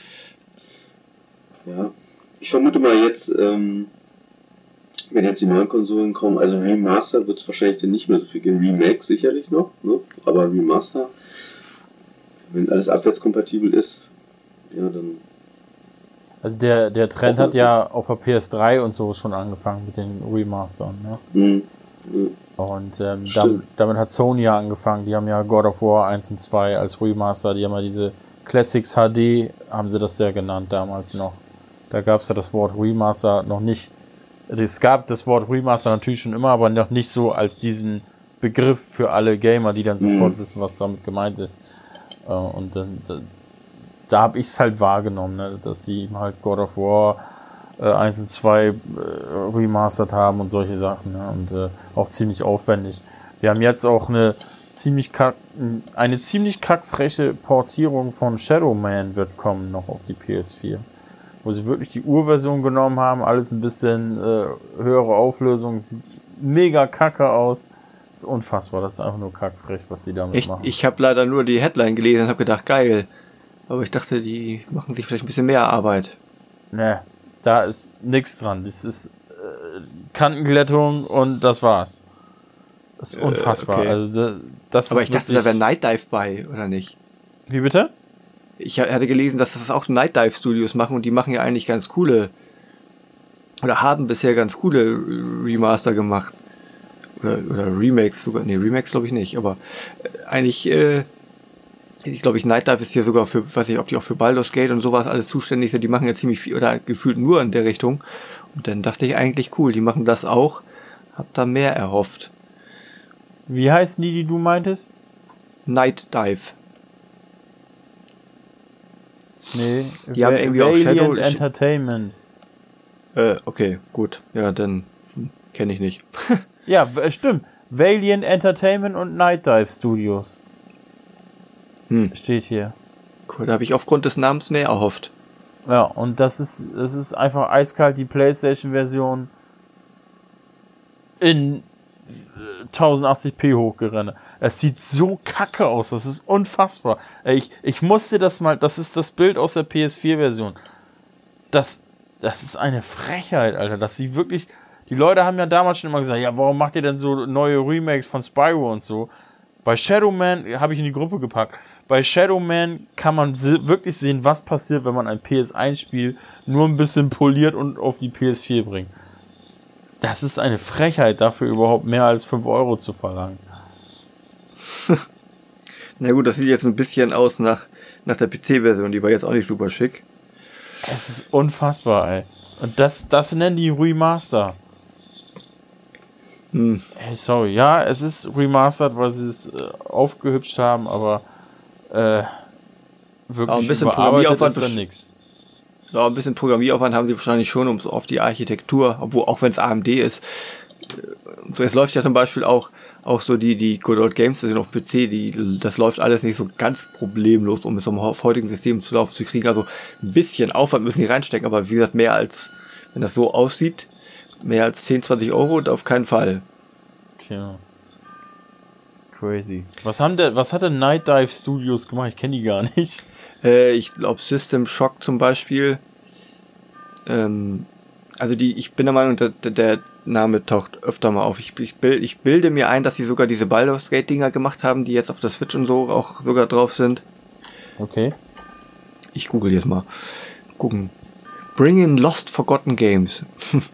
Ja, ich vermute mal jetzt, ähm, wenn jetzt die neuen Konsolen kommen, also Remaster wird es wahrscheinlich dann nicht mehr so viel geben. Remake sicherlich noch, ne? Aber Remaster, wenn alles abwärtskompatibel ist, ja, dann... Also der, der Trend hat ja auf der P S drei und so schon angefangen mit den Remastern, ne? Mhm. Mhm. Und ähm, damit, damit hat Sony ja angefangen, die haben ja God of War eins und zwei als Remaster, die haben ja diese Classics H D, haben sie das ja genannt damals noch. Da gab es ja das Wort Remaster noch nicht, es gab das Wort Remaster natürlich schon immer, aber noch nicht so als diesen Begriff für alle Gamer, die dann sofort mhm. wissen, was damit gemeint ist. Äh, und dann, da, da habe ich es halt wahrgenommen, ne, dass sie eben halt God of War äh, eins und zwei äh, remastert haben und solche Sachen, ne? Und äh, auch ziemlich aufwendig. Wir haben jetzt auch eine ziemlich kack, eine ziemlich kackfreche Portierung von Shadow Man wird kommen noch auf die P S vier, wo sie wirklich die Urversion genommen haben, alles ein bisschen äh, höhere Auflösung, sieht mega kacke aus, ist unfassbar, das ist einfach nur kackfrech, was die damit ich, machen. Ich habe leider nur die Headline gelesen und habe gedacht, geil, aber ich dachte, die machen sich vielleicht ein bisschen mehr Arbeit. Ne, da ist nichts dran. Das ist äh, Kantenglättung und das war's. Das ist unfassbar. Äh, okay. Also, das Aber ist ich dachte, da wäre Night Dive bei, oder nicht? Wie bitte? Ich hatte gelesen, dass das auch Night Dive Studios machen und die machen ja eigentlich ganz coole, oder haben bisher ganz coole Remaster gemacht. Oder, oder Remakes sogar. Ne, Remakes glaube ich nicht, aber eigentlich, äh, ich glaube, ich Night Dive ist hier sogar für, weiß ich, ob die auch für Baldur's Gate und sowas alles zuständig sind. Die machen ja ziemlich viel, oder gefühlt nur in der Richtung. Und dann dachte ich eigentlich, cool, die machen das auch. Hab da mehr erhofft. Wie heißen die, die du meintest? Night Dive. Nee, die Va- haben irgendwie auch Shadow Entertainment. Äh, okay, gut. Ja, dann hm, kenne ich nicht. Ja, stimmt. Valiant Entertainment und Night Dive Studios. Hm. Steht hier. Cool, da habe ich aufgrund des Namens mehr erhofft. Ja, und das ist, das ist einfach eiskalt die PlayStation-Version in tausendachtzig p hochgerenne. Es sieht so kacke aus, das ist unfassbar. Ich, ich musste das mal, das ist das Bild aus der P S vier Version. Das, das ist eine Frechheit, Alter, dass sie wirklich, die Leute haben ja damals schon immer gesagt, ja, warum macht ihr denn so neue Remakes von Spyro und so? Bei Shadow Man, habe ich in die Gruppe gepackt, bei Shadow Man kann man se- wirklich sehen, was passiert, wenn man ein P S eins Spiel nur ein bisschen poliert und auf die P S vier bringt. Das ist eine Frechheit, dafür überhaupt mehr als fünf Euro zu verlangen. Na gut, das sieht jetzt ein bisschen aus nach, nach der P C-Version, die war jetzt auch nicht super schick. Es ist unfassbar, ey. Und das, das nennen die Remaster. Hm. Hey, sorry, ja, es ist remastered, weil sie es äh, aufgehübscht haben, aber äh, wirklich Aber ein bisschen überarbeitet Programmieraufwand ist da besch- nichts. Ja, ein bisschen Programmieraufwand haben sie wahrscheinlich schon, um so auf die Architektur, obwohl auch wenn es A M D ist. äh, So, es läuft ja zum Beispiel auch, auch so die, die Good Old Games Version auf P C, die, das läuft alles nicht so ganz problemlos, um es auf heutigen System zu laufen zu kriegen. Also ein bisschen Aufwand müssen die reinstecken, aber wie gesagt, mehr als, wenn das so aussieht, mehr als zehn, zwanzig Euro und auf keinen Fall. Tja. Crazy. Was haben der, was hat der Night Dive Studios gemacht? Ich kenne die gar nicht. Äh, ich glaube System Shock zum Beispiel. Ähm, also die, ich bin der Meinung, der, der Name taucht öfter mal auf. Ich, ich, bild, ich bilde mir ein, dass sie sogar diese Baldur's Gate Dinger gemacht haben, die jetzt auf der Switch und so auch sogar drauf sind. Okay. Ich google jetzt mal. Gucken. Bring in Lost Forgotten Games.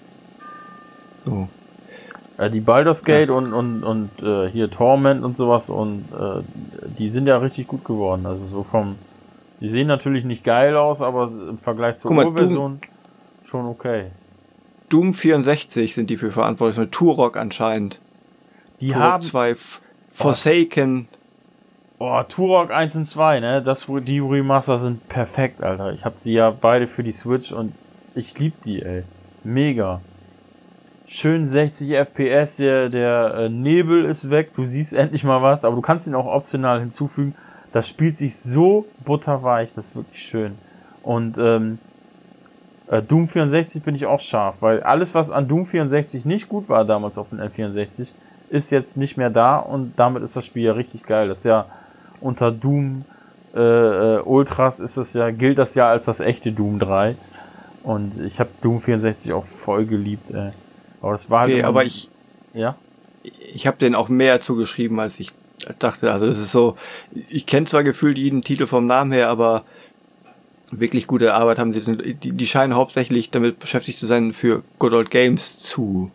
So. Äh, die Baldur's Gate ja. und, und, und äh, hier Torment und sowas und äh, die sind ja richtig gut geworden. Also so vom. Die sehen natürlich nicht geil aus, aber im Vergleich zur Guck mal, Urversion schon okay. Doom vierundsechzig sind die für verantwortlich, mit Turok anscheinend. Die Turok haben. zwei, F- Forsaken. Oh, Turok eins und zwei, ne? Das, die Remaster sind perfekt, Alter. Ich hab sie ja beide für die Switch und ich lieb die, ey. Mega. Schön sechzig F P S, der, der äh, Nebel ist weg, du siehst endlich mal was, aber du kannst ihn auch optional hinzufügen. Das spielt sich so butterweich, das ist wirklich schön. Und ähm, äh, Doom vierundsechzig bin ich auch scharf, weil alles, was an Doom vierundsechzig nicht gut war damals auf dem N vierundsechzig, ist jetzt nicht mehr da und damit ist das Spiel ja richtig geil. Das ist ja unter Doom äh, äh, Ultras ist das ja, gilt das ja als das echte Doom drei. Und ich habe Doom vierundsechzig auch voll geliebt, ey. Aber das war halt Okay, immer- aber ich, ja. ich habe den auch mehr zugeschrieben, als ich dachte. Also das ist so, ich kenne zwar gefühlt jeden Titel vom Namen her, aber wirklich gute Arbeit haben sie. Die, die scheinen hauptsächlich damit beschäftigt zu sein, für Good Old Games zu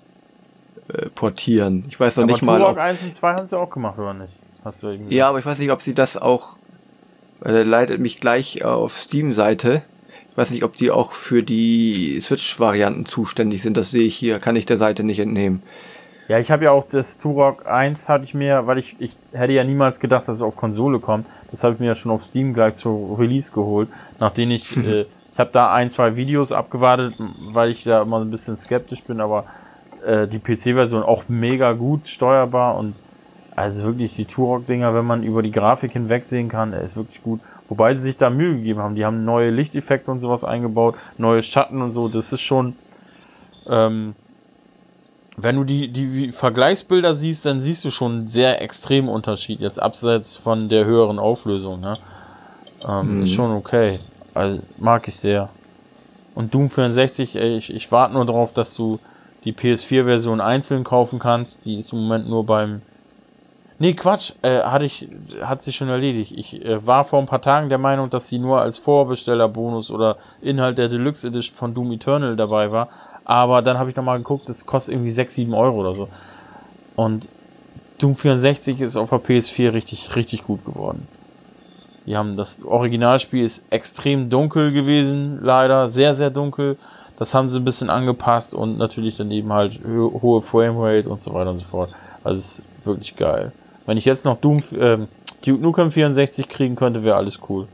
äh, portieren. Ich weiß noch Aber nicht mal. Turok Ob, eins und zwei haben sie auch gemacht, oder nicht? Hast du irgendwie ja, aber ich weiß nicht, ob sie das auch, weil er leitet mich gleich auf Steam-Seite. Ich weiß nicht, ob die auch für die Switch-Varianten zuständig sind. Das sehe ich hier, kann ich der Seite nicht entnehmen. Ja, ich habe ja auch das Turok eins hatte ich mir, weil ich, ich hätte ja niemals gedacht, dass es auf Konsole kommt. Das habe ich mir ja schon auf Steam gleich zu Release geholt. Nachdem ich, äh, ich habe da ein, zwei Videos abgewartet, weil ich da immer ein bisschen skeptisch bin, aber äh, die P C-Version auch mega gut steuerbar und also wirklich die Turok-Dinger, wenn man über die Grafik hinwegsehen kann, er ist wirklich gut. Wobei sie sich da Mühe gegeben haben. Die haben neue Lichteffekte und sowas eingebaut, neue Schatten und so. Das ist schon, ähm, wenn du die, die Vergleichsbilder siehst, dann siehst du schon einen sehr extremen Unterschied, jetzt abseits von der höheren Auflösung. Ne? Ähm, Mhm. Ist schon okay. Also, mag ich sehr. Und Doom vierundsechzig, ey, ich, ich warte nur darauf, dass du die P S vier Version einzeln kaufen kannst. Die ist im Moment nur beim... Nee, Quatsch, äh, hatte ich, hat sich schon erledigt. Ich äh, war vor ein paar Tagen der Meinung, dass sie nur als Vorbestellerbonus oder Inhalt der Deluxe Edition von Doom Eternal dabei war. Aber dann habe ich nochmal geguckt, das kostet irgendwie sechs, sieben Euro oder so. Und Doom vierundsechzig ist auf der P S vier richtig, richtig gut geworden. Die haben das Originalspiel ist extrem dunkel gewesen, leider, sehr, sehr dunkel. Das haben sie ein bisschen angepasst und natürlich daneben halt ho- hohe Framerate und so weiter und so fort. Also es ist wirklich geil. Wenn ich jetzt noch Doom, ähm, Duke Nukem vierundsechzig kriegen könnte, wäre alles cool.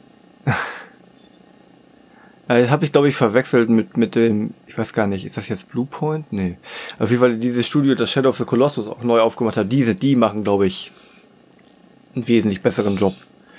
Das habe ich, glaube ich, verwechselt mit, mit dem, ich weiß gar nicht, ist das jetzt Bluepoint? Nee. Auf jeden Fall dieses Studio, das Shadow of the Colossus auch neu aufgemacht hat, diese, die machen, glaube ich, einen wesentlich besseren Job.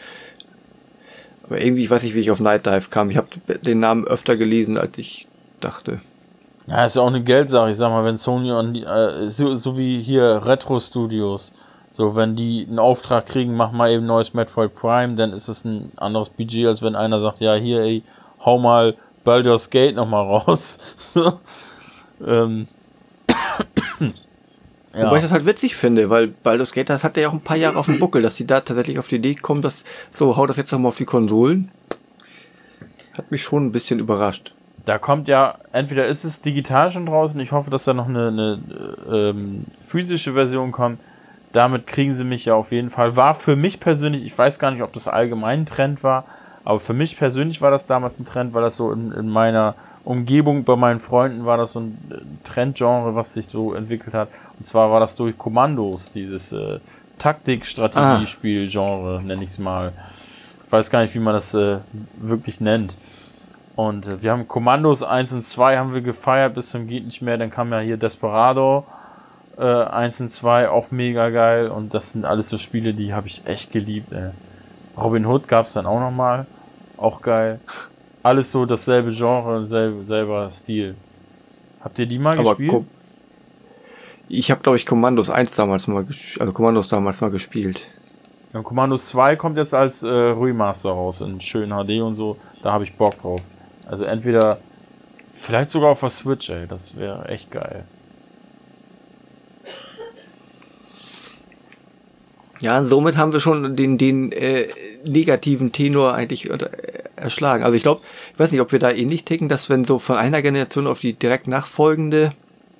Aber irgendwie, ich weiß nicht, wie ich auf Night Dive kam. Ich habe den Namen öfter gelesen, als ich dachte. Ja, ist ja auch eine Geldsache. Ich sag mal, wenn Sony an die, äh, so, so wie hier Retro Studios, so wenn die einen Auftrag kriegen, mach mal eben neues Metroid Prime, dann ist es ein anderes Budget, als wenn einer sagt, ja hier, ey, hau mal Baldur's Gate nochmal raus. So. ähm. Ja. Wobei ich das halt witzig finde, weil Baldur's Gate, das hat ja auch ein paar Jahre auf dem Buckel, dass sie da tatsächlich auf die Idee kommen, dass so, hau das jetzt nochmal auf die Konsolen. Hat mich schon ein bisschen überrascht. Da kommt ja, entweder ist es digital schon draußen, ich hoffe, dass da noch eine, eine ähm, physische Version kommt. Damit kriegen sie mich ja auf jeden Fall. War für mich persönlich, ich weiß gar nicht, ob das allgemein ein Trend war, aber für mich persönlich war das damals ein Trend, weil das so in, in meiner Umgebung, bei meinen Freunden war das so ein Trendgenre, was sich so entwickelt hat. Und zwar war das durch Kommandos, dieses äh, Taktik-Strategiespiel-Genre, ah. nenne ich es mal. Ich weiß gar nicht, wie man das äh, wirklich nennt. Und äh, wir haben Kommandos eins und zwei haben wir gefeiert bis zum geht nicht mehr. Dann kam ja hier Desperado äh, eins und zwei, auch mega geil. Und das sind alles so Spiele, die habe ich echt geliebt. Ey. Robin Hood gab es dann auch nochmal. Auch geil. Alles so dasselbe Genre, selber, selber Stil. Habt ihr die mal Aber gespielt? Ko- ich habe, glaube ich, Kommandos eins damals mal gespielt, also Kommandos damals mal gespielt. Ja, Kommandos zwei kommt jetzt als äh, Remaster raus, in schön H D und so. Da habe ich Bock drauf. Also entweder, vielleicht sogar auf der Switch, ey. Das wäre echt geil. Ja, somit haben wir schon den, den äh, negativen Tenor eigentlich äh, erschlagen. Also ich glaube, ich weiß nicht, ob wir da ähnlich ticken, dass wenn so von einer Generation auf die direkt nachfolgende,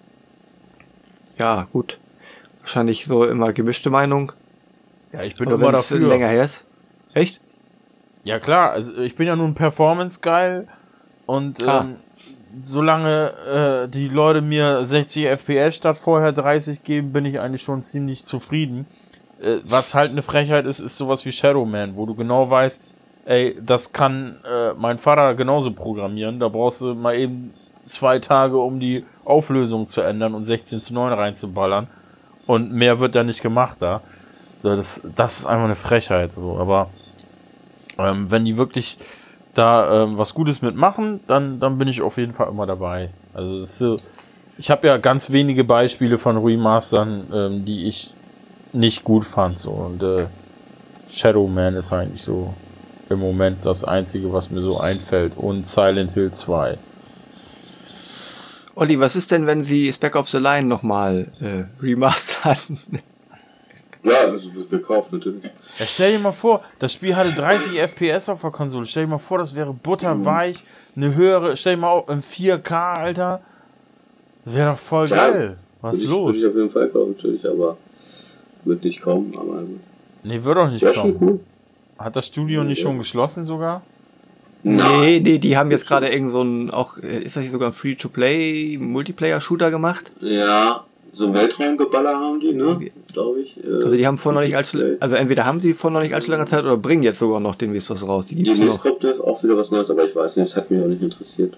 ja gut, wahrscheinlich so immer gemischte Meinung. Ja, ich bin Oder immer wenn es dafür. länger her ist. Echt? Ja klar, also ich bin ja nun Performance geil und Ah. ähm, solange äh, die Leute mir sechzig F P S statt vorher dreißig geben, bin ich eigentlich schon ziemlich zufrieden. Äh, was halt eine Frechheit ist, ist sowas wie Shadow Man, wo du genau weißt, ey, das kann äh, mein Vater genauso programmieren, da brauchst du mal eben zwei Tage, um die Auflösung zu ändern und sechzehn zu neun reinzuballern und mehr wird da nicht gemacht da. So, das, das ist einfach eine Frechheit, so. Aber ähm, wenn die wirklich da ähm, was Gutes mitmachen, dann, dann bin ich auf jeden Fall immer dabei. Also das ist so, ich habe ja ganz wenige Beispiele von Remastern, ähm, die ich nicht gut fand, so, und äh, Shadow Man ist eigentlich so im Moment das einzige, was mir so einfällt, und Silent Hill zwei. Olli, was ist denn, wenn sie Spec Ops The Line nochmal äh, remastern? Ja, also wird gekauft natürlich. Ja, stell dir mal vor, das Spiel hatte dreißig F P S auf der Konsole. Stell dir mal vor, das wäre butterweich, eine höhere, stell dir mal auf, im vier K, Alter. Das wäre doch voll Klar, geil. Was ist würde ich, los? Würde ich auf jeden Fall kaufen, natürlich, aber wird nicht kommen. Aber Nee, wird doch nicht wäre kommen. schon cool. Hat das Studio nicht Ja. schon geschlossen sogar? Nee, nee, die haben jetzt Ist gerade so. irgend so ein, auch, äh, ist das nicht sogar ein Free-to-Play Multiplayer-Shooter gemacht? Ja, so ein Weltraumgeballer haben die, ne? Okay. Glaube ich. Äh, Also die haben vor noch nicht allzu, Play. also entweder haben sie vor noch nicht allzu langer Zeit oder bringen jetzt sogar noch demnächst was raus. Die gibt's Demnächst noch. kommt das auch wieder was Neues, aber ich weiß nicht, das hat mich auch nicht interessiert.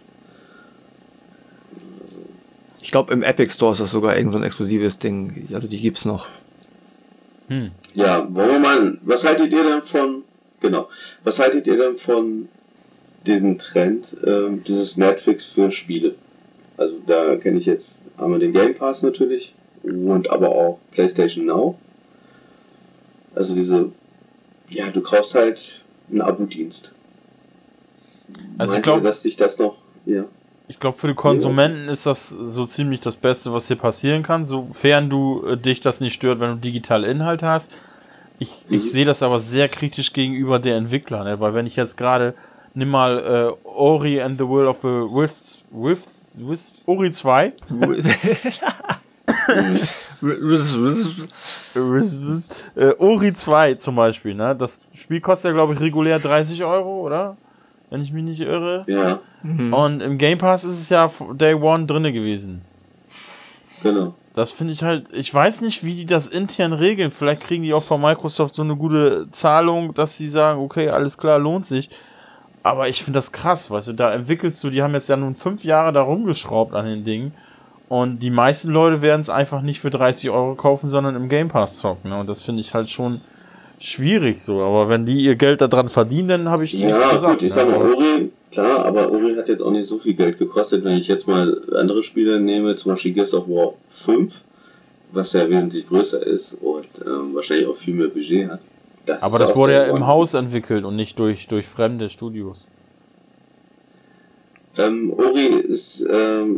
Also, Ich glaube im Epic Store ist das sogar irgend so ein exklusives Ding. Also die gibt's noch. Hm. ja, wollen wir mal, was haltet ihr denn von, genau, was haltet ihr denn von diesem Trend, ähm, dieses Netflix für Spiele? Also da kenne ich jetzt einmal den Game Pass natürlich und aber auch PlayStation Now. Also diese, ja, du kaufst halt einen Abo-Dienst. Also ich Meint ihr, glaube, dass sich das noch, ja. ich glaube für die Konsumenten ist das so ziemlich das Beste, was hier passieren kann, sofern du äh, dich das nicht stört, wenn du digitale Inhalte hast. Ich, Mhm. ich sehe das aber sehr kritisch gegenüber der Entwickler, ne? Weil wenn ich jetzt gerade, nimm mal äh, Ori and the Will of the Wisps, Wisps, Wisps, Ori zwei, äh, Ori zwei zum Beispiel, ne? Das Spiel kostet ja, glaube ich, regulär dreißig Euro, oder? Wenn ich mich nicht irre. Ja, Mhm. Und im Game Pass ist es ja Day One drinne gewesen. genau. Das finde ich halt, ich weiß nicht, wie die das intern regeln. Vielleicht kriegen die auch von Microsoft so eine gute Zahlung, dass sie sagen, okay, alles klar, lohnt sich. Aber ich finde das krass, weißt du, da entwickelst du, die haben jetzt ja nun fünf Jahre da rumgeschraubt an den Dingen. Und die meisten Leute werden es einfach nicht für dreißig Euro kaufen, sondern im Game Pass zocken. Ne? Und das finde ich halt schon schwierig so. Aber wenn die ihr Geld daran verdienen, dann habe ich nichts Ja, gesagt. gut, ich ne? sag mal, Aber- Ori, klar, aber Ori hat jetzt auch nicht so viel Geld gekostet. Wenn ich jetzt mal andere Spiele nehme, zum Beispiel Gears of War fünf, was ja wesentlich größer ist und ähm, wahrscheinlich auch viel mehr Budget hat. Das Aber ist das auch wurde ja der im One. Haus entwickelt und nicht durch, durch fremde Studios. Ähm, Ori ist, ähm,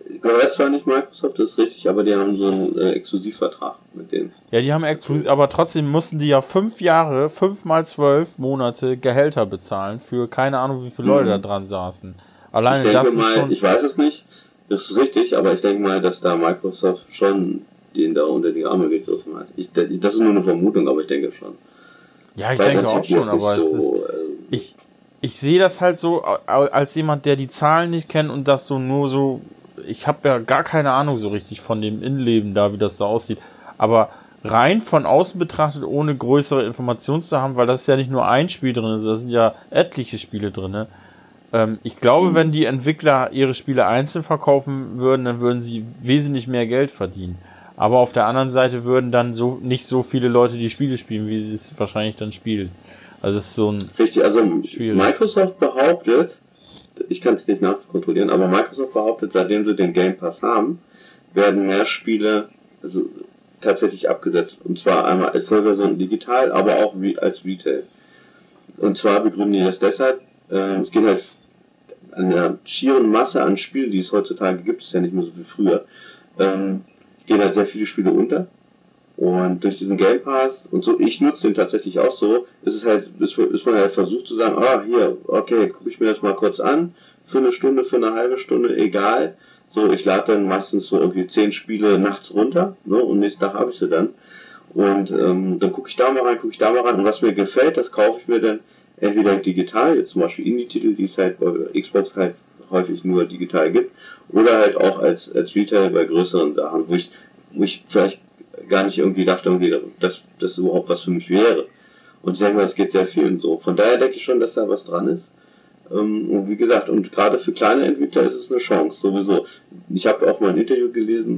gehört zwar nicht Microsoft, das ist richtig, aber die haben so einen äh, Exklusivvertrag mit denen. Ja, die haben exklusiv, aber trotzdem mussten die ja fünf Jahre, fünf mal zwölf Monate Gehälter bezahlen für keine Ahnung, wie viele Leute Mhm. da dran saßen. Alleine Ich denke das ist mal, schon. ich weiß es nicht, das ist richtig, aber ich denke mal, dass da Microsoft schon den da unter die Arme gegriffen hat. Ich, das ist nur eine Vermutung, aber ich denke schon. Ja, ich Weil denke der auch Tipp hier schon, aber es so, ist. äh, Ich, ich sehe das halt so au- als jemand, der die Zahlen nicht kennt und das so nur so. Ich habe ja gar keine Ahnung so richtig von dem Innenleben da, wie das da aussieht. Aber rein von außen betrachtet, ohne größere Informationen zu haben, weil das ist ja nicht nur ein Spiel drin, ist, da sind ja etliche Spiele drin. Ähm, ich glaube, Mhm. wenn die Entwickler ihre Spiele einzeln verkaufen würden, dann würden sie wesentlich mehr Geld verdienen. Aber auf der anderen Seite würden dann so nicht so viele Leute die Spiele spielen, wie sie es wahrscheinlich dann spielen. Also es ist so ein richtig, also schwierig. Microsoft behauptet, ich kann es nicht nachkontrollieren, aber Microsoft behauptet, seitdem sie den Game Pass haben, werden mehr Spiele also, tatsächlich abgesetzt. Und zwar einmal als Vollversion digital, aber auch wie, als Retail. Und zwar begründen die das deshalb, äh, es geht halt an der schieren Masse an Spielen, die es heutzutage gibt, ist ja nicht mehr so wie früher, ähm, gehen halt sehr viele Spiele unter. Und durch diesen Game Pass und so, ich nutze den tatsächlich auch so, ist es halt, ist, ist man halt versucht zu sagen, ah, hier, okay, gucke ich mir das mal kurz an, für eine Stunde, für eine halbe Stunde, egal. So, ich lade dann meistens so irgendwie zehn Spiele nachts runter, ne, und nächsten Tag habe ich sie dann. Und ähm, dann gucke ich da mal rein, gucke ich da mal rein, und was mir gefällt, das kaufe ich mir dann entweder digital, jetzt zum Beispiel Indie-Titel, die es halt bei Xbox halt häufig nur digital gibt, oder halt auch als, als Retail bei größeren Sachen, wo ich, wo ich vielleicht gar nicht irgendwie dachte, irgendwie, dass das überhaupt was für mich wäre. Und ich denke mal, das geht sehr vielen so. Von daher denke ich schon, dass da was dran ist. Ähm, und wie gesagt, und gerade für kleine Entwickler ist es eine Chance, sowieso. Ich habe auch mal ein Interview gelesen,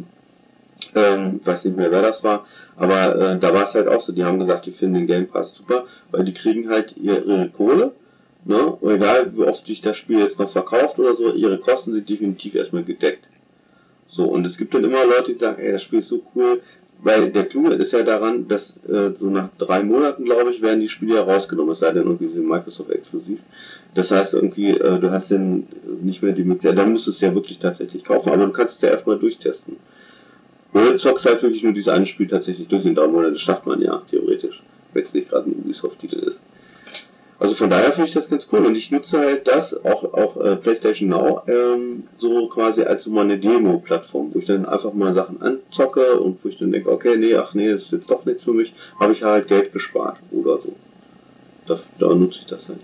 ähm, weiß nicht mehr, wer das war, aber äh, da war es halt auch so, die haben gesagt, die finden den Game Pass super, weil die kriegen halt ihre Kohle, ne? Und egal, wie oft sich das Spiel jetzt noch verkauft oder so, ihre Kosten sind definitiv erstmal gedeckt. So, und es gibt dann immer Leute, die sagen, ey, das Spiel ist so cool, weil der Clou ist ja daran, dass äh, so nach drei Monaten, glaube ich, werden die Spiele ja rausgenommen, es sei denn irgendwie sind Microsoft exklusiv. Das heißt irgendwie, äh, du hast dann nicht mehr die Möglichkeit, dann musst du es ja wirklich tatsächlich kaufen, aber du kannst es ja erstmal durchtesten. Oder du zockst halt wirklich nur dieses eine Spiel tatsächlich durch in drei Monaten, das schafft man ja, theoretisch, wenn es nicht gerade ein Ubisoft-Titel ist. Also von daher finde ich das ganz cool, und ich nutze halt das, auch, auch äh, PlayStation Now, ähm, so quasi als so meine Demo-Plattform, wo ich dann einfach mal Sachen anzocke und wo ich dann denke, okay, nee, ach nee, das ist jetzt doch nichts für mich, habe ich halt Geld gespart oder so. Da, da nutze ich das halt.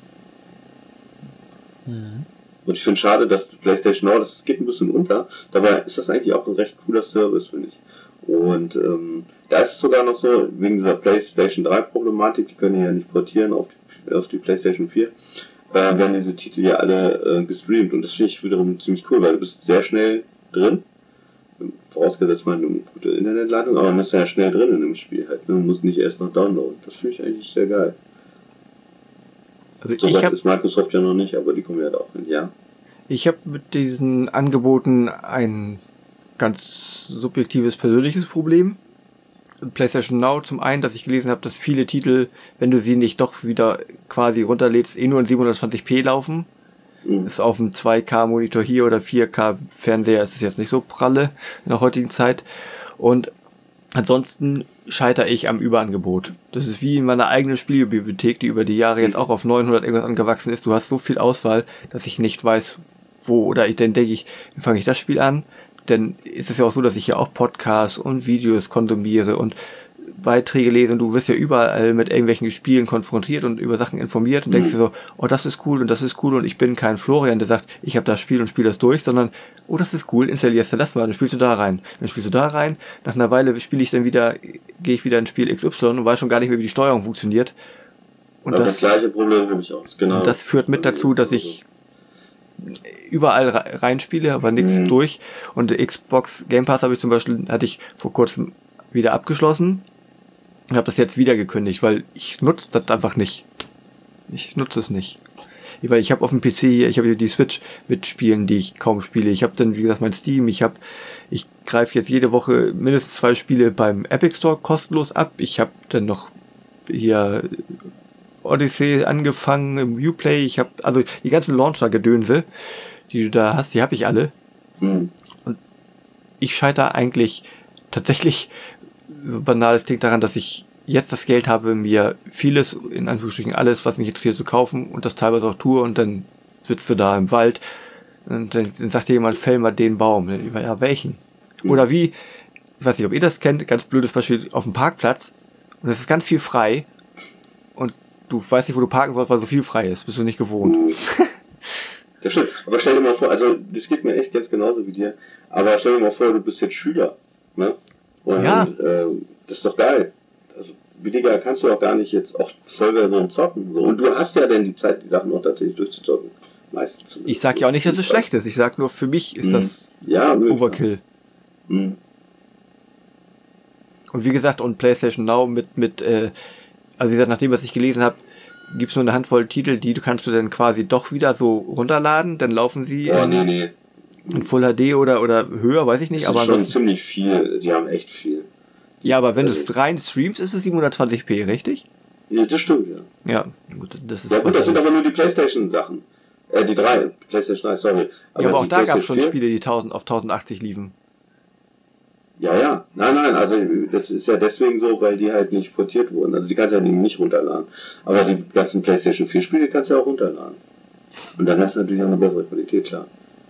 Mhm. Und ich finde schade, dass PlayStation Now, das geht ein bisschen unter, dabei ist das eigentlich auch ein recht cooler Service, finde ich. Und ähm, da ist es sogar noch so, wegen dieser PlayStation drei Problematik, die können ja nicht portieren auf die, auf die PlayStation vier, äh, werden diese Titel ja alle äh, gestreamt, und das finde ich wiederum ziemlich cool, weil du bist sehr schnell drin, vorausgesetzt man eine gute Internetleitung, aber man ist ja schnell drin in dem Spiel halt, ne? Man muss nicht erst noch downloaden. Das finde ich eigentlich sehr geil. Also So ich weit habe ist Microsoft ja noch nicht, aber die kommen ja da auch hin, ja. ich hab mit diesen Angeboten ein ganz subjektives persönliches Problem. PlayStation Now zum einen, dass ich gelesen habe, dass viele Titel, wenn du sie nicht doch wieder quasi runterlädst, eh nur in siebenhundertzwanzig p laufen. Mhm. Ist auf einem zwei K Monitor hier oder vier K Fernseher ist es jetzt nicht so pralle in der heutigen Zeit. Und ansonsten scheitere ich am Überangebot. Das ist wie in meiner eigenen Spielebibliothek, die über die Jahre jetzt auch auf neunhundert irgendwas angewachsen ist. Du hast so viel Auswahl, dass ich nicht weiß, wo, oder ich dann denke ich, dann fange ich das Spiel an. Denn ist es ja auch so, dass ich ja auch Podcasts und Videos konsumiere und Beiträge lese, und du wirst ja überall mit irgendwelchen Spielen konfrontiert und über Sachen informiert und denkst dir so, oh, das ist cool und das ist cool, und ich bin kein Florian, der sagt, ich habe das Spiel und spiele das durch, sondern, oh, das ist cool, installierst du das mal, dann spielst du da rein, dann spielst du da rein, nach einer Weile spiele ich dann wieder, gehe ich wieder ins Spiel X Y und weiß schon gar nicht mehr, wie die Steuerung funktioniert. Und aber das, das gleiche Problem habe ich auch. Genau. und das führt mit dazu, dass ich überall reinspiele, aber nichts Mhm. durch. Und der Xbox Game Pass habe ich zum Beispiel, hatte ich vor kurzem wieder abgeschlossen und habe das jetzt wieder gekündigt, weil ich nutze das einfach nicht. Ich nutze es nicht. Weil ich habe auf dem P C hier, ich habe hier die Switch mit Spielen, die ich kaum spiele. Ich habe dann, wie gesagt, mein Steam. Ich habe, ich greife jetzt jede Woche mindestens zwei Spiele beim Epic Store kostenlos ab. Ich habe dann noch hier Odyssey angefangen im Uplay. Ich habe also die ganzen Launcher-Gedönse, die du da hast, die habe ich alle. Mhm. ich scheitere eigentlich tatsächlich, so banal es klingt, daran, dass ich jetzt das Geld habe, mir vieles, in Anführungsstrichen alles, was mich interessiert, zu kaufen und das teilweise auch tue und dann sitzt du da im Wald und dann, dann sagt dir jemand, fäll mal den Baum. Ja, welchen? Oder wie, ich weiß nicht, ob ihr das kennt, ganz blödes Beispiel, auf dem Parkplatz und es ist ganz viel frei und du weißt nicht, wo du parken sollst, weil so viel frei ist, bist du nicht gewohnt. Das stimmt, aber stell dir mal vor, also das geht mir echt ganz genauso wie dir, aber stell dir mal vor, du bist jetzt Schüler, ne? Und ja. äh, das ist doch geil. Also billiger kannst du auch gar nicht jetzt auch Vollversion zocken. So. Und du hast ja dann die Zeit, die Sachen auch tatsächlich durchzuzocken. Meistens. Ich sag ja auch nicht, dass es schlecht ist. Ich sag nur, für mich ist mhm. das ja, Overkill. Mhm. Und wie gesagt, und PlayStation Now mit, mit äh, also wie gesagt, nachdem, was ich gelesen habe, gibt es nur eine Handvoll Titel, die du kannst du dann quasi doch wieder so runterladen, dann laufen sie oh, in, nee, nee. in Full H D oder, oder höher, weiß ich nicht. Das aber ist schon ziemlich viel, die haben echt viel. Ja, aber wenn also, du es rein streamst, ist es siebenhundertzwanzig p, richtig? Ja, das stimmt, ja. Ja, gut, das ist... Ja gut, das sind aber nur die PlayStation-Sachen. Äh, die drei. PlayStation drei, sorry. Aber ja, aber auch da gab es schon Spiele, die tausend auf tausendachtzig liefen. Ja, ja. Nein, nein, also das ist ja deswegen so, weil die halt nicht portiert wurden. Also die kannst du ja nicht runterladen. Aber die ganzen PlayStation vier Spiele kannst du ja auch runterladen. Und dann hast du natürlich auch eine bessere Qualität, klar.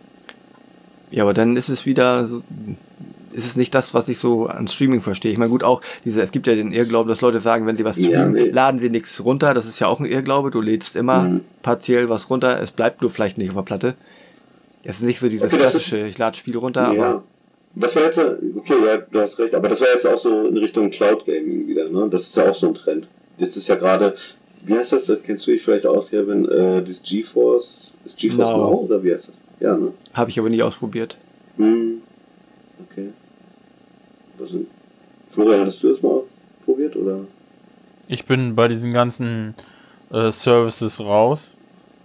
Ja, aber dann ist es wieder so, ist es nicht das, was ich so an Streaming verstehe. Ich meine, gut, auch diese, es gibt ja den Irrglauben, dass Leute sagen, wenn sie was streamen, ja, nee. laden sie nichts runter. Das ist ja auch ein Irrglaube. Du lädst immer mhm. partiell was runter. Es bleibt nur vielleicht nicht auf der Platte. Es ist nicht so dieses okay, klassische, ist, ich lade Spiele runter, ja. aber... Das war jetzt, okay, ja, du hast recht, aber das war jetzt auch so in Richtung Cloud Gaming wieder, ne? Das ist ja auch so ein Trend. Das ist ja gerade, wie heißt das, das kennst du dich vielleicht aus, Kevin, äh, das GeForce, ist GeForce Now, Now oder wie heißt das? Ja, ne? Habe ich aber nie ausprobiert. Hm, okay. Was sind, Florian, hast du das mal probiert, oder? Ich bin bei diesen ganzen äh, Services raus.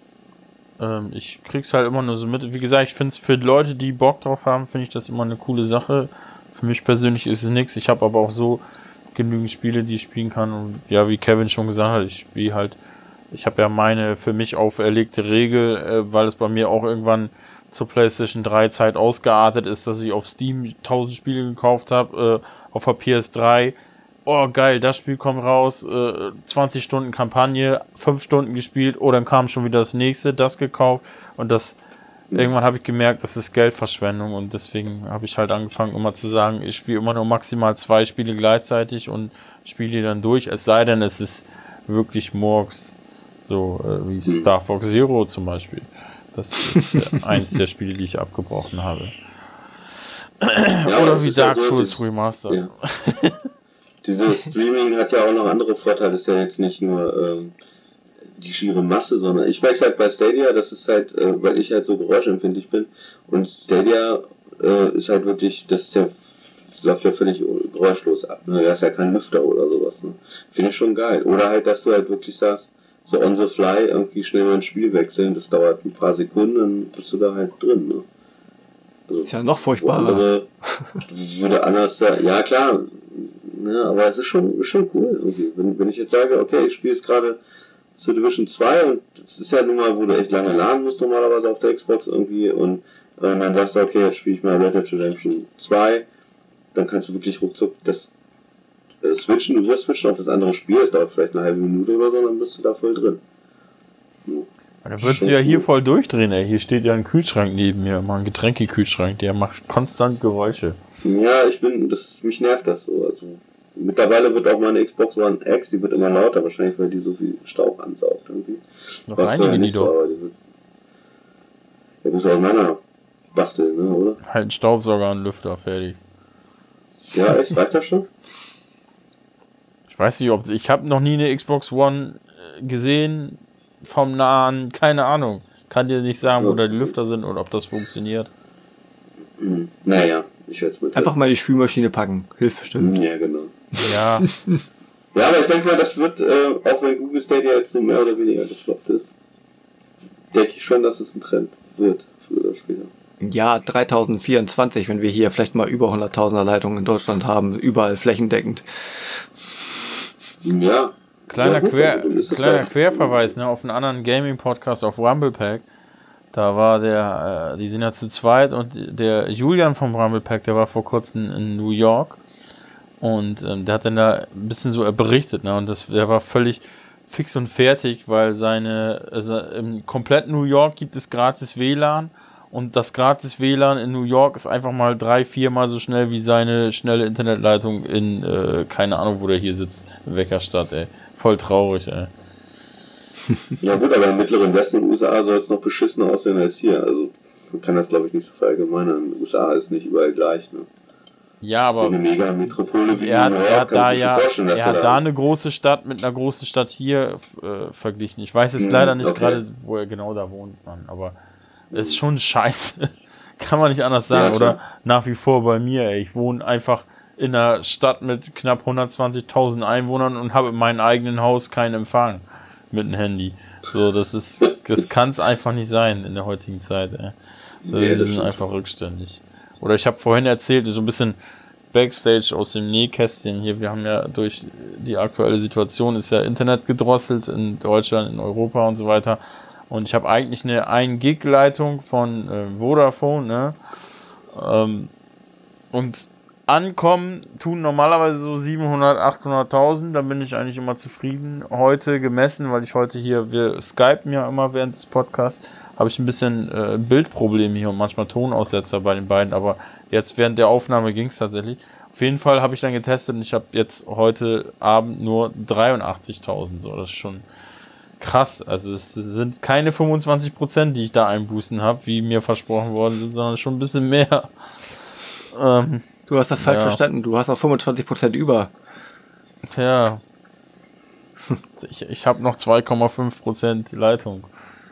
Ich krieg's halt immer nur so mit. Wie gesagt, ich finde es für Leute, die Bock drauf haben, finde ich das immer eine coole Sache. Für mich persönlich ist es nichts. Ich habe aber auch so genügend Spiele, die ich spielen kann. Und ja, wie Kevin schon gesagt hat, ich spiele halt, ich habe ja meine für mich auferlegte Regel, äh, weil es bei mir auch irgendwann zur PlayStation drei Zeit ausgeartet ist, dass ich auf Steam tausend Spiele gekauft habe, äh, auf der P S drei. Oh geil, das Spiel kommt raus, äh, zwanzig Stunden Kampagne, fünf Stunden gespielt, oh, dann kam schon wieder das nächste, das gekauft und das, ja. Irgendwann habe ich gemerkt, das ist Geldverschwendung und deswegen habe ich halt angefangen immer zu sagen, ich spiele immer nur maximal zwei Spiele gleichzeitig und spiele die dann durch, es sei denn, es ist wirklich Murks, so äh, wie Star Fox Zero zum Beispiel. Das ist äh, eins der Spiele, die ich abgebrochen habe. Ja, oder wie Dark Souls ja Remastered. Ja. Dieses Streaming hat ja auch noch andere Vorteile. Das ist ja jetzt nicht nur ähm, die schiere Masse, sondern ich merke halt bei Stadia, das ist halt, äh, weil ich halt so geräuschempfindlich bin und Stadia äh, ist halt wirklich, das ist ja, das läuft ja völlig geräuschlos ab. Ne? Da ist ja kein Lüfter oder sowas. Ne? Finde ich schon geil. Oder halt, dass du halt wirklich sagst, so on the fly irgendwie schnell mal ein Spiel wechseln, das dauert ein paar Sekunden, dann bist du da halt drin. Ne? Also, ist ja noch furchtbarer. Andere, würde anders sagen, ja klar, ne, aber es ist schon, schon cool irgendwie. Wenn, wenn ich jetzt sage, okay, ich spiele jetzt gerade The Division zwei und das ist ja nun mal, wo du echt lange laden musst normalerweise auf der Xbox irgendwie und äh, dann sagst du, okay, jetzt spiele ich mal Red Dead Redemption zwei, dann kannst du wirklich ruckzuck das äh, switchen, du wirst switchen auf das andere Spiel, das dauert vielleicht eine halbe Minute oder so, dann bist du da voll drin. Ja. Da würdest du ja hier voll durchdrehen, ey. Hier steht ja ein Kühlschrank neben mir, mal ein Getränkekühlschrank, der macht konstant Geräusche. Ja, ich bin, das, mich nervt das so, also mittlerweile wird auch meine Xbox One X, die wird immer lauter, wahrscheinlich weil die so viel Staub ansaugt irgendwie. Noch einige die doch. So, die wird, ja, muss auseinander basteln, ne, oder? Halt ein Staubsauger und Lüfter, fertig. Ja, echt? Reicht das schon? Ich weiß nicht, ob ich habe noch nie eine Xbox One gesehen vom Nahen, keine Ahnung. Kann dir nicht sagen, so, wo da die Lüfter sind oder ob das funktioniert. Hm, naja, ich werde es mit. Einfach mal die Spülmaschine packen, hilft bestimmt. Ja, genau. Ja. Ja, aber ich denke mal, das wird, äh, auch wenn Google Stadia jetzt so mehr oder weniger gefloppt ist, denke ich schon, dass es ein Trend wird, früher oder später. Ja, dreitausendvierundzwanzig, wenn wir hier vielleicht mal über hunderttausender Leitungen in Deutschland haben, überall flächendeckend. Ja. Kleiner, ja, gut, Quer, kleiner halt. Querverweis ne, auf einen anderen Gaming-Podcast auf Rumblepack. Da war der, äh, die sind ja zu zweit und der Julian vom Rumble Pack, der war vor kurzem in New York und ähm, der hat dann da ein bisschen so berichtet, ne, und das, der war völlig fix und fertig, weil seine, also im kompletten New York gibt es gratis W L A N und das gratis W L A N in New York ist einfach mal drei, viermal so schnell wie seine schnelle Internetleitung in, äh, keine Ahnung, wo der hier sitzt, in Weckerstadt, ey. Voll traurig, ey. Ja gut, aber im Mittleren Westen in den U S A soll es noch beschissener aussehen als hier. Also man kann das, glaube ich, nicht so verallgemeinern. In den U S A ist nicht überall gleich. Ne? Ja, aber so eine Megametropole wie er hat, New er York, hat kann da ich mir ja, vorstellen, dass er er hat da da eine große Stadt mit einer großen Stadt hier äh, verglichen. Ich weiß jetzt Hm, leider nicht okay. gerade, wo er genau da wohnt, Mann, aber es ist schon scheiße. Kann man nicht anders sagen. Ja, Oder klar. nach wie vor bei mir, ey. Ich wohne einfach in einer Stadt mit knapp hundertzwanzigtausend Einwohnern und habe in meinem eigenen Haus keinen Empfang mit dem Handy. So, das ist, das kann es einfach nicht sein in der heutigen Zeit, ey. So, Nee, die das sind stimmt. einfach rückständig. Oder ich habe vorhin erzählt, so ein bisschen Backstage aus dem Nähkästchen hier. Wir haben ja durch die aktuelle Situation ist ja Internet gedrosselt in Deutschland, in Europa und so weiter. Und ich habe eigentlich eine ein Gig Leitung von äh, Vodafone, ne? Ähm, und ankommen tun normalerweise so siebenhundert, achthunderttausend, da bin ich eigentlich immer zufrieden. Heute gemessen, weil ich heute hier, wir skypen ja immer während des Podcasts, habe ich ein bisschen äh, Bildprobleme hier und manchmal Tonaussetzer bei den beiden, aber jetzt während der Aufnahme ging es tatsächlich. Auf jeden Fall habe ich dann getestet und ich habe jetzt heute Abend nur dreiundachtzigtausend, so, das ist schon krass. Also es sind keine fünfundzwanzig Prozent, die ich da einbußen habe, wie mir versprochen worden sind, sondern schon ein bisschen mehr. Ähm, Du hast das falsch Ja. verstanden. Du hast noch fünfundzwanzig Prozent über. Tja. Ich, ich habe noch zwei Komma fünf Prozent Leitung.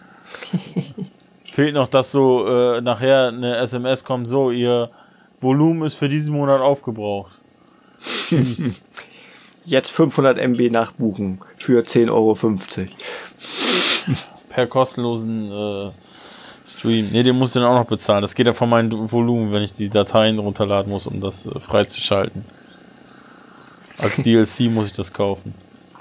Fehlt noch, dass so äh, nachher eine S M S kommt, so, ihr Volumen ist für diesen Monat aufgebraucht. Tschüss. Jetzt fünfhundert Megabyte nachbuchen für zehn Euro fünfzig. Per kostenlosen äh, Stream. Ne, den musst du dann auch noch bezahlen. Das geht ja von meinem Volumen, wenn ich die Dateien runterladen muss, um das äh, freizuschalten. Als D L C muss ich das kaufen.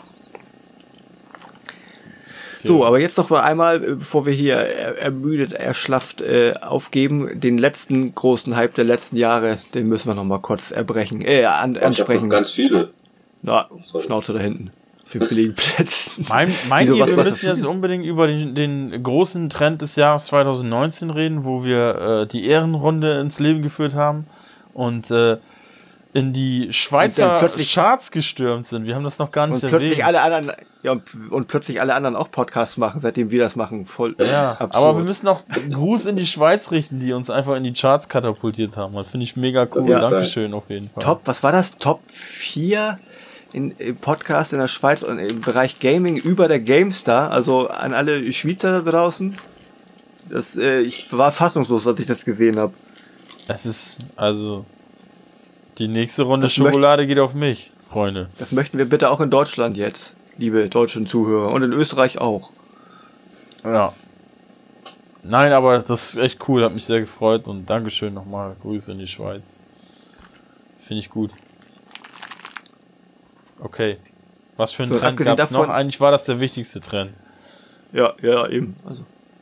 So, aber jetzt noch mal einmal, äh, bevor wir hier er- ermüdet, erschlafft äh, aufgeben, den letzten großen Hype der letzten Jahre, den müssen wir noch mal kurz erbrechen, äh, an, Ich hab noch ansprechen. ganz viele. Na, Sorry. Schnauze da hinten. Auf den billigen Plätzen. Mein, meint Wieso, ihr, was- wir was- müssen jetzt unbedingt über den, den großen Trend des Jahres zwanzig neunzehn reden, wo wir äh, die Ehrenrunde ins Leben geführt haben und äh, in die Und dann Schweizer plötzlich- Charts gestürmt sind. Wir haben das noch gar nicht Und plötzlich erwähnt. alle anderen, ja, und, und plötzlich alle anderen auch Podcasts machen, seitdem wir das machen. Voll Ja, absurd. aber wir müssen noch einen Gruß in die Schweiz richten, die uns einfach in die Charts katapultiert haben. Das finde ich mega cool. Ja, Dankeschön auf jeden Fall. Top, was war das? Top vier in, im Podcast in der Schweiz und im Bereich Gaming über der GameStar. Also an alle Schweizer da draußen. Das, äh, ich war fassungslos, als ich das gesehen habe. Es ist, also, die nächste Runde Das Schokolade geht auf mich, Freunde. Das möchten wir bitte auch in Deutschland jetzt, liebe deutschen Zuhörer. Und in Österreich auch. Ja. Nein, aber das ist echt cool, hat mich sehr gefreut und Dankeschön nochmal. Grüße in die Schweiz. Finde ich gut. Okay. Was für ein So, Trend abgesehen gab es noch? davon- Eigentlich war das der wichtigste Trend. Ja, ja, eben. Also.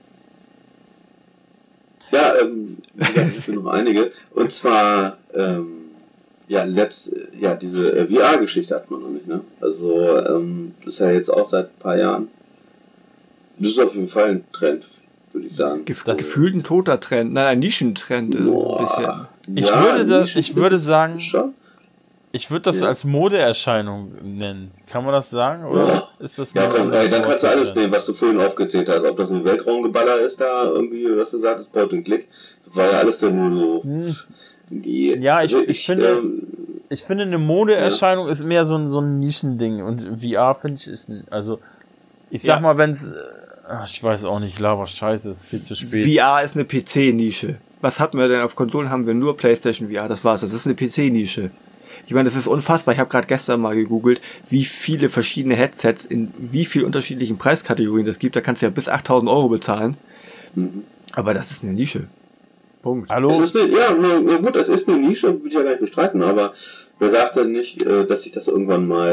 Ja, ähm, wie gesagt, es sind noch einige. Und zwar, ähm, ja, letzt, ja, diese äh, V R-Geschichte hat man noch nicht, ne? Also, ähm, das ist ja jetzt auch seit ein paar Jahren. Das ist auf jeden Fall ein Trend, würde ich sagen. Gef Das- gefühlt ein toter Trend, nein, ein Nischentrend. Äh, ein bisschen. Ich Ja, würde das, Nische- ich würde sagen, Schon? ich würde das Ja. als Modeerscheinung nennen. Kann man das sagen? Oder Ja. ist das Ja, ein komm, anderes ey, dann Wort kannst du alles dafür? nehmen, was du vorhin aufgezählt hast. Ob das ein Weltraumgeballer ist da, irgendwie, was du sagtest, Point and Click. Das war ja alles dann nur so. Hm. Die, Ja, ich- ich finde- Ähm, Ich finde, eine Modeerscheinung ist mehr so ein, so ein Nischending und V R finde ich ist ein, also ich sag Ja. mal, wenn es, ich weiß auch nicht, Lava, scheiße, ist viel zu spät. V R ist eine P C-Nische. Was hatten wir denn auf Konsolen? Haben wir nur PlayStation V R, das war's. Das ist eine P C-Nische. Ich meine, das ist unfassbar. Ich habe gerade gestern mal gegoogelt, wie viele verschiedene Headsets in wie viel unterschiedlichen Preiskategorien das gibt. Da kannst du ja bis achttausend Euro bezahlen. mhm. Aber das ist eine Nische. Punkt. Es Hallo? ist eine, ja, na, na gut, das ist eine Nische, würde ich ja gar nicht bestreiten, aber wer sagt denn nicht, äh, dass sich das irgendwann mal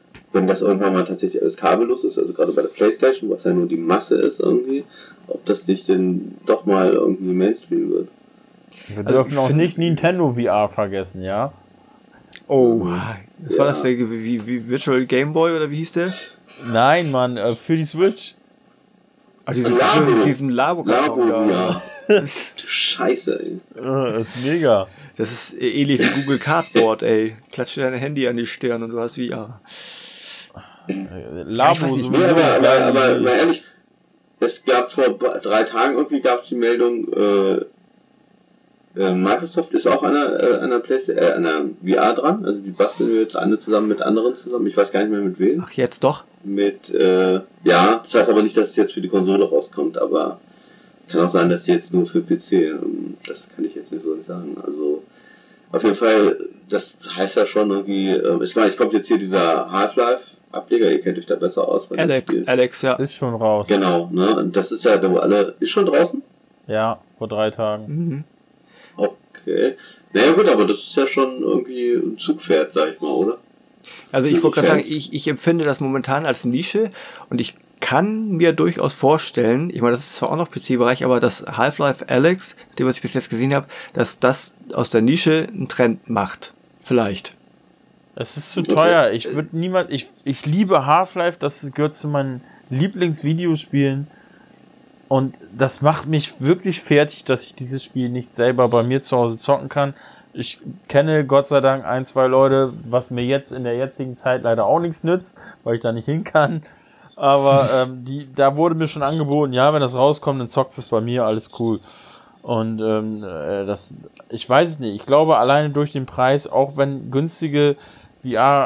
wenn das irgendwann mal tatsächlich alles kabellos ist, also gerade bei der PlayStation, was ja nur die Masse ist irgendwie, ob das nicht denn doch mal irgendwie Mainstream wird. Wir also dürfen auch nicht Nintendo V R vergessen, ja? Oh, das ja. war das der wie, wie Virtual Game Boy oder wie hieß der? Nein, Mann, für die Switch. Ach, diesen Labo. Diesen Labo, Labo ja. Du Scheiße, ey. Das ist mega. Das ist ähnlich wie Google Cardboard, ey. Klatsch dir dein Handy an die Stirn und du hast V R. Labo, ich nicht, nee, aber, aber, aber mal ehrlich, es gab vor drei Tagen irgendwie gab es die Meldung, äh, äh, Microsoft ist auch an einer, äh, einer, Playsta- äh, einer V R dran, also die basteln wir jetzt eine zusammen mit anderen zusammen, ich weiß gar nicht mehr mit wem. Ach, jetzt doch? Mit, äh, ja, das heißt aber nicht, dass es jetzt für die Konsole rauskommt, aber kann auch sein, dass jetzt nur für P C, ähm, das kann ich jetzt nicht so nicht sagen, also auf jeden Fall, das heißt ja schon irgendwie, äh, ich meine, ich kommt jetzt hier dieser Half-Life Ableger, ihr kennt euch da besser aus. Alex, Alex, ja. Ist schon raus. Genau, ne, und das ist ja, wo alle, ist schon draußen? Ja, vor drei Tagen. Mhm. Okay. Naja gut, aber das ist ja schon irgendwie ein Zugpferd, sag ich mal, oder? Also ich wollte gerade sagen, ich, ich empfinde das momentan als Nische und ich kann mir durchaus vorstellen, ich meine, das ist zwar auch noch P C-Bereich, aber das Half-Life Alyx, dem was ich bis jetzt gesehen habe, dass das aus der Nische einen Trend macht. Vielleicht. Es ist zu teuer. Ich würde niemand, ich, ich liebe Half-Life, das gehört zu meinen Lieblingsvideospielen. Und das macht mich wirklich fertig, dass ich dieses Spiel nicht selber bei mir zu Hause zocken kann. Ich kenne Gott sei Dank ein, zwei Leute, was mir jetzt in der jetzigen Zeit leider auch nichts nützt, weil ich da nicht hin kann. Aber ähm, die, da wurde mir schon angeboten, ja, wenn das rauskommt, dann zockt es bei mir, alles cool. Und ähm, äh, das, ich weiß es nicht. Ich glaube, alleine durch den Preis, auch wenn günstige V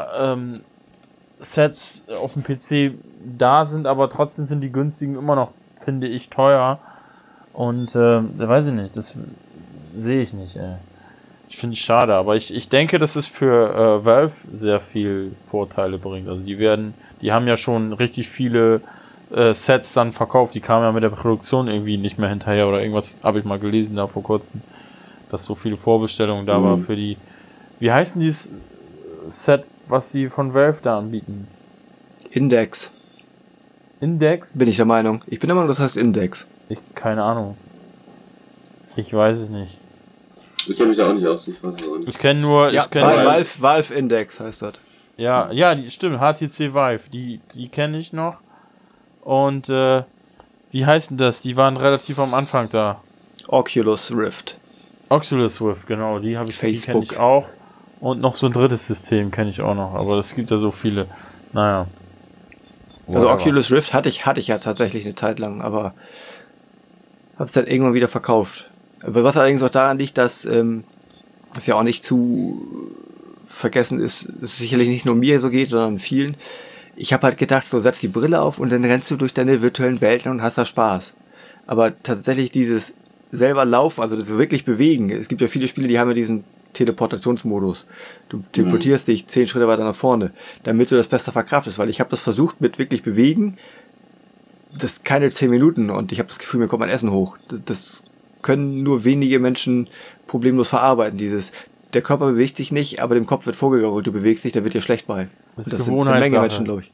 R-Sets ähm, auf dem P C da sind, aber trotzdem sind die günstigen immer noch, finde ich, teuer. Und äh, weiß ich nicht, das sehe ich nicht, ey. Ich finde es schade, aber ich, ich denke, dass es für äh, Valve sehr viel Vorteile bringt. Also die werden, die haben ja schon richtig viele äh, Sets dann verkauft, die kamen ja mit der Produktion irgendwie nicht mehr hinterher oder irgendwas habe ich mal gelesen da vor kurzem, dass so viele Vorbestellungen da mhm. war für die, wie heißt denn dieses Set, was sie von Valve da anbieten? Index. Index? Bin ich der Meinung. Ich bin der Meinung, das heißt Index. Ich, keine Ahnung. Ich weiß es nicht. Ich kenne mich da auch nicht aus, ich weiß es auch nicht. Ich kenne nur, ja, ich kenne Valve, Valve Index heißt das. Ja, ja, die stimmt, H T C Vive, die, die kenne ich noch. Und, äh, wie heißt denn das? Die waren relativ am Anfang da. Oculus Rift. Oculus Rift, genau, die habe ich, die kenne ich auch. Und noch so ein drittes System kenne ich auch noch, aber es gibt ja so viele. Naja. Also Oculus Rift hatte ich, hatte ich ja tatsächlich eine Zeit lang, aber habe es dann irgendwann wieder verkauft. Aber was allerdings auch daran liegt, dass ähm, was ja auch nicht zu vergessen ist, es sicherlich nicht nur mir so geht, sondern vielen. Ich habe halt gedacht, so setz die Brille auf und dann rennst du durch deine virtuellen Welten und hast da Spaß. Aber tatsächlich dieses selber laufen, also das wirklich bewegen. Es gibt ja viele Spiele, die haben ja diesen Teleportationsmodus. Du teleportierst mhm. dich zehn Schritte weiter nach vorne, damit du das besser verkraftest, weil ich habe das versucht mit wirklich bewegen. Das ist keine zehn Minuten und ich habe das Gefühl, mir kommt mein Essen hoch. Das, das können nur wenige Menschen problemlos verarbeiten, dieses der Körper bewegt sich nicht, aber dem Kopf wird vorgegaukelt, du bewegst dich, da wird dir schlecht bei. Das, das ist sind eine Menge Menschen, glaube ich.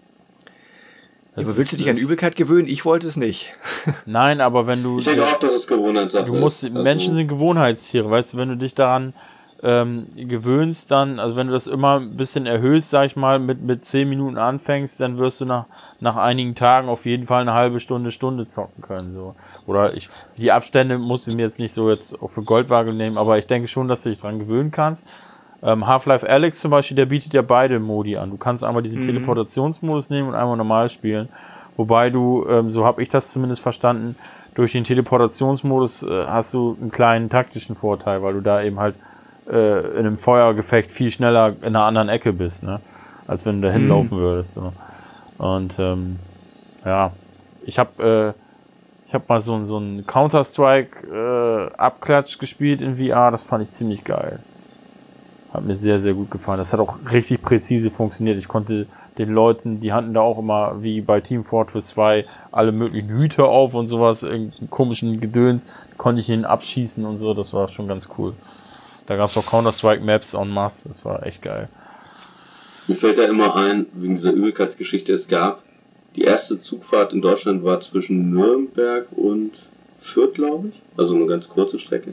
Das aber willst du dich an Übelkeit gewöhnen? Ich wollte es nicht. Nein, aber wenn du... Ich denke auch, dass es Gewohnheitssache du musst, ist. Menschen sind Gewohnheitstiere, weißt du, wenn du dich daran ähm, gewöhnst, dann, also wenn du das immer ein bisschen erhöhst, sag ich mal, mit, mit zehn Minuten anfängst, dann wirst du nach, nach einigen Tagen auf jeden Fall eine halbe Stunde, Stunde zocken können, so. Oder ich, die Abstände musst du mir jetzt nicht so jetzt auch für Goldwaage nehmen, aber ich denke schon, dass du dich dran gewöhnen kannst. Ähm, Half-Life Alyx zum Beispiel, der bietet ja beide Modi an. Du kannst einmal diesen mhm. Teleportationsmodus nehmen und einmal normal spielen. Wobei du, ähm, so habe ich das zumindest verstanden, durch den Teleportationsmodus äh, hast du einen kleinen taktischen Vorteil, weil du da eben halt äh, in einem Feuergefecht viel schneller in einer anderen Ecke bist, ne? Als wenn du da hinlaufen mhm. würdest. So. Und ähm, ja, ich habe äh, ich habe mal so, so einen Counter-Strike äh, Abklatsch gespielt in V R, das fand ich ziemlich geil. Hat mir sehr, sehr gut gefallen. Das hat auch richtig präzise funktioniert. Ich konnte den Leuten, die hatten da auch immer, wie bei Team Fortress zwei, alle möglichen Hüte auf und sowas, irgendeinen komischen Gedöns, konnte ich ihnen abschießen und so, das war schon ganz cool. Da gab es auch Counter-Strike Maps en masse, das war echt geil. Mir fällt da immer ein, wegen dieser Übelkeitsgeschichte, es gab, die erste Zugfahrt in Deutschland war zwischen Nürnberg und Fürth, glaube ich. Also eine ganz kurze Strecke.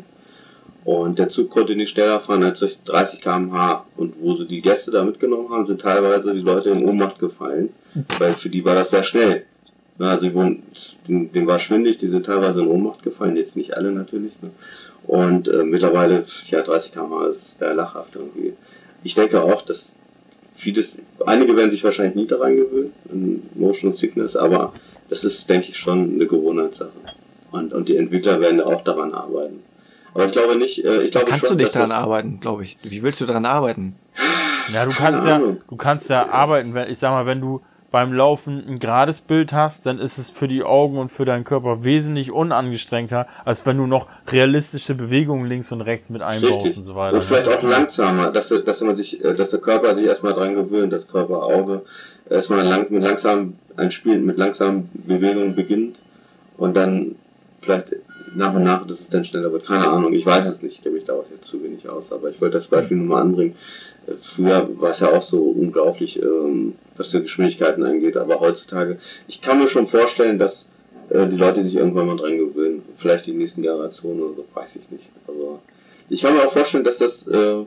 Und der Zug konnte nicht schneller fahren als dreißig Kilometer pro Stunde. Und wo sie die Gäste da mitgenommen haben, sind teilweise die Leute in Ohnmacht gefallen. Weil für die war das sehr schnell. Also denen war schwindig, die sind teilweise in Ohnmacht gefallen. Jetzt nicht alle natürlich. Ne? Und äh, mittlerweile, ja, dreißig Kilometer pro Stunde ist sehr lachhaft irgendwie. Ich denke auch, dass vieles, einige werden sich wahrscheinlich nie daran gewöhnen, in Motion Sickness, aber das ist, denke ich, schon eine Gewohnheitssache. Und, und die Entwickler werden auch daran arbeiten. Aber ich glaube nicht, äh, ich glaube Kannst schon, du nicht dass daran das, arbeiten, glaube ich. Wie willst du daran arbeiten? Ja, du kannst ja, du kannst ja arbeiten, wenn, ich sag mal, wenn du beim Laufen ein gerades Bild hast, dann ist es für die Augen und für deinen Körper wesentlich unangestrengter, als wenn du noch realistische Bewegungen links und rechts mit einbaust richtig. und so weiter. Und vielleicht auch langsamer, dass, dass man sich, dass der Körper sich erstmal dran gewöhnt, das Körper, Auge, erstmal lang, mit langsam ein Spiel mit langsamen Bewegungen beginnt und dann vielleicht nach und nach, dass es dann schneller wird. Keine Ahnung, ich weiß es nicht, ich kenne mich da auch jetzt zu wenig aus, aber ich wollte das Beispiel nur mal anbringen. Früher war es ja auch so unglaublich, ähm, was die Geschwindigkeiten angeht, aber heutzutage, ich kann mir schon vorstellen, dass äh, die Leute sich irgendwann mal dran gewöhnen. Vielleicht die nächsten Generationen oder so, weiß ich nicht. Aber ich kann mir auch vorstellen, dass das, äh,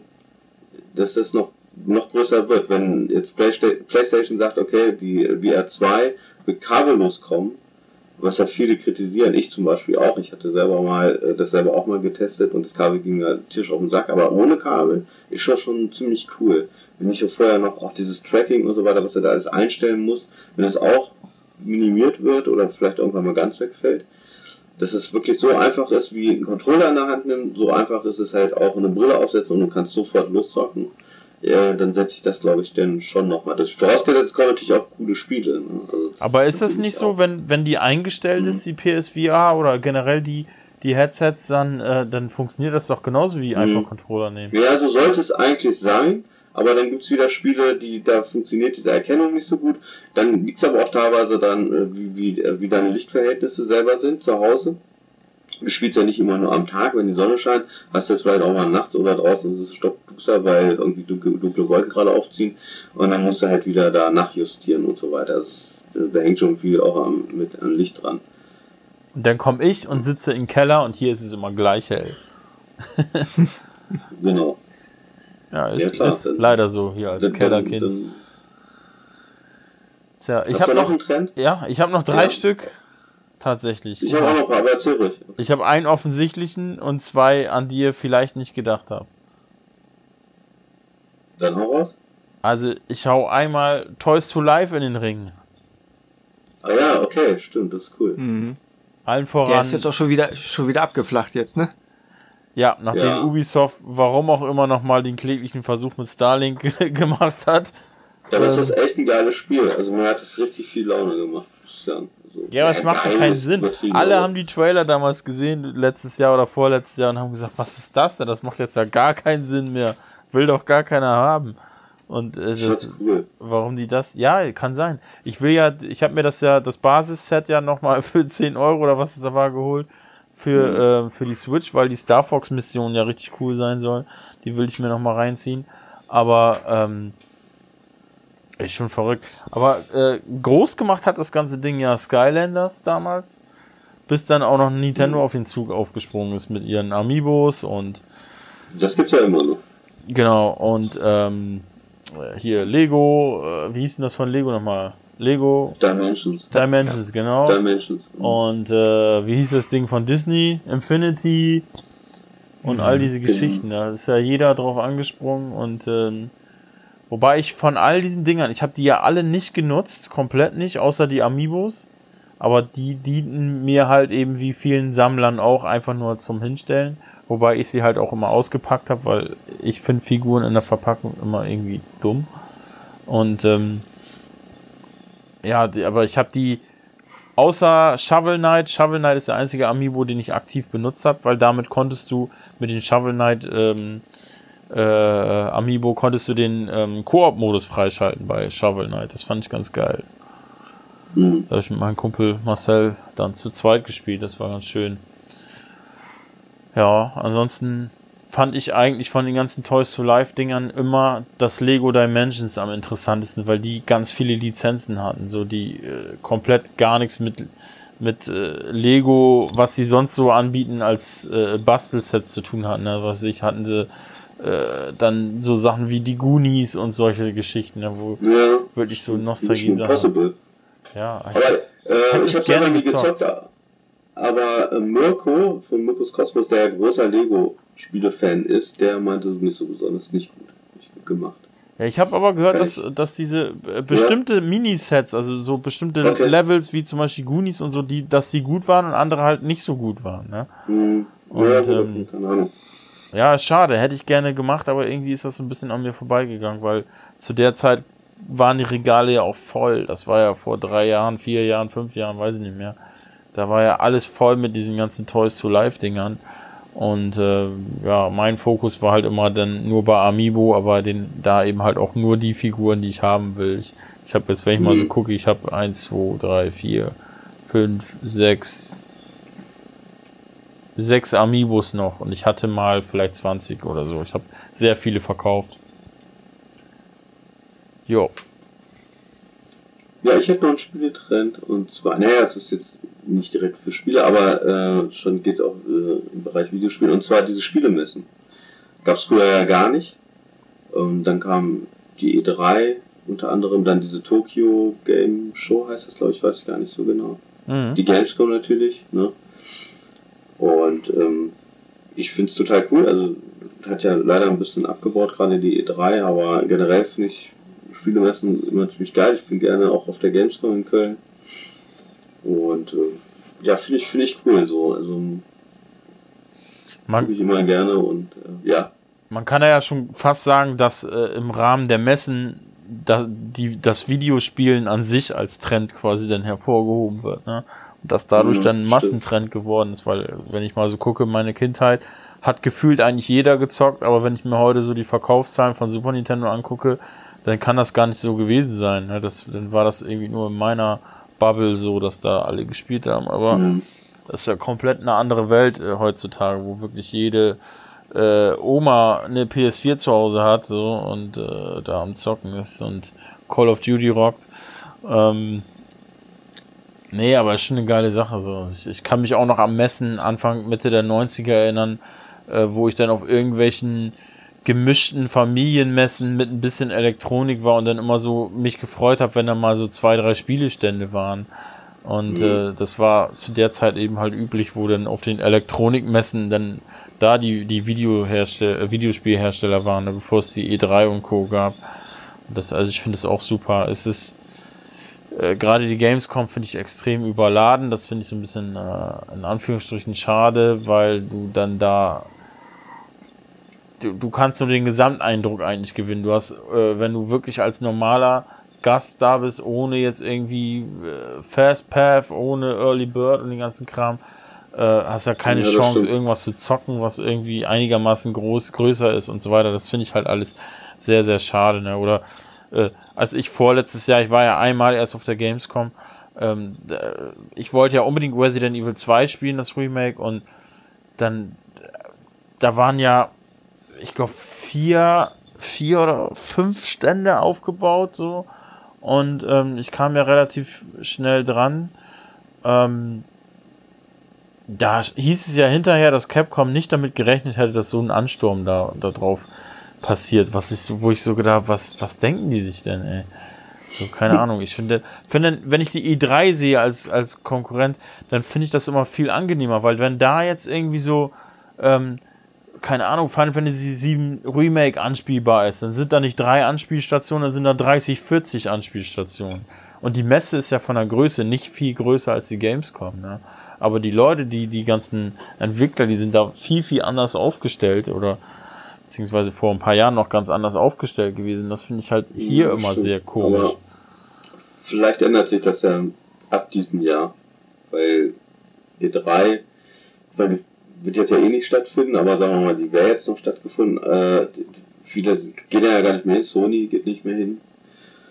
dass das noch noch größer wird, wenn jetzt Playsta- PlayStation sagt, okay, die V R zwei wird kabellos kommen, was ja viele kritisieren, ich zum Beispiel auch, ich hatte selber mal, äh, das selber auch mal getestet und das Kabel ging ja Tisch auf den Sack, aber ohne Kabel ist das schon ziemlich cool. Wenn ich ja vorher noch auch dieses Tracking und so weiter, was er da alles einstellen muss, wenn das auch minimiert wird oder vielleicht irgendwann mal ganz wegfällt, dass es wirklich so einfach ist, wie einen Controller in der Hand nehmen, so einfach ist es halt auch eine Brille aufsetzen und du kannst sofort loszocken. Ja, dann setze ich das, glaube ich, dann schon nochmal. Das vorausgesetzt, es kommen natürlich auch coole Spiele. Ne? Also das aber ist das nicht so, wenn, wenn die eingestellt Mhm. ist, die P S V R oder generell die, die Headsets, dann, äh, dann funktioniert das doch genauso wie einfach Mhm. Controller nehmen. Ja, so sollte es eigentlich sein, aber dann gibt es wieder Spiele, die da funktioniert diese Erkennung nicht so gut. Dann liegt es aber auch teilweise dann, äh, wie, wie, äh, wie deine Lichtverhältnisse selber sind zu Hause. Du spielst ja nicht immer nur am Tag, wenn die Sonne scheint, hast du vielleicht auch mal nachts oder draußen ist es stockduster, weil irgendwie dunkle, dunkle Wolken gerade aufziehen und dann musst du halt wieder da nachjustieren und so weiter. Das, da hängt schon viel auch am, mit am Licht dran. Und dann komme ich und sitze im Keller und hier ist es immer gleich hell. Genau. Ja, ist, Ja, klar, ist dann- leider so hier als Dann- Kellerkind. dann- Tja, ich Habt habe ihr noch noch, einen Trend? ja, ich habe noch drei Ja. Stück. Tatsächlich. Ich habe auch noch ein paar, aber erzähl ruhig. Ich habe einen offensichtlichen und zwei, an die ihr vielleicht nicht gedacht habt. Dann hau raus. Also ich hau einmal Toys to Life in den Ring. Ah ja, okay, stimmt, das ist cool. Mhm. Allen Der voran. ist jetzt auch schon wieder, schon wieder abgeflacht jetzt, ne? Ja, nachdem Ja. Ubisoft, warum auch immer, nochmal den kläglichen Versuch mit Starlink gemacht hat. Dann ist Ähm, das echt ein geiles Spiel. Also mir hat das richtig viel Laune gemacht. muss ich sagen. Also, Ja, aber es macht doch geil keinen ist Sinn. übertrieben, Alle aber- haben die Trailer damals gesehen, letztes Jahr oder vorletztes Jahr, und haben gesagt, was ist das denn? Das macht jetzt ja gar keinen Sinn mehr. Will doch gar keiner haben. Und äh, Ich das, fand's cool. warum die das? Ja, kann sein. Ich will ja, ich habe mir das ja, das Basisset ja nochmal für zehn Euro oder was es da war geholt. Für, äh, für die Switch, weil die Star Fox Mission ja richtig cool sein soll. Die will ich mir nochmal reinziehen. Aber, ähm, ist schon verrückt. Aber äh, groß gemacht hat das ganze Ding ja Skylanders damals. Bis dann auch noch Nintendo Mhm. auf den Zug aufgesprungen ist mit ihren Amiibos und Das gibt's ja immer noch. genau, und ähm, hier Lego, äh, wie hieß denn das von Lego nochmal? Lego Dimensions. Dimensions, genau. Dimensions. Und äh, wie hieß das Ding von Disney? Infinity und Mhm, all diese genau. Geschichten. Da ist ja jeder drauf angesprungen und ähm, wobei ich von all diesen Dingern, ich habe die ja alle nicht genutzt, komplett nicht, außer die Amiibos. Aber die dienten mir halt eben wie vielen Sammlern auch einfach nur zum Hinstellen. Wobei ich sie halt auch immer ausgepackt habe, weil ich finde Figuren in der Verpackung immer irgendwie dumm. Und ähm, ja, die, aber ich habe die außer Shovel Knight. Shovel Knight ist der einzige Amiibo, den ich aktiv benutzt habe, weil damit konntest du mit den Shovel Knight ähm, äh, Amiibo konntest du den ähm, Koop-Modus freischalten bei Shovel Knight. Das fand ich ganz geil. Mhm. Da habe ich mit meinem Kumpel Marcel dann zu zweit gespielt. Das war ganz schön. Ja, ansonsten fand ich eigentlich von den ganzen Toys to Life Dingern immer das Lego Dimensions am interessantesten, weil die ganz viele Lizenzen hatten, so die äh, komplett gar nichts mit mit äh, Lego, was sie sonst so anbieten, als äh, Bastelsets zu tun hatten. Ne? Was ich hatten sie äh, dann so Sachen wie die Goonies und solche Geschichten, ne? Wo ja, wirklich so Nostalgie-Sachen. Ja, ich, aber äh, ich habe gerne nie gezockt. gezockt aber äh, Mirko von Mirkos Kosmos, der ja großer Lego-Spiele-Fan ist, der meinte es nicht so besonders nicht gut, nicht gut gemacht. Ja, ich habe aber gehört, dass, dass diese äh, bestimmte ja. Minisets, also so bestimmte okay. Levels wie zum Beispiel Goonies und so, die, dass die gut waren und andere halt nicht so gut waren. Ne? Hm. Und, ja, ähm, keine Ahnung. Ja, schade, hätte ich gerne gemacht, aber irgendwie ist das so ein bisschen an mir vorbeigegangen, weil zu der Zeit waren die Regale ja auch voll. Das war ja vor drei Jahren, vier Jahren, fünf Jahren, weiß ich nicht mehr. Da war ja alles voll mit diesen ganzen Toys to Life Dingern. Und äh, ja, mein Fokus war halt immer dann nur bei Amiibo, aber den, da eben halt auch nur die Figuren, die ich haben will. Ich, ich habe jetzt, wenn ich mal so gucke, ich habe eins, zwei, drei, vier, fünf, sechs, sechs Amiibos noch und ich hatte mal vielleicht zwanzig oder so. Ich habe sehr viele verkauft. Jo. Ja, ich hätte noch einen Spieletrend und zwar, naja, es ist jetzt nicht direkt für Spiele, aber äh, schon geht auch äh, im Bereich Videospiele und zwar diese Spielemessen. Gab es früher ja gar nicht. Und dann kam die E drei, unter anderem dann diese Tokyo Game Show heißt das, glaube ich, weiß ich gar nicht so genau. Mhm. Die Gamescom natürlich, ne? Und ähm, ich finde es total cool, also hat ja leider ein bisschen abgebaut, gerade die E drei, aber generell finde ich Spielemessen immer ziemlich geil. Ich bin gerne auch auf der Gamescom in Köln. Und äh, ja, finde ich, finde ich cool so. Also gucke ich immer gerne und äh, ja. Man kann ja schon fast sagen, dass äh, im Rahmen der Messen da, die, das Videospielen an sich als Trend quasi dann hervorgehoben wird, ne? Und dass dadurch ja, dann ein Massentrend stimmt. geworden ist, weil wenn ich mal so gucke, meine Kindheit hat gefühlt eigentlich jeder gezockt, aber wenn ich mir heute so die Verkaufszahlen von Super Nintendo angucke, dann kann das gar nicht so gewesen sein. Ne? Das, dann war das irgendwie nur in meiner Bubble so, dass da alle gespielt haben. Aber mhm. das ist ja komplett eine andere Welt äh, heutzutage, wo wirklich jede äh, Oma eine P S vier zu Hause hat so und äh, da am Zocken ist und Call of Duty rockt. Ähm, nee, aber ist schon eine geile Sache. So. Ich, ich kann mich auch noch am Messen Anfang, Mitte der neunziger erinnern, äh, wo ich dann auf irgendwelchen gemischten Familienmessen mit ein bisschen Elektronik war und dann immer so mich gefreut habe, wenn da mal so zwei, drei Spielestände waren. Und mhm. äh, das war zu der Zeit eben halt üblich, wo dann auf den Elektronikmessen dann da die, die Videohersteller, äh, Videospielhersteller waren, ne, bevor es die E drei und Co. gab. Und das, also ich finde es auch super. Es ist äh, gerade die Gamescom finde ich extrem überladen. Das finde ich so ein bisschen äh, in Anführungsstrichen schade, weil du dann da Du, du kannst nur den Gesamteindruck eigentlich gewinnen. Du hast, äh, wenn du wirklich als normaler Gast da bist, ohne jetzt irgendwie äh, Fast Path, ohne Early Bird und den ganzen Kram, äh, hast ja keine ja, Chance, stimmt. irgendwas zu zocken, was irgendwie einigermaßen groß, größer ist und so weiter. Das finde ich halt alles sehr, sehr schade. Ne? Oder äh, als ich vorletztes Jahr, ich war ja einmal erst auf der Gamescom, ähm, ich wollte ja unbedingt Resident Evil zwei spielen, das Remake, und dann, da waren ja ich glaube, vier, vier oder fünf Stände aufgebaut, so. Und ähm, ich kam ja relativ schnell dran. Ähm, da hieß es ja hinterher, dass Capcom nicht damit gerechnet hätte, dass so ein Ansturm da, da drauf passiert. Was ich so, wo ich so gedacht habe, was, was denken die sich denn, ey? So, keine Ahnung. Ich finde, finde, wenn ich die E drei sehe als, als Konkurrent, dann finde ich das immer viel angenehmer, weil wenn da jetzt irgendwie so, ähm, keine Ahnung, Final Fantasy sieben Remake anspielbar ist, dann sind da nicht drei Anspielstationen, dann sind da dreißig, vierzig Anspielstationen. Und die Messe ist ja von der Größe nicht viel größer als die Gamescom, ne? Aber die Leute, die, die ganzen Entwickler, die sind da viel, viel anders aufgestellt oder beziehungsweise vor ein paar Jahren noch ganz anders aufgestellt gewesen. Das finde ich halt hier ja, immer stimmt. sehr komisch. Aber vielleicht ändert sich das ja ab diesem Jahr, weil E drei, weil wird jetzt ja eh nicht stattfinden, aber sagen wir mal, die wäre jetzt noch stattgefunden. Äh, viele gehen ja gar nicht mehr hin, Sony geht nicht mehr hin.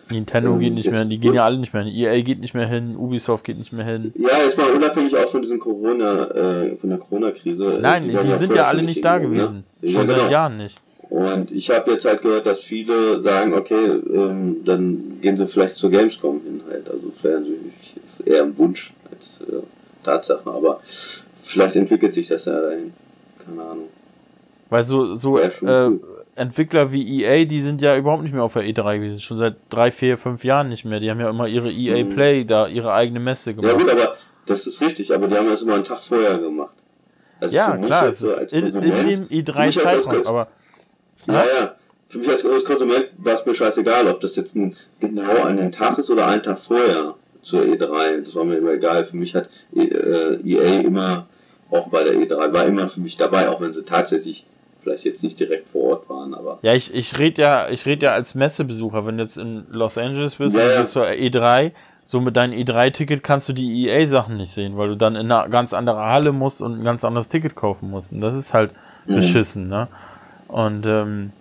Nintendo ähm, geht nicht jetzt, mehr hin, die gehen ja alle nicht mehr hin. E A geht nicht mehr hin, Ubisoft geht nicht mehr hin. Ja, jetzt mal unabhängig auch von diesem Corona, äh, von der Corona-Krise. Nein, die, die sind ja alle nicht da gewesen. Ne? Schon ja, genau. Seit Jahren nicht. Und ich habe jetzt halt gehört, dass viele sagen, okay, ähm, dann gehen sie vielleicht zur Gamescom hin halt. Also das wäre natürlich eher ein Wunsch als äh, Tatsache, aber vielleicht entwickelt sich das ja dahin. Keine Ahnung. Weil so, so äh, cool. Entwickler wie E A, die sind ja überhaupt nicht mehr auf der E drei gewesen, schon seit drei, vier, fünf Jahren nicht mehr. Die haben ja immer ihre E A Play, da ihre eigene Messe gemacht. Ja gut, aber das ist richtig, aber die haben das immer einen Tag vorher gemacht. Also ja, klar, es ist als in, in dem E drei Zeitraum, aber... Ja, ja, ja, für mich als Konsument war es mir scheißegal, ob das jetzt ein, genau an den Tag ist oder einen Tag vorher zur E drei. Das war mir immer egal. Für mich hat äh, E A immer, auch bei der E drei, war immer für mich dabei, auch wenn sie tatsächlich vielleicht jetzt nicht direkt vor Ort waren, aber... Ja, ich, ich rede ja, ich rede ja als Messebesucher, wenn du jetzt in Los Angeles bist ja, und gehst zur E drei, so mit deinem E drei Ticket kannst du die E A-Sachen nicht sehen, weil du dann in eine ganz andere Halle musst und ein ganz anderes Ticket kaufen musst. Und das ist halt mhm. beschissen, ne? Und, ähm...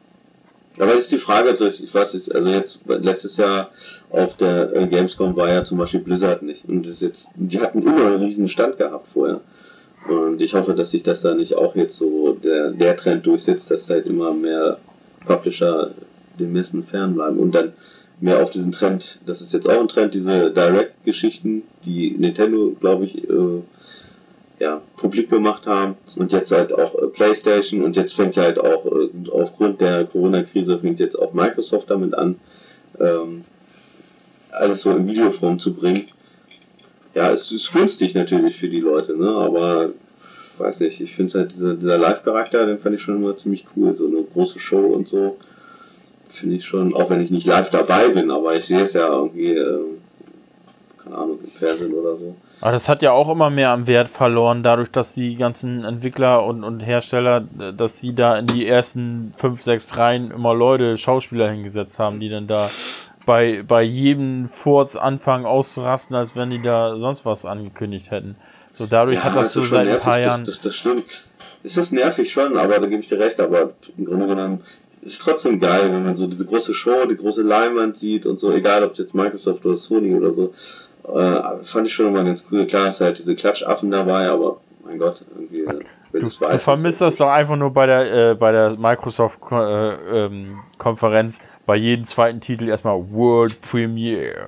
Aber jetzt die Frage, also ich weiß nicht, also jetzt letztes Jahr auf der Gamescom war ja zum Beispiel Blizzard nicht. Und das ist jetzt, die hatten immer einen riesen Stand gehabt vorher. Und ich hoffe, dass sich das da nicht auch jetzt so der, der Trend durchsetzt, dass halt immer mehr Publisher den Messen fernbleiben und dann mehr auf diesen Trend, das ist jetzt auch ein Trend, diese Direct-Geschichten, die Nintendo, glaube ich, äh, ja, publik gemacht haben und jetzt halt auch äh, PlayStation und jetzt fängt ja halt auch äh, aufgrund der Corona-Krise fängt jetzt auch Microsoft damit an, ähm, alles so in Videoform zu bringen. Ja, es ist günstig natürlich für die Leute, ne? Aber weiß nicht, ich finde halt dieser, dieser Live-Charakter, den fand ich schon immer ziemlich cool, so eine große Show und so, finde ich schon, auch wenn ich nicht live dabei bin, aber ich sehe es ja irgendwie, äh, keine Ahnung, im Fernsehen oder so. Aber das hat ja auch immer mehr am Wert verloren, dadurch, dass die ganzen Entwickler und, und Hersteller, dass die da in die ersten fünf, sechs Reihen immer Leute, Schauspieler hingesetzt haben, die dann da bei, bei jedem Furz anfangen auszurasten, als wenn die da sonst was angekündigt hätten. So, dadurch ja, hat das so seit nervig, ein paar Jahren... Das, das, das stimmt. Es ist nervig schon, aber da gebe ich dir recht, aber im Grunde genommen ist es trotzdem geil, wenn man so diese große Show, die große Leinwand sieht und so, egal ob es jetzt Microsoft oder Sony oder so, äh, fand ich schon immer ganz cool. Klar ist halt diese Klatschaffen dabei, aber mein Gott, irgendwie... Du, du vermisst das doch einfach nur bei der äh, bei der Microsoft-Konferenz, äh, ähm, bei jedem zweiten Titel erstmal World Premiere.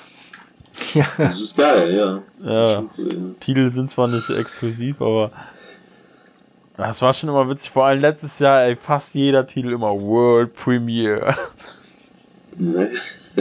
Ja. Das ist geil, ja. Ja. Ist cool, ja. Titel sind zwar nicht exklusiv, aber das war schon immer witzig. Vor allem letztes Jahr, ey, fast jeder Titel immer World Premiere. Ne.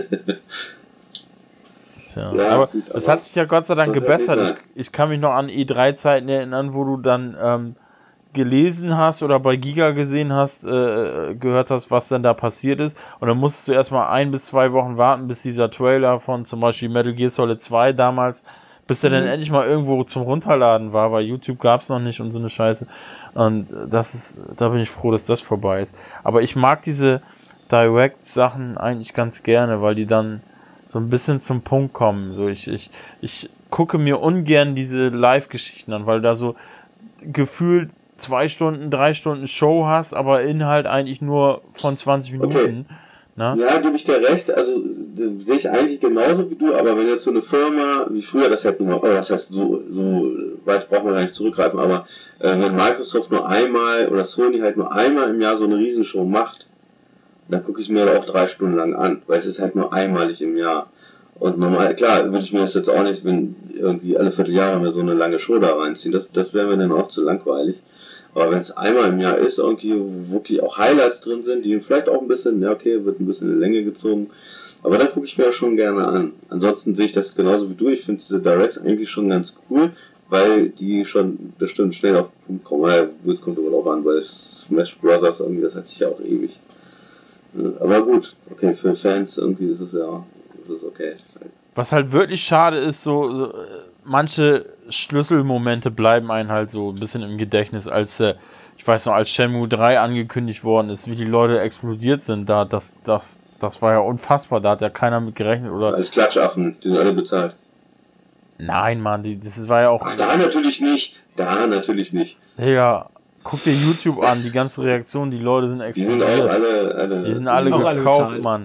Tja, ja, aber gut, es hat sich ja Gott sei Dank gebessert. Ich, ich kann mich noch an E drei Zeiten erinnern, wo du dann ähm, gelesen hast oder bei Giga gesehen hast, äh, gehört hast, was denn da passiert ist. Und dann musstest du erstmal ein bis zwei Wochen warten, bis dieser Trailer von zum Beispiel Metal Gear Solid zwei damals, bis der mhm. dann endlich mal irgendwo zum Runterladen war, weil YouTube gab es noch nicht und so eine Scheiße. Und das ist, da bin ich froh, dass das vorbei ist. Aber ich mag diese Direct-Sachen eigentlich ganz gerne, weil die dann so ein bisschen zum Punkt kommen. So ich, ich, ich gucke mir ungern diese Live-Geschichten an, weil du da so gefühlt zwei Stunden, drei Stunden Show hast, aber Inhalt eigentlich nur von zwanzig Minuten. Okay. Na? Ja, gebe ich dir recht. Also sehe ich eigentlich genauso wie du, aber wenn jetzt so eine Firma, wie früher, das hätten wir, oh, das heißt, so, so weit braucht man gar nicht zurückgreifen, aber äh, wenn Microsoft nur einmal oder Sony halt nur einmal im Jahr so eine Riesenshow macht, dann gucke ich mir auch drei Stunden lang an, weil es ist halt nur einmalig im Jahr. Und normal, klar, würde ich mir das jetzt auch nicht, wenn irgendwie alle Vierteljahre mir so eine lange Show da reinziehen, das, das wäre mir dann auch zu langweilig. Aber wenn es einmal im Jahr ist, irgendwie, wo wirklich auch Highlights drin sind, die vielleicht auch ein bisschen, ja okay, wird ein bisschen in die Länge gezogen, aber dann gucke ich mir das schon gerne an. Ansonsten sehe ich das genauso wie du, ich finde diese Directs eigentlich schon ganz cool, weil die schon bestimmt schnell auf den Punkt kommen, ja, es kommt aber auch an, weil Smash Brothers irgendwie, das hat sich ja auch ewig. Aber gut, okay, für Fans irgendwie ist es ja, ist es okay. Was halt wirklich schade ist, so, so manche Schlüsselmomente bleiben einem halt so ein bisschen im Gedächtnis, als äh, ich weiß noch, als Shenmue drei angekündigt worden ist, wie die Leute explodiert sind, da das das das war ja unfassbar, da hat ja keiner mit gerechnet, oder? Als Klatschaffen, die sind alle bezahlt. Nein, Mann, die, das war ja auch... Ach, da natürlich nicht, da natürlich nicht. Ja, guck dir YouTube an, die ganze Reaktion, die Leute sind explodiert. Die sind auch alle, alle, die sind alle gekauft, alle Mann.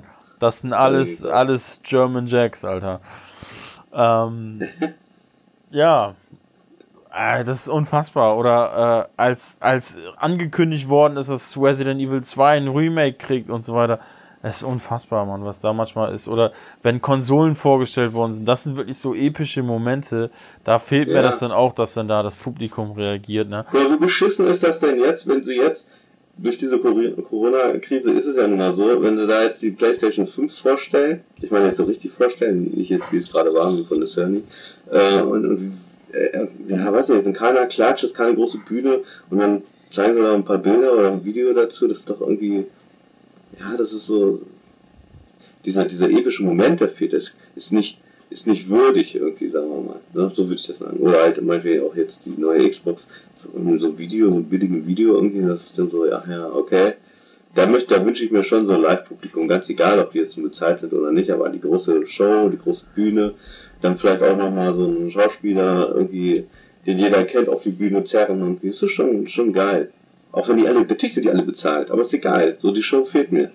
Das sind alles, alles German Jacks, Alter. Ähm, ja, äh, das ist unfassbar. Oder äh, als, als angekündigt worden ist, dass Resident Evil zwei ein Remake kriegt und so weiter. Es ist unfassbar, Mann, was da manchmal ist. Oder wenn Konsolen vorgestellt worden sind, das sind wirklich so epische Momente. Da fehlt ja. mir das dann auch, dass dann da das Publikum reagiert, ne? Ja, wie beschissen ist das denn jetzt, wenn sie jetzt, durch diese Corona-Krise ist es ja nun mal so, wenn sie da jetzt die PlayStation fünf vorstellen, ich meine jetzt so richtig vorstellen, nicht jetzt wie es gerade war, wie von der Sony, äh, und, und äh, ja, weiß nicht, keiner klatscht, ist keine große Bühne und dann zeigen sie da ein paar Bilder oder ein Video dazu, das ist doch irgendwie, ja, das ist so, dieser, dieser epische Moment, der fehlt, ist, ist nicht, ist nicht würdig irgendwie, sagen wir mal, ne? So würde ich das sagen. Oder halt manchmal auch jetzt die neue Xbox, so, so ein Video, so ein billiges Video irgendwie, das ist dann so, ja, ja, okay. Da möchte, da wünsche ich mir schon so ein Live-Publikum, ganz egal, ob die jetzt nur bezahlt sind oder nicht, aber die große Show, die große Bühne, dann vielleicht auch nochmal so einen Schauspieler irgendwie, den jeder kennt, auf die Bühne zerren irgendwie, das ist schon, schon geil. Auch wenn die alle, natürlich sind die alle bezahlt, aber ist egal, so die Show fehlt mir.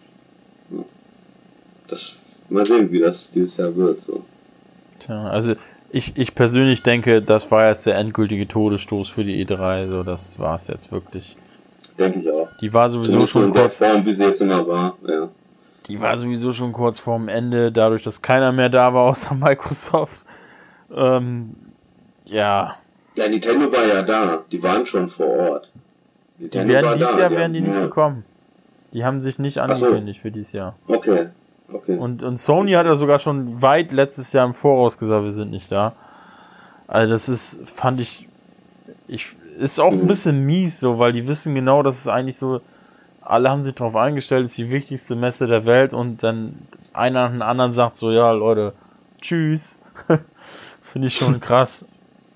Das, mal sehen, wie das dieses Jahr wird, so. Tja, also ich, ich persönlich denke, das war jetzt der endgültige Todesstoß für die E drei, so das war es jetzt wirklich. Denke ich auch. Die war sowieso Zumindest schon in der kurz. Form, wie sie jetzt immer war, ja. Die war sowieso schon kurz vorm Ende, dadurch, dass keiner mehr da war außer Microsoft. Ähm, ja. Ja, Nintendo war ja da, die waren schon vor Ort. Nintendo die werden dieses Jahr die werden die nicht gekommen. Die haben sich nicht angekündigt so. Für dieses Jahr. Okay. Okay. Und, und Sony hat ja sogar schon weit letztes Jahr im Voraus gesagt, wir sind nicht da. Also das ist, fand ich, ich ist auch ein bisschen mies so, weil die wissen genau, dass es eigentlich so, alle haben sich darauf eingestellt, es ist die wichtigste Messe der Welt und dann einer nach dem anderen sagt so, ja Leute, tschüss. Finde ich schon krass.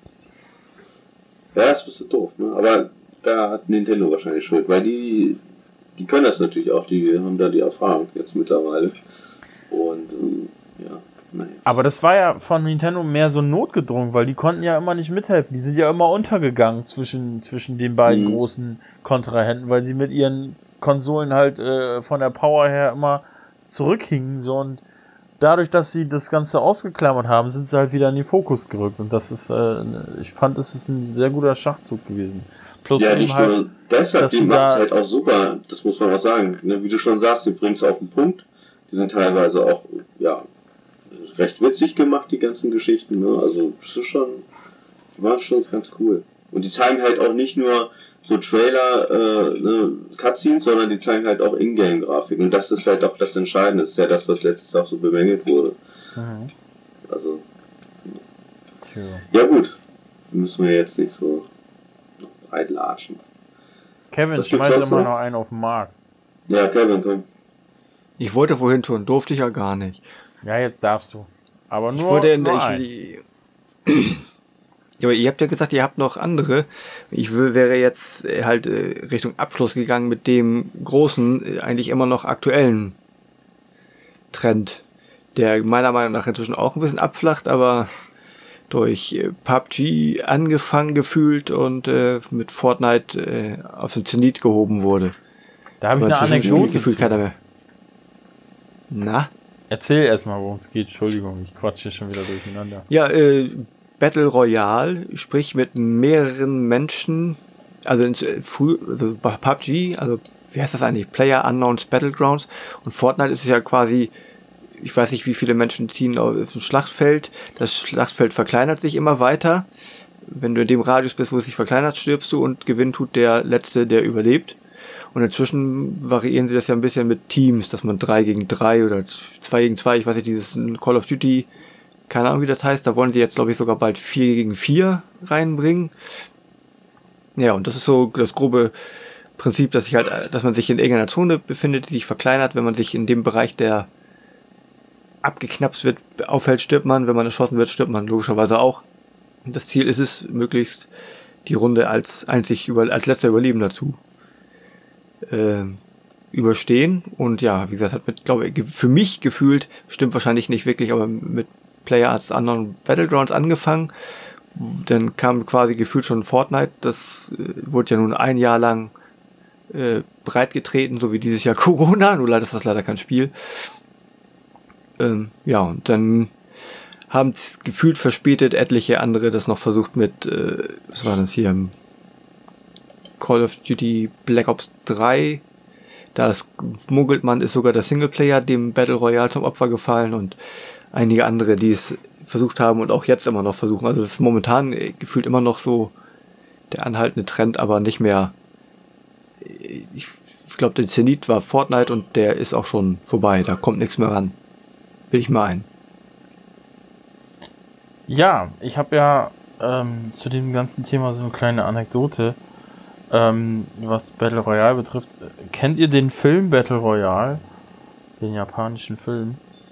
Ja, ist ein bisschen doof, ne? Aber da hat Nintendo wahrscheinlich Schuld, weil die Die können das natürlich auch, die haben da die Erfahrung jetzt mittlerweile. Und ähm, ja, naja. Aber das war ja von Nintendo mehr so notgedrungen, weil die konnten ja immer nicht mithelfen. Die sind ja immer untergegangen zwischen, zwischen den beiden mhm. großen Kontrahenten, weil sie mit ihren Konsolen halt äh, von der Power her immer zurückhingen. So, und dadurch, dass sie das Ganze ausgeklammert haben, sind sie halt wieder in den Fokus gerückt. Und das ist, äh, ich fand, das ist ein sehr guter Schachzug gewesen. Plus ja, nicht halt, nur deshalb, die macht es halt auch super, das muss man auch sagen. Ne? Wie du schon sagst, die bringt es auf den Punkt. Die sind teilweise auch, ja, recht witzig gemacht, die ganzen Geschichten. Ne? Also, das ist schon, die waren schon ganz cool. Und die zeigen halt auch nicht nur so Trailer, äh, ne, Cutscenes, sondern die zeigen halt auch Ingame-Grafiken. Und das ist halt auch das Entscheidende. Das ist ja das, was letztes Jahr auch so bemängelt wurde. Mhm. Also, Tja. Ja gut, müssen wir jetzt nicht so reinlatschen. Kevin, schmeiß immer noch einen auf den Markt. Ja, Kevin, komm. Ich wollte vorhin schon, durfte ich ja gar nicht. Ja, jetzt darfst du. Aber nur, ich wollte, nur ich, ein. Ja, aber ihr habt ja gesagt, ihr habt noch andere. Ich wäre jetzt halt Richtung Abschluss gegangen mit dem großen, eigentlich immer noch aktuellen Trend, der meiner Meinung nach inzwischen auch ein bisschen abflacht, aber durch P U B G angefangen gefühlt und äh, mit Fortnite äh, auf den Zenit gehoben wurde. Da habe ich eine Anekdote gefühlt keiner mehr. Na? Erzähl erstmal, worum es geht. Entschuldigung, ich quatsche schon wieder durcheinander. Ja, äh, Battle Royale, sprich mit mehreren Menschen, also, ins, also bei P U B G, also wie heißt das eigentlich? Player Unknowns Battlegrounds, und Fortnite ist es ja quasi, ich weiß nicht, wie viele Menschen ziehen auf ein Schlachtfeld. Das Schlachtfeld verkleinert sich immer weiter. Wenn du in dem Radius bist, wo es sich verkleinert, stirbst du und Gewinn tut der Letzte, der überlebt. Und inzwischen variieren sie das ja ein bisschen mit Teams, dass man drei gegen drei oder zwei gegen zwei, ich weiß nicht, dieses Call of Duty, keine Ahnung, wie das heißt, da wollen sie jetzt, glaube ich, sogar bald vier gegen vier reinbringen. Ja, und das ist so das grobe Prinzip, dass sich halt, dass man sich in irgendeiner Zone befindet, die sich verkleinert. Wenn man sich in dem Bereich, der abgeknapst wird, aufhält, stirbt man. Wenn man erschossen wird, stirbt man logischerweise auch. Und das Ziel ist es, möglichst die Runde als einzig über, als letzter Überlebender zu äh, überstehen. Und ja, wie gesagt, hat mit, glaube ich, für mich gefühlt, stimmt wahrscheinlich nicht wirklich, aber mit PlayerUnknown's Battlegrounds angefangen. Dann kam quasi gefühlt schon Fortnite. Das äh, wurde ja nun ein Jahr lang äh, breitgetreten, so wie dieses Jahr Corona. Nur leider ist das leider kein Spiel. Ähm, ja, und dann haben es gefühlt verspätet etliche andere das noch versucht mit, äh, was war das hier, Call of Duty Black Ops drei. Da ist, munkelt man, ist sogar der Singleplayer dem Battle Royale zum Opfer gefallen und einige andere, die es versucht haben und auch jetzt immer noch versuchen. Also es ist momentan gefühlt immer noch so der anhaltende Trend, aber nicht mehr. Ich glaube, der Zenit war Fortnite und der ist auch schon vorbei. Da kommt nichts mehr ran. Will ich mal ein. Ja, ich habe ja ähm, zu dem ganzen Thema so eine kleine Anekdote, ähm, was Battle Royale betrifft. Kennt ihr den Film Battle Royale? Den japanischen Film?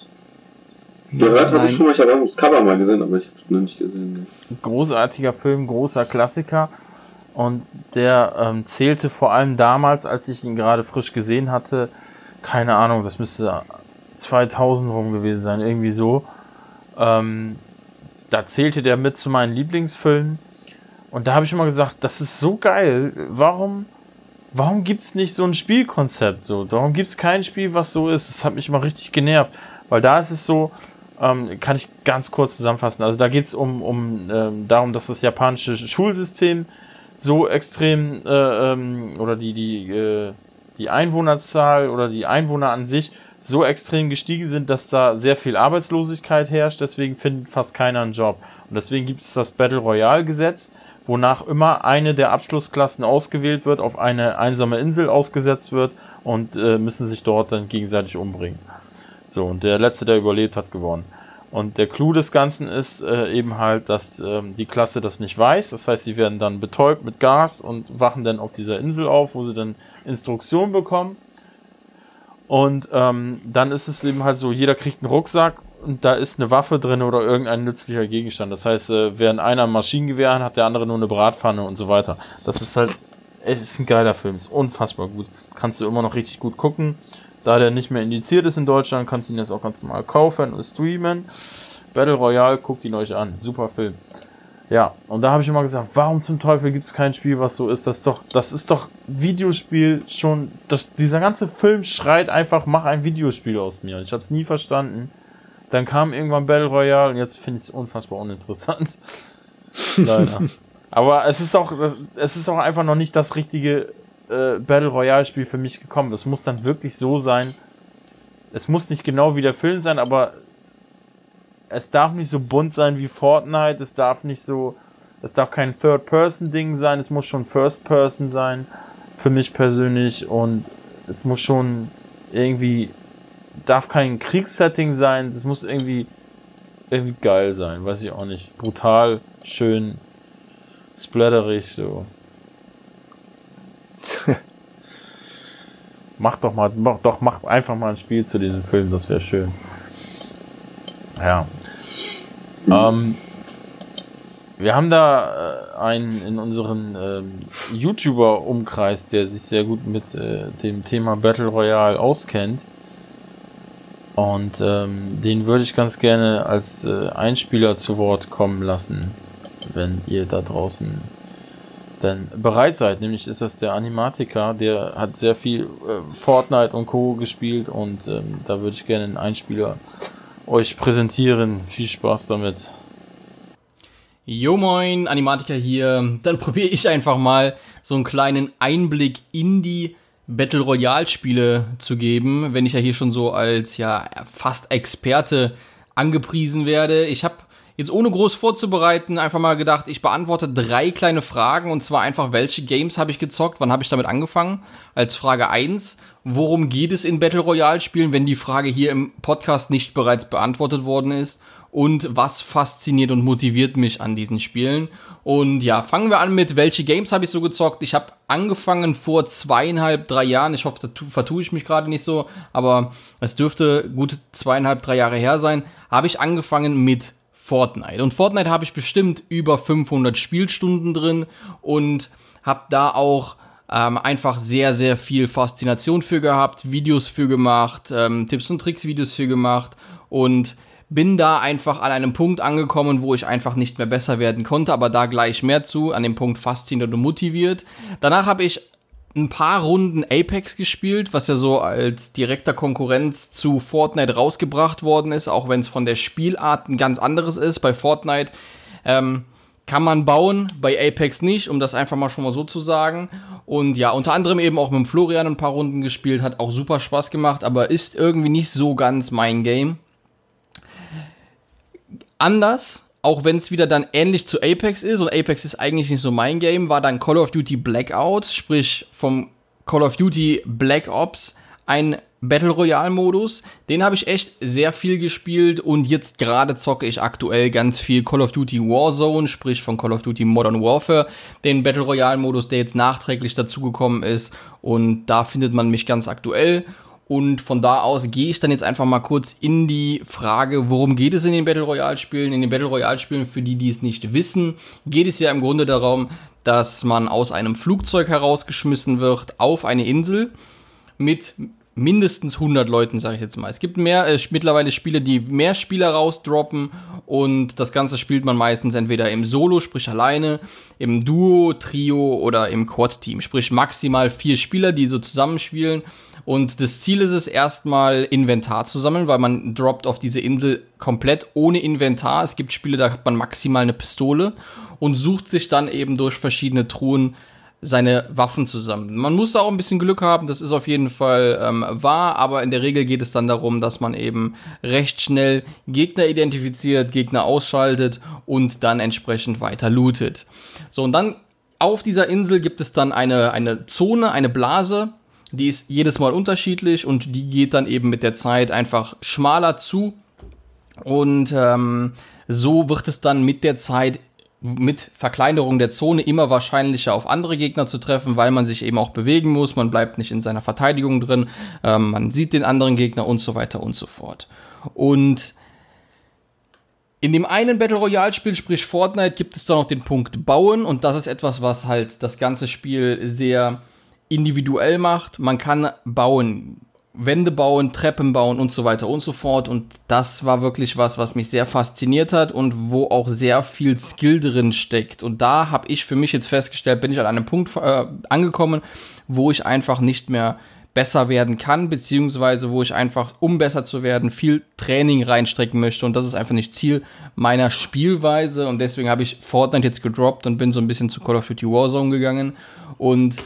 Gehört habe ich schon mal, ich habe auch das Cover mal gesehen, aber ich habe es noch nicht gesehen. Ne. Großartiger Film, großer Klassiker. Und der ähm, zählte vor allem damals, als ich ihn gerade frisch gesehen hatte, keine Ahnung, das müsste zweitausend rum gewesen sein, irgendwie so. Ähm, da zählte der mit zu meinen Lieblingsfilmen. Und da habe ich immer gesagt, das ist so geil. Warum, warum gibt es nicht so ein Spielkonzept? So? Warum gibt es kein Spiel, was so ist? Das hat mich immer richtig genervt. Weil da ist es so, ähm, kann ich ganz kurz zusammenfassen. Also da geht es um, um ähm, darum, dass das japanische Schulsystem so extrem äh, ähm, oder die, die, äh, die Einwohnerzahl oder die Einwohner an sich so extrem gestiegen sind, dass da sehr viel Arbeitslosigkeit herrscht, deswegen findet fast keiner einen Job. Und deswegen gibt es das Battle Royale Gesetz, wonach immer eine der Abschlussklassen ausgewählt wird, auf eine einsame Insel ausgesetzt wird und äh, müssen sich dort dann gegenseitig umbringen. So, und der Letzte, der überlebt, hat gewonnen. Und der Clou des Ganzen ist äh, eben halt, dass ähm, die Klasse das nicht weiß. Das heißt, sie werden dann betäubt mit Gas und wachen dann auf dieser Insel auf, wo sie dann Instruktionen bekommen. Und ähm, dann ist es eben halt so, jeder kriegt einen Rucksack und da ist eine Waffe drin oder irgendein nützlicher Gegenstand. Das heißt, äh, während einer ein Maschinengewehr hat, hat der andere nur eine Bratpfanne und so weiter. Das ist halt, es ist ein geiler Film, ist unfassbar gut. Kannst du immer noch richtig gut gucken. Da der nicht mehr indiziert ist in Deutschland, kannst du ihn jetzt auch ganz normal kaufen und streamen. Battle Royale, guckt ihn euch an. Super Film. Ja, und da habe ich immer gesagt, warum zum Teufel gibt es kein Spiel, was so ist? Das ist doch, das ist doch Videospiel schon, das, dieser ganze Film schreit einfach, mach ein Videospiel aus mir. Ich habe es nie verstanden. Dann kam irgendwann Battle Royale und jetzt finde ich es unfassbar uninteressant. Leider. Aber es ist auch, es ist auch einfach noch nicht das richtige äh, Battle Royale Spiel für mich gekommen. Das muss dann wirklich so sein. Es muss nicht genau wie der Film sein, aber es darf nicht so bunt sein wie Fortnite, es darf nicht so, es darf kein Third-Person-Ding sein, es muss schon First-Person sein, für mich persönlich, und es muss schon irgendwie, darf kein Kriegssetting sein, es muss irgendwie, irgendwie geil sein, weiß ich auch nicht, brutal, schön, splatterig, so. Mach doch mal, mach, doch, mach einfach mal ein Spiel zu diesem Film, das wäre schön. Ja. Mhm. Ähm, wir haben da äh, einen in unseren ähm, YouTuber-Umkreis, der sich sehr gut mit äh, dem Thema Battle Royale auskennt. Und ähm, den würde ich ganz gerne als äh, Einspieler zu Wort kommen lassen, wenn ihr da draußen denn bereit seid. Nämlich ist das der Animatica, der hat sehr viel äh, Fortnite und Co. gespielt und ähm, da würde ich gerne einen Einspieler euch präsentieren. Viel Spaß damit. Jo moin, Animatica hier. Dann probiere ich einfach mal so einen kleinen Einblick in die Battle Royale Spiele zu geben, wenn ich ja hier schon so als ja fast Experte angepriesen werde. Ich habe jetzt ohne groß vorzubereiten einfach mal gedacht, ich beantworte drei kleine Fragen, und zwar einfach, welche Games habe ich gezockt, wann habe ich damit angefangen, als Frage eins. Worum geht es in Battle Royale Spielen, wenn die Frage hier im Podcast nicht bereits beantwortet worden ist? Und was fasziniert und motiviert mich an diesen Spielen? Und ja, fangen wir an mit, welche Games habe ich so gezockt? Ich habe angefangen vor zweieinhalb, drei Jahren. Ich hoffe, da vertue ich mich gerade nicht so, aber es dürfte gut zweieinhalb, drei Jahre her sein. Habe ich angefangen mit Fortnite. Und Fortnite habe ich bestimmt über fünfhundert Spielstunden drin und habe da auch ähm, einfach sehr, sehr viel Faszination für gehabt, Videos für gemacht, ähm, Tipps und Tricks Videos für gemacht und bin da einfach an einem Punkt angekommen, wo ich einfach nicht mehr besser werden konnte, aber da gleich mehr zu, an dem Punkt fasziniert und motiviert. Danach habe ich ein paar Runden Apex gespielt, was ja so als direkter Konkurrenz zu Fortnite rausgebracht worden ist, auch wenn es von der Spielart ein ganz anderes ist. Bei Fortnite ähm, kann man bauen, bei Apex nicht, um das einfach mal schon mal so zu sagen. Und ja, unter anderem eben auch mit dem Florian ein paar Runden gespielt, hat auch super Spaß gemacht, aber ist irgendwie nicht so ganz mein Game. Anders, auch wenn es wieder dann ähnlich zu Apex ist, und Apex ist eigentlich nicht so mein Game, war dann Call of Duty Blackout, sprich vom Call of Duty Black Ops, ein Battle Royale Modus. Den habe ich echt sehr viel gespielt und jetzt gerade zocke ich aktuell ganz viel Call of Duty Warzone, sprich von Call of Duty Modern Warfare, den Battle Royale Modus, der jetzt nachträglich dazugekommen ist, und da findet man mich ganz aktuell. Und von da aus gehe ich dann jetzt einfach mal kurz in die Frage, worum geht es in den Battle Royale Spielen? In den Battle Royale Spielen, für die, die es nicht wissen, geht es ja im Grunde darum, dass man aus einem Flugzeug herausgeschmissen wird auf eine Insel mit mindestens hundert Leuten, sage ich jetzt mal. Es gibt mehr äh, mittlerweile Spiele, die mehr Spieler rausdroppen, und das Ganze spielt man meistens entweder im Solo, sprich alleine, im Duo, Trio oder im Quad-Team, sprich maximal vier Spieler, die so zusammenspielen. Und das Ziel ist es, erstmal Inventar zu sammeln, weil man droppt auf diese Insel komplett ohne Inventar. Es gibt Spiele, da hat man maximal eine Pistole und sucht sich dann eben durch verschiedene Truhen seine Waffen zusammen. Man muss da auch ein bisschen Glück haben, das ist auf jeden Fall ähm, wahr, aber in der Regel geht es dann darum, dass man eben recht schnell Gegner identifiziert, Gegner ausschaltet und dann entsprechend weiter lootet. So, und dann auf dieser Insel gibt es dann eine, eine Zone, eine Blase, die ist jedes Mal unterschiedlich und die geht dann eben mit der Zeit einfach schmaler zu, und ähm, so wird es dann mit der Zeit, mit Verkleinerung der Zone, immer wahrscheinlicher auf andere Gegner zu treffen, weil man sich eben auch bewegen muss, man bleibt nicht in seiner Verteidigung drin, ähm, man sieht den anderen Gegner und so weiter und so fort. Und in dem einen Battle Royale Spiel, sprich Fortnite, gibt es dann noch den Punkt Bauen, und das ist etwas, was halt das ganze Spiel sehr individuell macht. Man kann bauen, Wände bauen, Treppen bauen und so weiter und so fort, und das war wirklich was, was mich sehr fasziniert hat und wo auch sehr viel Skill drin steckt. Und da habe ich für mich jetzt festgestellt, bin ich an einem Punkt äh, angekommen, wo ich einfach nicht mehr besser werden kann, beziehungsweise wo ich einfach, um besser zu werden, viel Training reinstecken möchte, und das ist einfach nicht Ziel meiner Spielweise, und deswegen habe ich Fortnite jetzt gedroppt und bin so ein bisschen zu Call of Duty Warzone gegangen. Und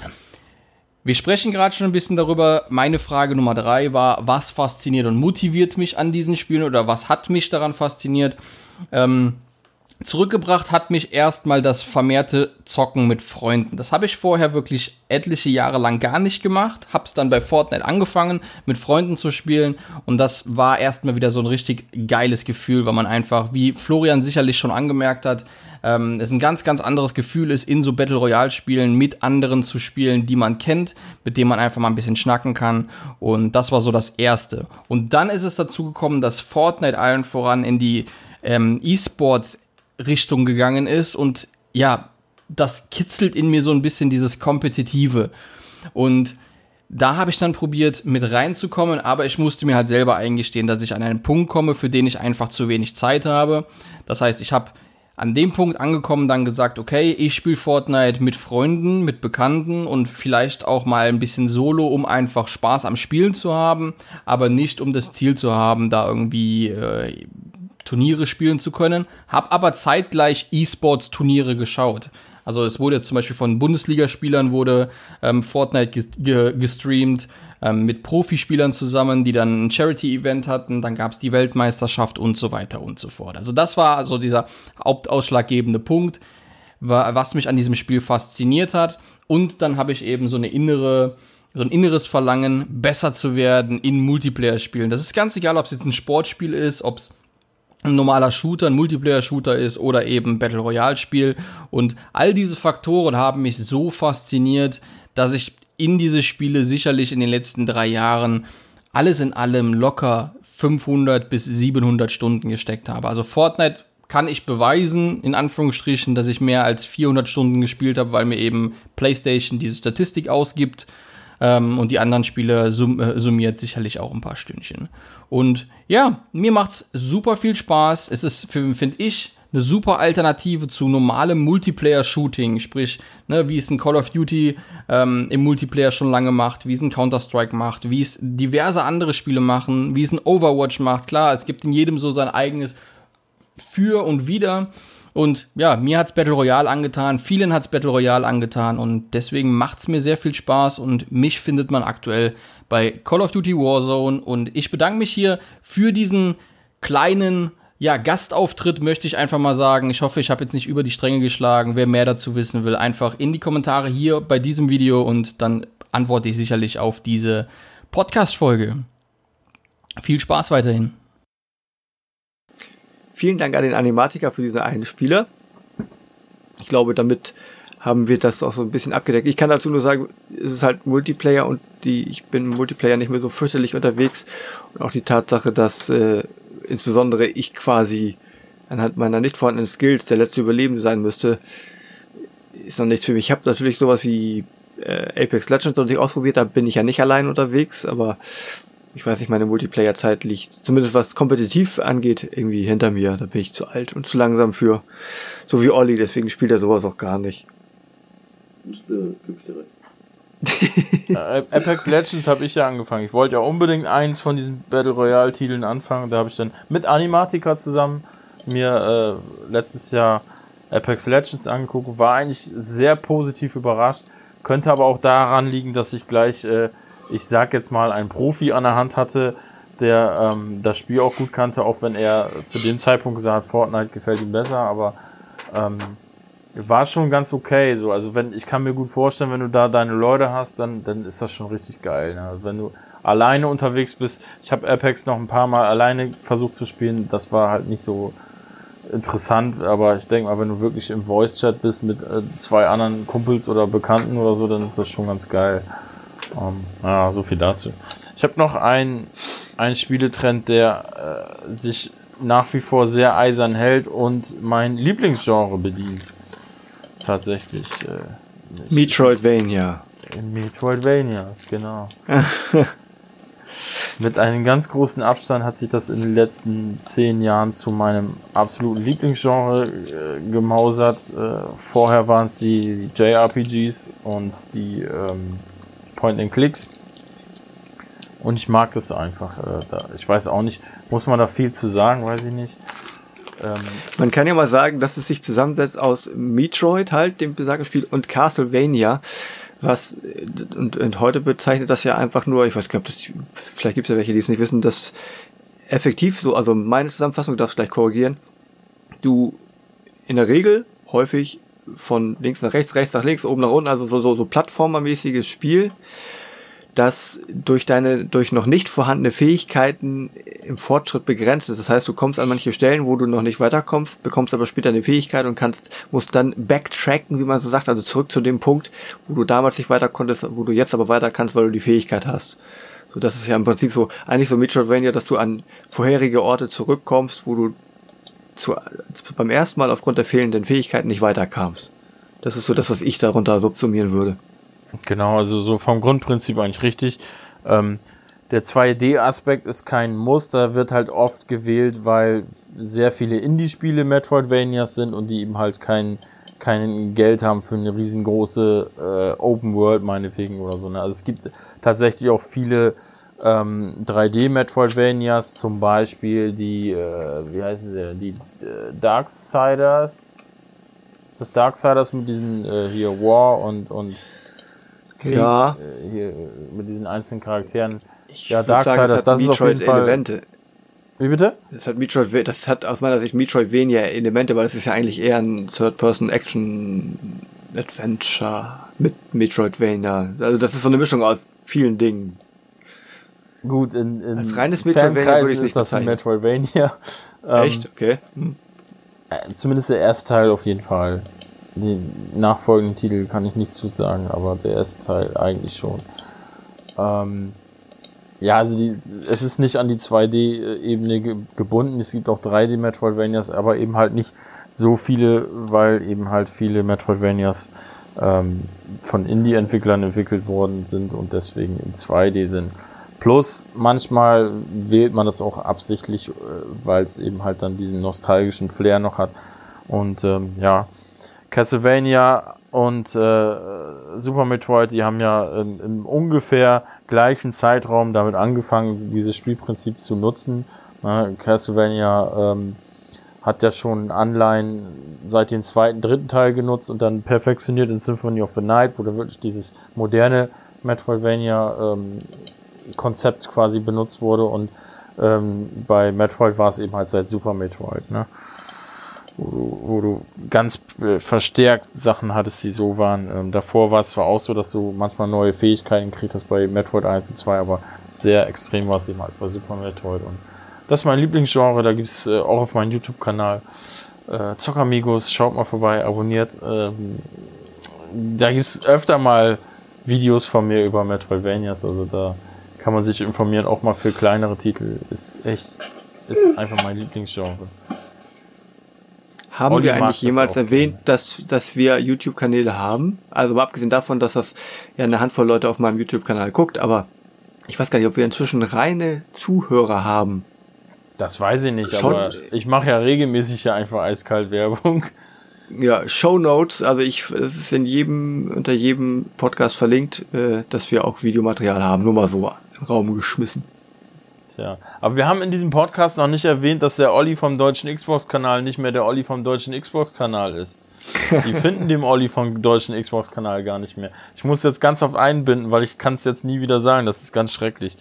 wir sprechen gerade schon ein bisschen darüber. Meine Frage Nummer drei war, was fasziniert und motiviert mich an diesen Spielen, oder was hat mich daran fasziniert? Ähm, zurückgebracht hat mich erstmal das vermehrte Zocken mit Freunden. Das habe ich vorher wirklich etliche Jahre lang gar nicht gemacht. Habe es dann bei Fortnite angefangen, mit Freunden zu spielen, und das war erstmal wieder so ein richtig geiles Gefühl, weil man einfach, wie Florian sicherlich schon angemerkt hat, ähm, es ein ganz, ganz anderes Gefühl ist, in so Battle Royale Spielen mit anderen zu spielen, die man kennt, mit denen man einfach mal ein bisschen schnacken kann, und das war so das Erste. Und dann ist es dazu gekommen, dass Fortnite allen voran in die ähm, E-Sports Richtung gegangen ist, und ja, das kitzelt in mir so ein bisschen dieses Kompetitive, und da habe ich dann probiert mit reinzukommen, aber ich musste mir halt selber eingestehen, dass ich an einen Punkt komme, für den ich einfach zu wenig Zeit habe. Das heißt, ich habe an dem Punkt angekommen dann gesagt, okay, ich spiele Fortnite mit Freunden, mit Bekannten und vielleicht auch mal ein bisschen solo, um einfach Spaß am Spielen zu haben, aber nicht um das Ziel zu haben, da irgendwie äh, Turniere spielen zu können. Hab aber zeitgleich E-Sports-Turniere geschaut. Also es wurde zum Beispiel von Bundesligaspielern wurde ähm, Fortnite ge- ge- gestreamt, ähm, mit Profispielern zusammen, die dann ein Charity-Event hatten, dann gab es die Weltmeisterschaft und so weiter und so fort. Also das war also dieser hauptausschlaggebende Punkt, wa- was mich an diesem Spiel fasziniert hat. Und dann habe ich eben so eine innere, so ein inneres Verlangen, besser zu werden in Multiplayer-Spielen. Das ist ganz egal, ob es jetzt ein Sportspiel ist, ob es ein normaler Shooter, ein Multiplayer-Shooter ist oder eben ein Battle-Royale-Spiel. Und all diese Faktoren haben mich so fasziniert, dass ich in diese Spiele sicherlich in den letzten drei Jahren alles in allem locker fünfhundert bis siebenhundert Stunden gesteckt habe. Also Fortnite kann ich beweisen, in Anführungsstrichen, dass ich mehr als vierhundert Stunden gespielt habe, weil mir eben PlayStation diese Statistik ausgibt. Ähm, und die anderen Spiele sum- äh, summiert sicherlich auch ein paar Stündchen. Und ja, mir macht's super viel Spaß. Es ist, finde ich, eine super Alternative zu normalem Multiplayer-Shooting, sprich, ne, wie es ein Call of Duty ähm, im Multiplayer schon lange macht, wie es ein Counter-Strike macht, wie es diverse andere Spiele machen, wie es ein Overwatch macht. Klar, es gibt in jedem so sein eigenes Für und Wider. Und ja, mir hat's Battle Royale angetan, vielen hat's Battle Royale angetan und deswegen macht's mir sehr viel Spaß und mich findet man aktuell bei Call of Duty Warzone und ich bedanke mich hier für diesen kleinen, ja, Gastauftritt, möchte ich einfach mal sagen. Ich hoffe, ich habe jetzt nicht über die Stränge geschlagen. Wer mehr dazu wissen will, einfach in die Kommentare hier bei diesem Video und dann antworte ich sicherlich auf diese Podcast-Folge. Viel Spaß weiterhin. Vielen Dank an den Animatiker für diese einen Spieler. Ich glaube, damit haben wir das auch so ein bisschen abgedeckt. Ich kann dazu nur sagen, es ist halt Multiplayer und die, ich bin im Multiplayer nicht mehr so fürchterlich unterwegs. Und auch die Tatsache, dass äh, insbesondere ich quasi anhand meiner nicht vorhandenen Skills der letzte Überlebende sein müsste, ist noch nichts für mich. Ich habe natürlich sowas wie äh, Apex Legends noch nicht ausprobiert, da bin ich ja nicht allein unterwegs, aber ich weiß nicht, meine Multiplayer-Zeit liegt, zumindest was kompetitiv angeht, irgendwie hinter mir. Da bin ich zu alt und zu langsam für. So wie Olli, deswegen spielt er sowas auch gar nicht. Äh, gib ich dir recht. äh, Apex Legends habe ich ja angefangen. Ich wollte ja unbedingt eins von diesen Battle Royale-Titeln anfangen. Da habe ich dann mit Animatica zusammen mir äh, letztes Jahr Apex Legends angeguckt. War eigentlich sehr positiv überrascht. Könnte aber auch daran liegen, dass ich gleich... Äh, ich sag jetzt mal, einen Profi an der Hand hatte, der ähm, das Spiel auch gut kannte, auch wenn er zu dem Zeitpunkt gesagt hat, Fortnite gefällt ihm besser, aber ähm, war schon ganz okay. So. Also wenn, ich kann mir gut vorstellen, wenn du da deine Leute hast, dann, dann ist das schon richtig geil. Ne? Also wenn du alleine unterwegs bist, ich habe Apex noch ein paar Mal alleine versucht zu spielen, das war halt nicht so interessant, aber ich denke mal, wenn du wirklich im Voice-Chat bist mit äh, zwei anderen Kumpels oder Bekannten oder so, dann ist das schon ganz geil. Um, ja, so viel dazu. Ich habe noch einen, einen Spieletrend, der äh, sich nach wie vor sehr eisern hält und mein Lieblingsgenre bedient. Tatsächlich. Äh, Metroidvania. Metroidvanias, genau. Mit einem ganz großen Abstand hat sich das in den letzten zehn Jahren zu meinem absoluten Lieblingsgenre äh, gemausert. Äh, vorher waren es die, die J R P Gs und die ähm, Point-and-Clicks und ich mag das einfach. Äh, da, ich weiß auch nicht, muss man da viel zu sagen, weiß ich nicht. Ähm, man kann ja mal sagen, dass es sich zusammensetzt aus Metroid, halt, dem besagten Spiel, und Castlevania, was, und, und heute bezeichnet das ja einfach nur, ich weiß gar nicht, vielleicht gibt es ja welche, die es nicht wissen, dass effektiv so, also meine Zusammenfassung, du darfst gleich korrigieren, du in der Regel häufig von links nach rechts, rechts nach links, oben nach unten, also so, so, so plattformermäßiges Spiel, das durch deine, durch noch nicht vorhandene Fähigkeiten im Fortschritt begrenzt ist. Das heißt, du kommst an manche Stellen, wo du noch nicht weiterkommst, bekommst aber später eine Fähigkeit und kannst, musst dann backtracken, wie man so sagt, also zurück zu dem Punkt, wo du damals nicht weiter konntest, wo du jetzt aber weiter kannst, weil du die Fähigkeit hast. So, das ist ja im Prinzip so, eigentlich so Metroidvania, dass du an vorherige Orte zurückkommst, wo du zu, beim ersten Mal aufgrund der fehlenden Fähigkeiten nicht weiterkamst. Das ist so das, was ich darunter subsumieren würde. Genau, also so vom Grundprinzip eigentlich richtig. Ähm, der zwei D-Aspekt ist kein Muss, da wird halt oft gewählt, weil sehr viele Indie-Spiele Metroidvanias sind und die eben halt kein, kein Geld haben für eine riesengroße äh, Open World meinetwegen oder so. Ne? Also es gibt tatsächlich auch viele ähm, drei D-Metroidvanias, zum Beispiel die, äh, wie heißen sie, die äh, Darksiders. Ist das Darksiders mit diesen äh, hier War und und Krieg, ja äh, hier mit diesen einzelnen Charakteren. Ich ja, Darksiders, das ist auf jeden Fall. Elemente. Wie bitte? Das hat Metroid, das hat aus meiner Sicht Metroidvania Elemente, weil das ist ja eigentlich eher ein Third-Person-Action-Adventure mit Metroidvania. Also das ist so eine Mischung aus vielen Dingen. Gut, in, in als reines Metroidvania würde ich ist das ein Metroidvania. Echt? Okay. Hm. Äh, zumindest der erste Teil auf jeden Fall. Den nachfolgenden Titel kann ich nicht zusagen, aber der erste Teil eigentlich schon. Ähm, ja, also die, es ist nicht an die zwei D-Ebene ge- gebunden. Es gibt auch drei D-Metroidvanias, aber eben halt nicht so viele, weil eben halt viele Metroidvanias ähm, von Indie-Entwicklern entwickelt worden sind und deswegen in zwei D sind. Plus, manchmal wählt man das auch absichtlich, weil es eben halt dann diesen nostalgischen Flair noch hat. Und ähm, ja, Castlevania und äh, Super Metroid, die haben ja im, im ungefähr gleichen Zeitraum damit angefangen, dieses Spielprinzip zu nutzen. Ne? Castlevania ähm, hat ja schon Anleihen seit dem zweiten, dritten Teil genutzt und dann perfektioniert in Symphony of the Night, wo da wirklich dieses moderne Metroidvania-Konzept ähm, quasi benutzt wurde, und ähm, bei Metroid war es eben halt seit Super Metroid, ne? Wo du, wo du ganz äh, verstärkt Sachen hattest, die so waren. Ähm, davor war es zwar auch so, dass du manchmal neue Fähigkeiten kriegst hast bei Metroid eins und zwei, aber sehr extrem war es eben halt bei Super Metroid. Und das ist mein Lieblingsgenre, da gibt es äh, auch auf meinem YouTube-Kanal äh, Zockamigos, schaut mal vorbei, abonniert. Ähm, da gibt es öfter mal Videos von mir über Metroidvanias, also da kann man sich informieren, auch mal für kleinere Titel. Ist echt, ist einfach mein Lieblingsgenre. Haben Olli wir mag eigentlich das jemals auch erwähnt, gerne. dass, dass wir YouTube-Kanäle haben? Also mal abgesehen davon, dass das ja eine Handvoll Leute auf meinem YouTube-Kanal guckt, aber ich weiß gar nicht, ob wir inzwischen reine Zuhörer haben. Das weiß ich nicht, Schon- aber ich mache ja regelmäßig ja einfach eiskalt Werbung. Ja, Shownotes, also ich, es ist in jedem, unter jedem Podcast verlinkt, äh, dass wir auch Videomaterial haben. Nur mal so in den Raum geschmissen. Tja, aber wir haben in diesem Podcast noch nicht erwähnt, dass der Olli vom deutschen Xbox-Kanal nicht mehr der Olli vom deutschen Xbox-Kanal ist. Die finden den Olli vom deutschen Xbox-Kanal gar nicht mehr. Ich muss jetzt ganz oft einbinden, weil ich kann es jetzt nie wieder sagen. Das ist ganz schrecklich.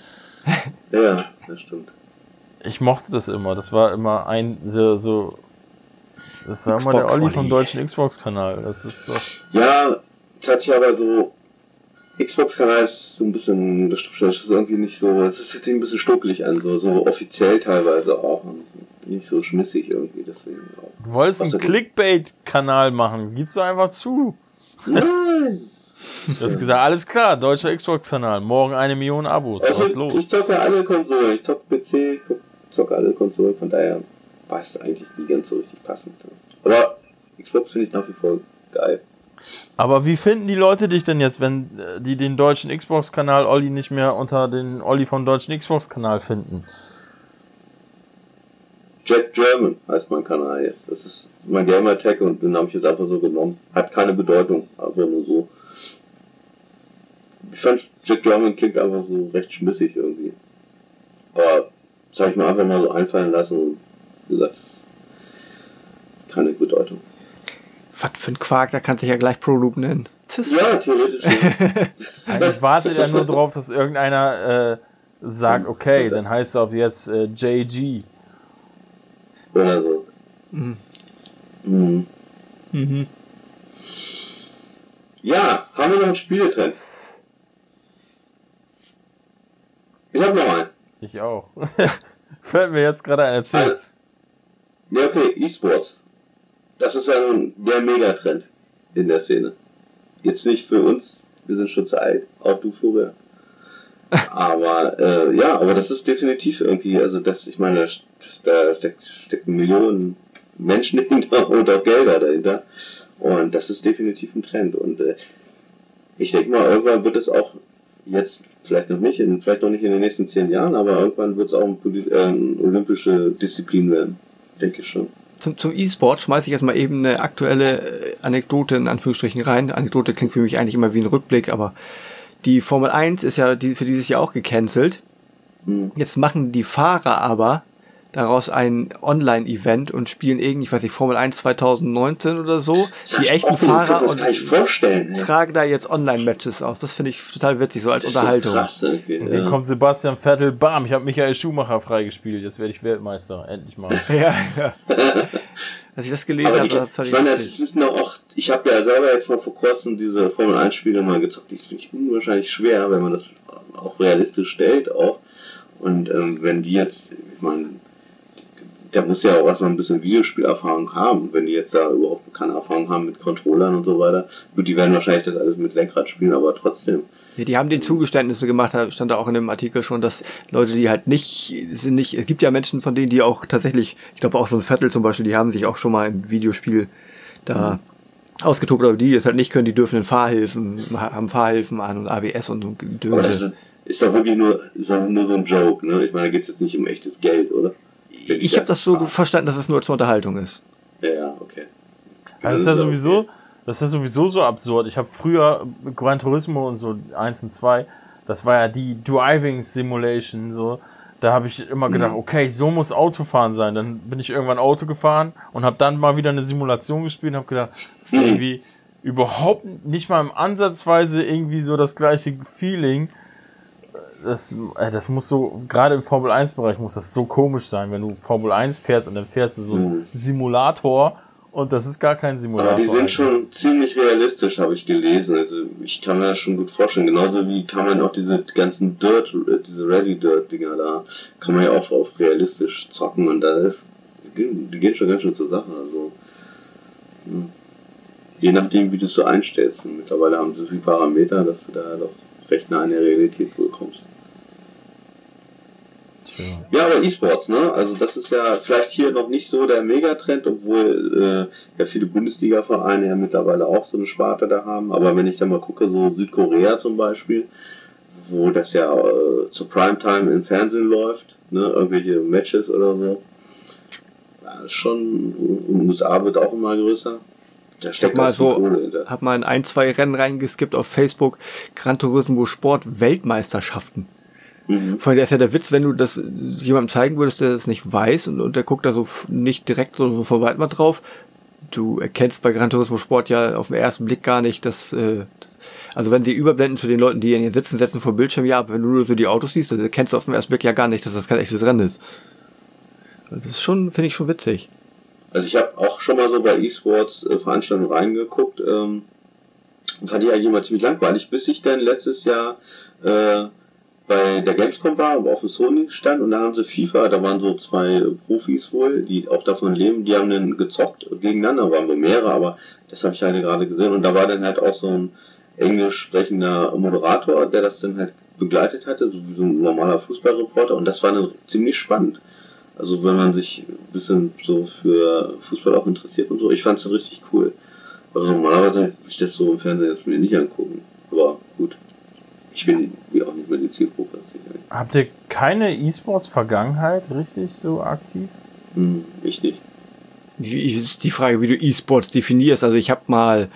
Ja, das stimmt. Ich mochte das immer. Das war immer ein so, so das war immer der Xbox Olli vom Olli. deutschen Xbox-Kanal. Das ist doch. Ja, es hat sich aber so. Xbox-Kanal ist so ein bisschen, das stimmt schon, das ist irgendwie nicht so, es ist jetzt ein bisschen stuckelig an, so, so offiziell teilweise auch und nicht so schmissig irgendwie, deswegen auch. Du wolltest Was einen denn? Clickbait-Kanal machen. Das gibst du einfach zu. Nein! Du hast gesagt, alles klar, deutscher Xbox-Kanal. Morgen eine Million Abos. Was ist Also, los? ich zocke alle Konsolen, ich zocke P C, ich zocke alle Konsolen, von daher war es eigentlich nie ganz so richtig passend. Aber Xbox finde ich nach wie vor geil. Aber wie finden die Leute dich denn jetzt, wenn äh, die den deutschen Xbox-Kanal Olli nicht mehr unter den Olli vom deutschen Xbox-Kanal finden? Jack German heißt mein Kanal jetzt. Das ist mein Gamer-Tag und den habe ich jetzt einfach so genommen. Hat keine Bedeutung, einfach nur so. Ich fand, Jack German klingt einfach so recht schmissig irgendwie. Aber das habe ich mir einfach mal so einfallen lassen und wie gesagt, keine Bedeutung. Was für ein Quark, da kannst du dich ja gleich ProLoop nennen. Tschüss. Ja, theoretisch. Ja. Eigentlich wartet er nur drauf, dass irgendeiner äh, sagt, okay, dann heißt er ab jetzt äh, J G. Oder so. Mhm. Mhm. Mhm. Ja, haben wir noch einen Spieletrend? Ich habe noch einen. Ich auch. Fällt mir jetzt gerade ein, erzähl. Also, ja, okay, E-Sports. Das ist ja nun der Megatrend in der Szene. Jetzt nicht für uns, wir sind schon zu alt, auch du vorher. Aber äh, ja, aber das ist definitiv irgendwie, also das, ich meine, das, da steckt, stecken Millionen Menschen hinter und auch Gelder dahinter. Und das ist definitiv ein Trend. Und äh, ich denke mal, irgendwann wird es auch jetzt, vielleicht noch nicht, in, vielleicht noch nicht in den nächsten zehn Jahren, aber irgendwann wird es auch eine äh, eine olympische Disziplin werden. Denke ich schon. Zum, zum E-Sport schmeiße ich jetzt mal eben eine aktuelle äh, Anekdote in Anführungsstrichen rein. Anekdote klingt für mich eigentlich immer wie ein Rückblick, aber die Formel eins ist ja die, für dieses Jahr auch gecancelt. Hm. Jetzt machen die Fahrer aber daraus ein Online-Event und spielen irgendwie, ich weiß nicht, Formel eins zwanzig neunzehn oder so. Das Die ich echten auch, ich kann Fahrer das und gar nicht vorstellen. ey. tragen da jetzt Online-Matches aus. Das finde ich total witzig, so als Das ist so Unterhaltung. krass irgendwie. Und dann Ja. kommt Sebastian Vettel, bam, ich habe Michael Schumacher freigespielt, jetzt werde ich Weltmeister, endlich mal. Ja, ja. Als ich das gelesen Aber habe, die, das fand ich ich meine, das witzig. wissen doch auch, ich habe ja selber jetzt mal vor kurzem diese Formel eins Spiele mal gezockt, die finde ich unwahrscheinlich schwer, wenn man das auch realistisch stellt auch. Und ähm, wenn die jetzt, ich meine, der muss ja auch erstmal ein bisschen Videospielerfahrung haben, wenn die jetzt da überhaupt keine Erfahrung haben mit Controllern und so weiter. Gut, die werden wahrscheinlich das alles mit Lenkrad spielen, aber trotzdem. Ja, die haben den Zugeständnisse gemacht, da stand da auch in dem Artikel schon, dass Leute, die halt nicht, sind nicht, es gibt ja Menschen von denen, die auch tatsächlich, ich glaube auch so ein Vettel zum Beispiel, die haben sich auch schon mal im Videospiel da mhm. ausgetobt, aber die es halt nicht können, die dürfen in Fahrhilfen, haben Fahrhilfen an und A B S und so Gedöns. Aber das ist, ist doch wirklich nur, ist doch nur so ein Joke, ne? Ich meine, da geht es jetzt nicht um echtes Geld, oder? Ich habe das so verstanden, dass es nur zur Unterhaltung ist. Ja, okay. Das ist ja sowieso, das ist ja sowieso so absurd. Ich habe früher Gran Turismo und so eins und zwei, das war ja die Driving Simulation, so. Da habe ich immer gedacht, okay, so muss Autofahren sein. Dann bin ich irgendwann Auto gefahren und habe dann mal wieder eine Simulation gespielt und habe gedacht, das ist irgendwie überhaupt nicht mal im Ansatzweise irgendwie so das gleiche Feeling. Das, äh, das muss so, gerade im Formel eins Bereich muss das so komisch sein, wenn du Formel eins fährst und dann fährst du so einen mhm. Simulator und das ist gar kein Simulator. Aber die sind eigentlich. schon ziemlich realistisch, habe ich gelesen. Also ich kann mir das schon gut vorstellen. Genauso wie kann man auch diese ganzen Dirt, diese Rally-Dirt-Dinger da, kann man ja auch auf realistisch zocken und da ist, die gehen, die gehen schon ganz schön zur Sache. Also, ja. Je nachdem, wie du es so einstellst. Und mittlerweile haben sie so viele Parameter, dass du da doch recht nah an der Realität wohl kommst. Ja, aber E-Sports, ne? Also das ist ja vielleicht hier noch nicht so der Megatrend, obwohl äh, ja viele Bundesliga-Vereine ja mittlerweile auch so eine Sparte da haben. Aber wenn ich da mal gucke, so Südkorea zum Beispiel, wo das ja äh, zur Primetime im Fernsehen läuft, ne? Irgendwelche Matches oder so. Ja, ist schon, in den U S A wird auch immer größer. Da steckt mal so, hab mal in ein, zwei Rennen reingeskippt auf Facebook, Gran Turismo Sport Weltmeisterschaften. Mhm. Vor allem ist ja der Witz, wenn du das jemandem zeigen würdest, der das nicht weiß und, und der guckt da so nicht direkt so von weit mal drauf. Du erkennst bei Gran Turismo Sport ja auf den ersten Blick gar nicht, dass, äh, also wenn sie überblenden zu den Leuten, die hier sitzen, setzen vor dem Bildschirm, ja, aber wenn du nur so die Autos siehst, dann erkennst du auf den ersten Blick ja gar nicht, dass das kein echtes Rennen ist. Das ist schon, finde ich schon witzig. Also ich habe auch schon mal so bei E-Sports äh, Veranstaltungen reingeguckt, ähm, und fand ich eigentlich immer ziemlich langweilig, bis ich dann letztes Jahr äh, bei der Gamescom war, aber auf dem Sony stand und da haben sie FIFA, da waren so zwei Profis wohl, die auch davon leben, die haben dann gezockt gegeneinander, waren wohl mehrere, aber das habe ich halt gerade gesehen und da war dann halt auch so ein englisch sprechender Moderator, der das dann halt begleitet hatte, so wie so ein normaler Fußballreporter und das war dann ziemlich spannend. Also wenn man sich ein bisschen so für Fußball auch interessiert und so, ich fand es dann richtig cool. Also normalerweise würde ich das so im Fernsehen jetzt mir nicht angucken, aber gut. Ich bin wie auch nicht mehr die Zielgruppe. Habt ihr keine E-Sports-Vergangenheit richtig so aktiv? Hm, ich nicht. Wie ist die Frage, wie du E-Sports definierst? Also ich habe mal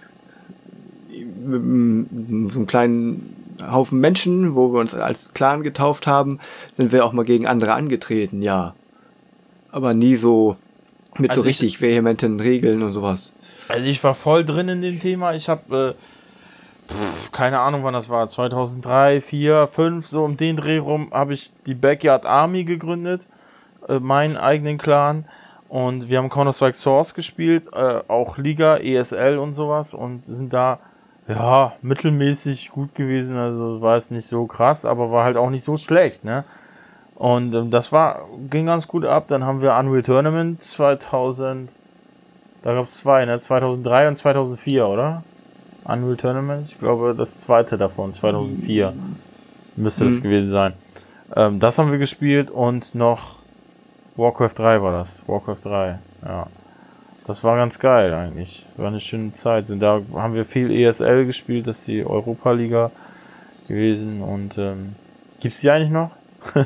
mit so einem kleinen Haufen Menschen, wo wir uns als Clan getauft haben, sind wir auch mal gegen andere angetreten, ja. Aber nie so mit also so richtig vehementen Regeln und sowas. Also ich war voll drin in dem Thema. Ich habe äh, Pff, keine Ahnung wann das war, zweitausenddrei, vier, fünf, so um den Dreh rum habe ich die Backyard Army gegründet, äh, meinen eigenen Clan und wir haben Counter-Strike Source gespielt, äh, auch Liga, E S L und sowas und sind da, ja, mittelmäßig gut gewesen, also war es nicht so krass, aber war halt auch nicht so schlecht, ne? Und ähm, das war, ging ganz gut ab, dann haben wir Unreal Tournament zweitausend, da gab es zwei, ne, zweitausenddrei und zweitausendvier, oder? Unreal Tournament, ich glaube das zweite davon, zweitausendvier müsste das mhm. gewesen sein. Ähm, das haben wir gespielt und noch Warcraft drei war das, Warcraft drei, ja. Das war ganz geil eigentlich, war eine schöne Zeit und da haben wir viel E S L gespielt, das ist die Europa-Liga gewesen und ähm, gibt's die eigentlich noch?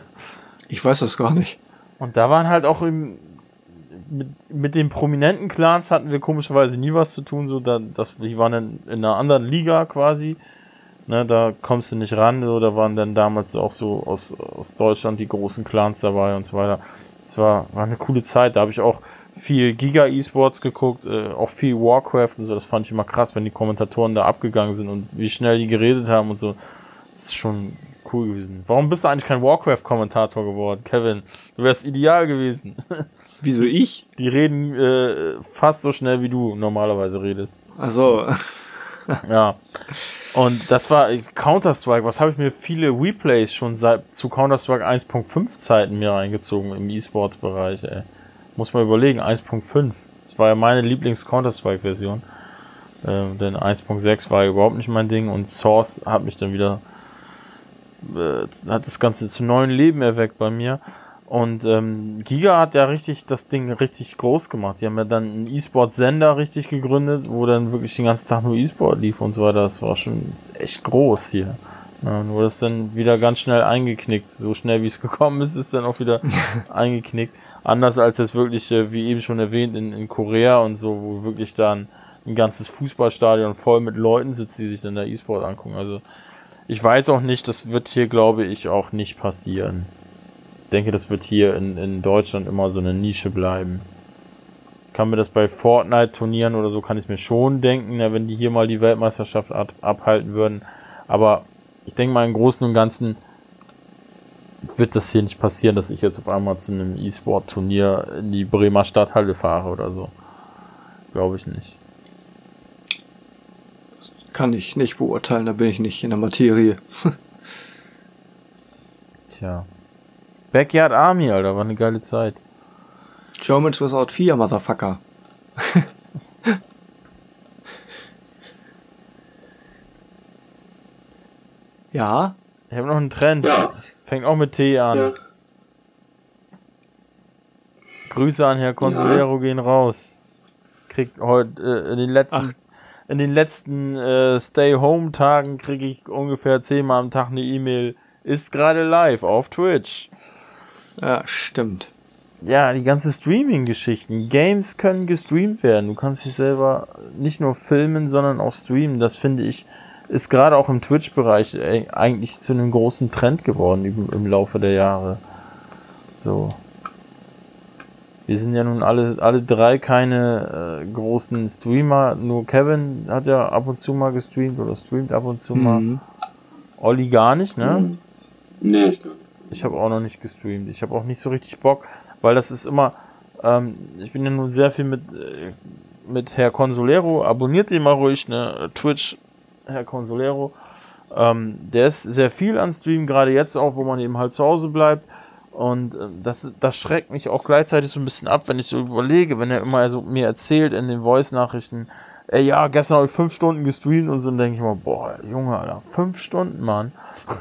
Ich weiß das gar nicht. Und da waren halt auch im Mit, mit den prominenten Clans hatten wir komischerweise nie was zu tun, so da, das, die waren in, in einer anderen Liga quasi, ne, da kommst du nicht ran, so, da waren dann damals auch so aus, aus Deutschland die großen Clans dabei und so weiter. Es war, war eine coole Zeit, da habe ich auch viel Giga E-Sports geguckt, äh, auch viel Warcraft und so, das fand ich immer krass, wenn die Kommentatoren da abgegangen sind und wie schnell die geredet haben und so, das ist schon cool gewesen. Warum bist du eigentlich kein Warcraft-Kommentator geworden, Kevin? Du wärst ideal gewesen. Wieso ich? Die reden äh, fast so schnell, wie du normalerweise redest. Ach so. Ja. Und das war Counter-Strike. Was habe ich mir viele Replays schon seit zu Counter-Strike eins Punkt fünf Zeiten mir reingezogen im E-Sports-Bereich, ey. Muss man überlegen, eins Punkt fünf. Das war ja meine Lieblings-Counter-Strike-Version. Äh, denn eins Punkt sechs war überhaupt nicht mein Ding und Source hat mich dann wieder hat das Ganze zu neuen Leben erweckt bei mir und ähm, Giga hat ja richtig das Ding richtig groß gemacht. Die haben ja dann einen E-Sport-Sender richtig gegründet, wo dann wirklich den ganzen Tag nur E-Sport lief und so weiter. Das war schon echt groß hier. Ja, nur das dann wieder ganz schnell eingeknickt. So schnell wie es gekommen ist, ist dann auch wieder eingeknickt. Anders als jetzt wirklich, äh, wie eben schon erwähnt, in, in Korea und so, wo wirklich dann ein ganzes Fußballstadion voll mit Leuten sitzt, die sich dann der E-Sport angucken. Also ich weiß auch nicht, das wird hier, glaube ich, auch nicht passieren. Ich denke, das wird hier in, in Deutschland immer so eine Nische bleiben. Kann mir das bei Fortnite-Turnieren oder so, kann ich mir schon denken, ja, wenn die hier mal die Weltmeisterschaft ab, abhalten würden. Aber ich denke mal, im Großen und Ganzen wird das hier nicht passieren, dass ich jetzt auf einmal zu einem E-Sport-Turnier in die Bremer Stadthalle fahre oder so. Glaube ich nicht. Das kann ich nicht beurteilen, da bin ich nicht in der Materie. Tja. Backyard Army, Alter, war eine geile Zeit. Germans without fear, Motherfucker. Ja? Ich habe noch einen Trend. Ja. Fängt auch mit T an. Ja. Grüße an Herr Consolero Ja. gehen raus. Kriegt heute äh, in den letzten Ach. in den letzten äh, Stay-Home-Tagen kriege ich ungefähr zehnmal am Tag eine E-Mail. Ist gerade live auf Twitch. Ja, stimmt. Ja, die ganzen Streaming-Geschichten. Games können gestreamt werden. Du kannst dich selber nicht nur filmen, sondern auch streamen. Das finde ich, ist gerade auch im Twitch-Bereich äh, eigentlich zu einem großen Trend geworden im, im Laufe der Jahre. So. Wir sind ja nun alle, alle drei keine äh, großen Streamer. Nur Kevin hat ja ab und zu mal gestreamt oder streamt ab und zu mal. Mhm. Olli gar nicht, ne? Mhm. Nee, ich kann nicht. Ich habe auch noch nicht gestreamt. Ich habe auch nicht so richtig Bock, weil das ist immer, ähm, ich bin ja nun sehr viel mit, äh, mit Herr Consolero, abonniert den mal ruhig, ne, Twitch, Herr Consolero, ähm, der ist sehr viel an Stream, gerade jetzt auch, wo man eben halt zu Hause bleibt, und äh, das, das schreckt mich auch gleichzeitig so ein bisschen ab, wenn ich so überlege, wenn er immer so mir erzählt in den Voice-Nachrichten, ey, ja, gestern habe ich fünf Stunden gestreamt und so, und denke ich mal, boah, Junge, Alter, fünf Stunden, Mann.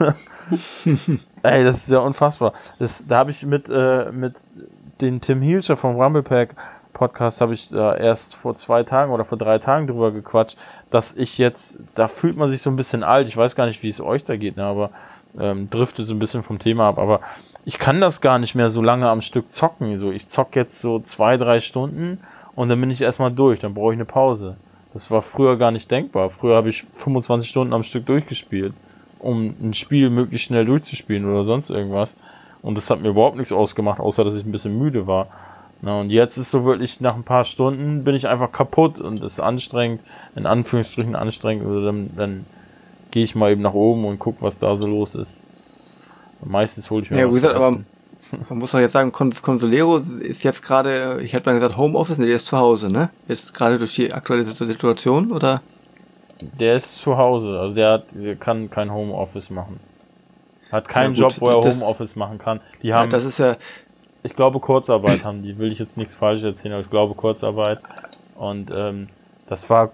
Ey, das ist ja unfassbar. Das, da habe ich mit, äh, mit den Tim Hielscher vom Rumblepack Podcast habe ich da erst vor zwei Tagen oder vor drei Tagen drüber gequatscht, dass ich jetzt, da fühlt man sich so ein bisschen alt, ich weiß gar nicht, wie es euch da geht, ne, aber ähm, drifte so ein bisschen vom Thema ab, aber ich kann das gar nicht mehr so lange am Stück zocken. So, ich zock jetzt so zwei, drei Stunden und dann bin ich erstmal durch, dann brauche ich eine Pause. Das war früher gar nicht denkbar. Früher habe ich fünfundzwanzig Stunden am Stück durchgespielt, um ein Spiel möglichst schnell durchzuspielen oder sonst irgendwas. Und das hat mir überhaupt nichts ausgemacht, außer dass ich ein bisschen müde war. Na, und jetzt ist so wirklich, nach ein paar Stunden bin ich einfach kaputt und ist anstrengend, in Anführungsstrichen anstrengend. Also dann, dann gehe ich mal eben nach oben und gucke, was da so los ist. Und meistens hole ich mir Ja, was wie zu gesagt, aber essen. man muss doch jetzt sagen, Con- Consolero ist jetzt gerade, ich hätte mal gesagt Homeoffice, ne, der ist zu Hause, ne? Jetzt gerade durch die aktuelle Situation, oder? Der ist zu Hause, also der, hat, der kann kein Homeoffice machen. Hat keinen Ja, gut, Job, wo er das- Homeoffice machen kann. Die Ja, haben, das ist ja, ich glaube, Kurzarbeit haben die. Will ich jetzt nichts Falsches erzählen, aber ich glaube Kurzarbeit. Und ähm, das war,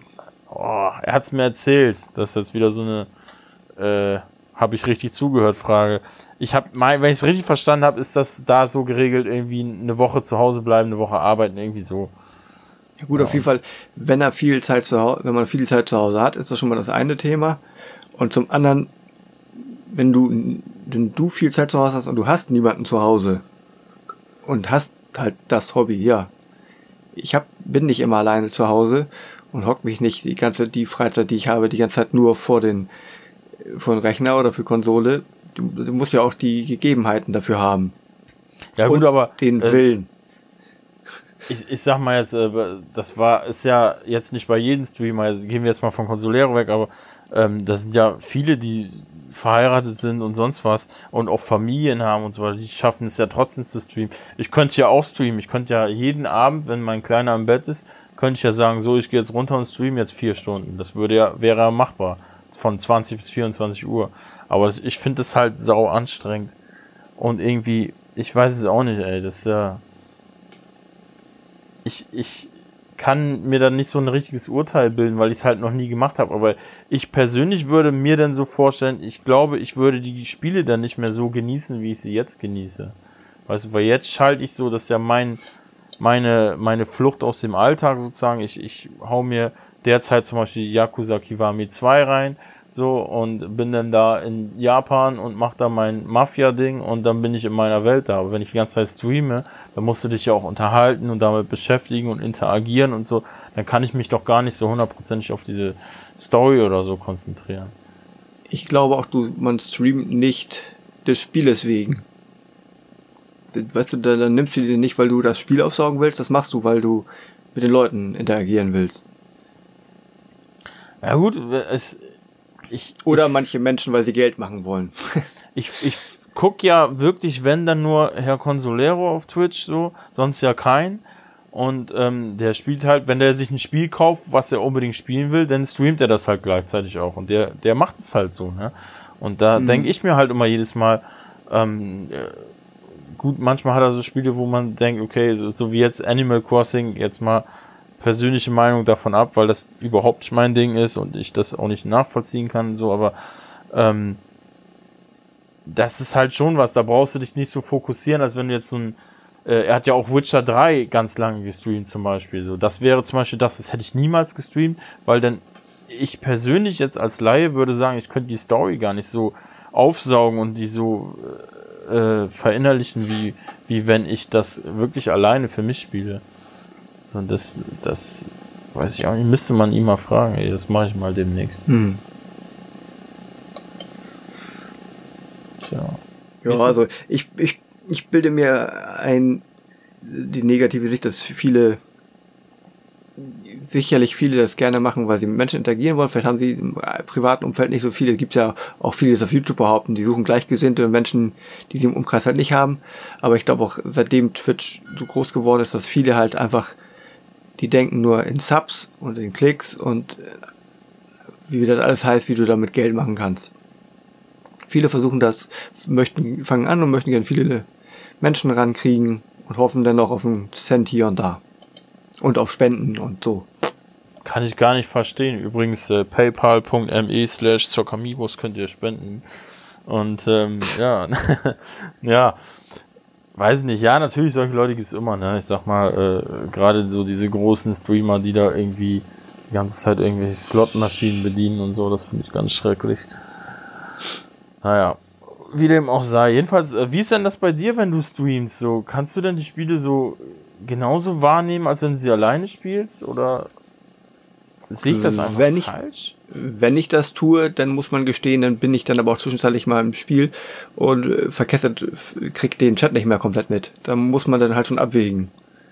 oh, er hat es mir erzählt. Das ist jetzt wieder so eine, äh, habe ich richtig zugehört, Frage. Ich habe, wenn ich es richtig verstanden habe, ist das da so geregelt, irgendwie eine Woche zu Hause bleiben, eine Woche arbeiten, irgendwie so. ja gut, Ja, auf jeden Fall, wenn er viel Zeit zu Hause, wenn man viel Zeit zu Hause hat, ist das schon mal das eine Thema. Und zum anderen, wenn du, wenn du viel Zeit zu Hause hast und du hast niemanden zu Hause und hast halt das Hobby, ja. Ich hab, bin nicht immer alleine zu Hause und hock mich nicht die ganze, die Freizeit, die ich habe, die ganze Zeit nur vor den, vor den Rechner oder für Konsole. Du, du musst ja auch die Gegebenheiten dafür haben. Ja gut, Und aber den äh, Willen. ich, ich sag mal jetzt, äh, das war, ist ja jetzt nicht bei jedem Streamer, also gehen wir jetzt mal von Consolero weg, aber ähm, das sind ja viele, die verheiratet sind und sonst was und auch Familien haben und so weiter, die schaffen es ja trotzdem zu streamen. Ich könnte ja auch streamen, ich könnte ja jeden Abend, wenn mein Kleiner im Bett ist, könnte ich ja sagen, so, ich gehe jetzt runter und streame jetzt vier Stunden. Das würde ja, wäre ja machbar. Von zwanzig bis vierundzwanzig Uhr. Aber das, ich finde das halt sau anstrengend. Und irgendwie, ich weiß es auch nicht, ey, das ist ja, ich, ich kann mir dann nicht so ein richtiges Urteil bilden, weil ich es halt noch nie gemacht habe. Aber ich persönlich würde mir dann so vorstellen, ich glaube, ich würde die Spiele dann nicht mehr so genießen, wie ich sie jetzt genieße. Weißt du, weil jetzt schalte ich so, das ist ja mein, meine, meine Flucht aus dem Alltag sozusagen. Ich, ich hau mir derzeit zum Beispiel Yakuza Kiwami zwei rein, so, und bin dann da in Japan und mach da mein Mafia-Ding und dann bin ich in meiner Welt da. Aber wenn ich die ganze Zeit streame, da musst du dich ja auch unterhalten und damit beschäftigen und interagieren und so. Dann kann ich mich doch gar nicht so hundertprozentig auf diese Story oder so konzentrieren. Ich glaube auch, du, man streamt nicht des Spieles wegen. Weißt du, dann, dann nimmst du dir nicht, weil du das Spiel aufsaugen willst, das machst du, weil du mit den Leuten interagieren willst. Ja gut, es... Ich, Oder ich, manche Menschen, weil sie Geld machen wollen. ich ich gucke ja wirklich, wenn dann nur Herr Consolero auf Twitch, so, sonst ja kein. Und ähm, der spielt halt, wenn der sich ein Spiel kauft, was er unbedingt spielen will, dann streamt er das halt gleichzeitig auch. Und der, der macht es halt so, ne? Und da mhm. denke ich mir halt immer jedes Mal, ähm, gut, manchmal hat er so Spiele, wo man denkt, okay, so, so wie jetzt Animal Crossing, jetzt mal persönliche Meinung davon ab, weil das überhaupt nicht mein Ding ist und ich das auch nicht nachvollziehen kann, so, aber ähm, das ist halt schon was, da brauchst du dich nicht so fokussieren, als wenn du jetzt so ein, äh, er hat ja auch Witcher drei ganz lange gestreamt zum Beispiel, so, das wäre zum Beispiel das, das hätte ich niemals gestreamt, weil dann ich persönlich jetzt als Laie würde sagen, ich könnte die Story gar nicht so aufsaugen und die so äh, verinnerlichen, wie, wie wenn ich das wirklich alleine für mich spiele. So, das, das weiß ich auch nicht, müsste man ihn mal fragen, ey, das mache ich mal demnächst. Hm. Tja. Ja, also ich, ich, ich bilde mir ein, die negative Sicht, dass viele, sicherlich viele das gerne machen, weil sie mit Menschen interagieren wollen. Vielleicht haben sie im privaten Umfeld nicht so viele. Es gibt ja auch viele, die es auf YouTube behaupten, die suchen Gleichgesinnte Menschen, die sie im Umkreis halt nicht haben. Aber ich glaube auch, seitdem Twitch so groß geworden ist, dass viele halt einfach, die denken nur in Subs und in Klicks und wie das alles heißt, wie du damit Geld machen kannst. Viele versuchen das, möchten, fangen an und möchten gerne viele Menschen rankriegen und hoffen dann noch auf einen Cent hier und da. Und auf Spenden und so. Kann ich gar nicht verstehen. Übrigens, äh, paypal.me slash zockamigos könnt ihr spenden. Und, ähm, ja, ja, weiß nicht, ja, natürlich, solche Leute gibt es immer, ne? Ich sag mal, äh, gerade so diese großen Streamer, die da irgendwie die ganze Zeit irgendwelche Slotmaschinen bedienen und so, das finde ich ganz schrecklich. Naja, wie dem auch sei. Jedenfalls, äh, wie ist denn das bei dir, wenn du streamst? So, kannst du denn die Spiele so genauso wahrnehmen, als wenn du sie alleine spielst? Oder sehe ich das einfach wenn ich, falsch? Wenn ich das tue, dann muss man gestehen, dann bin ich dann aber auch zwischenzeitlich mal im Spiel und äh, verkessert, kriegt den Chat nicht mehr komplett mit. Da muss man dann halt schon abwägen.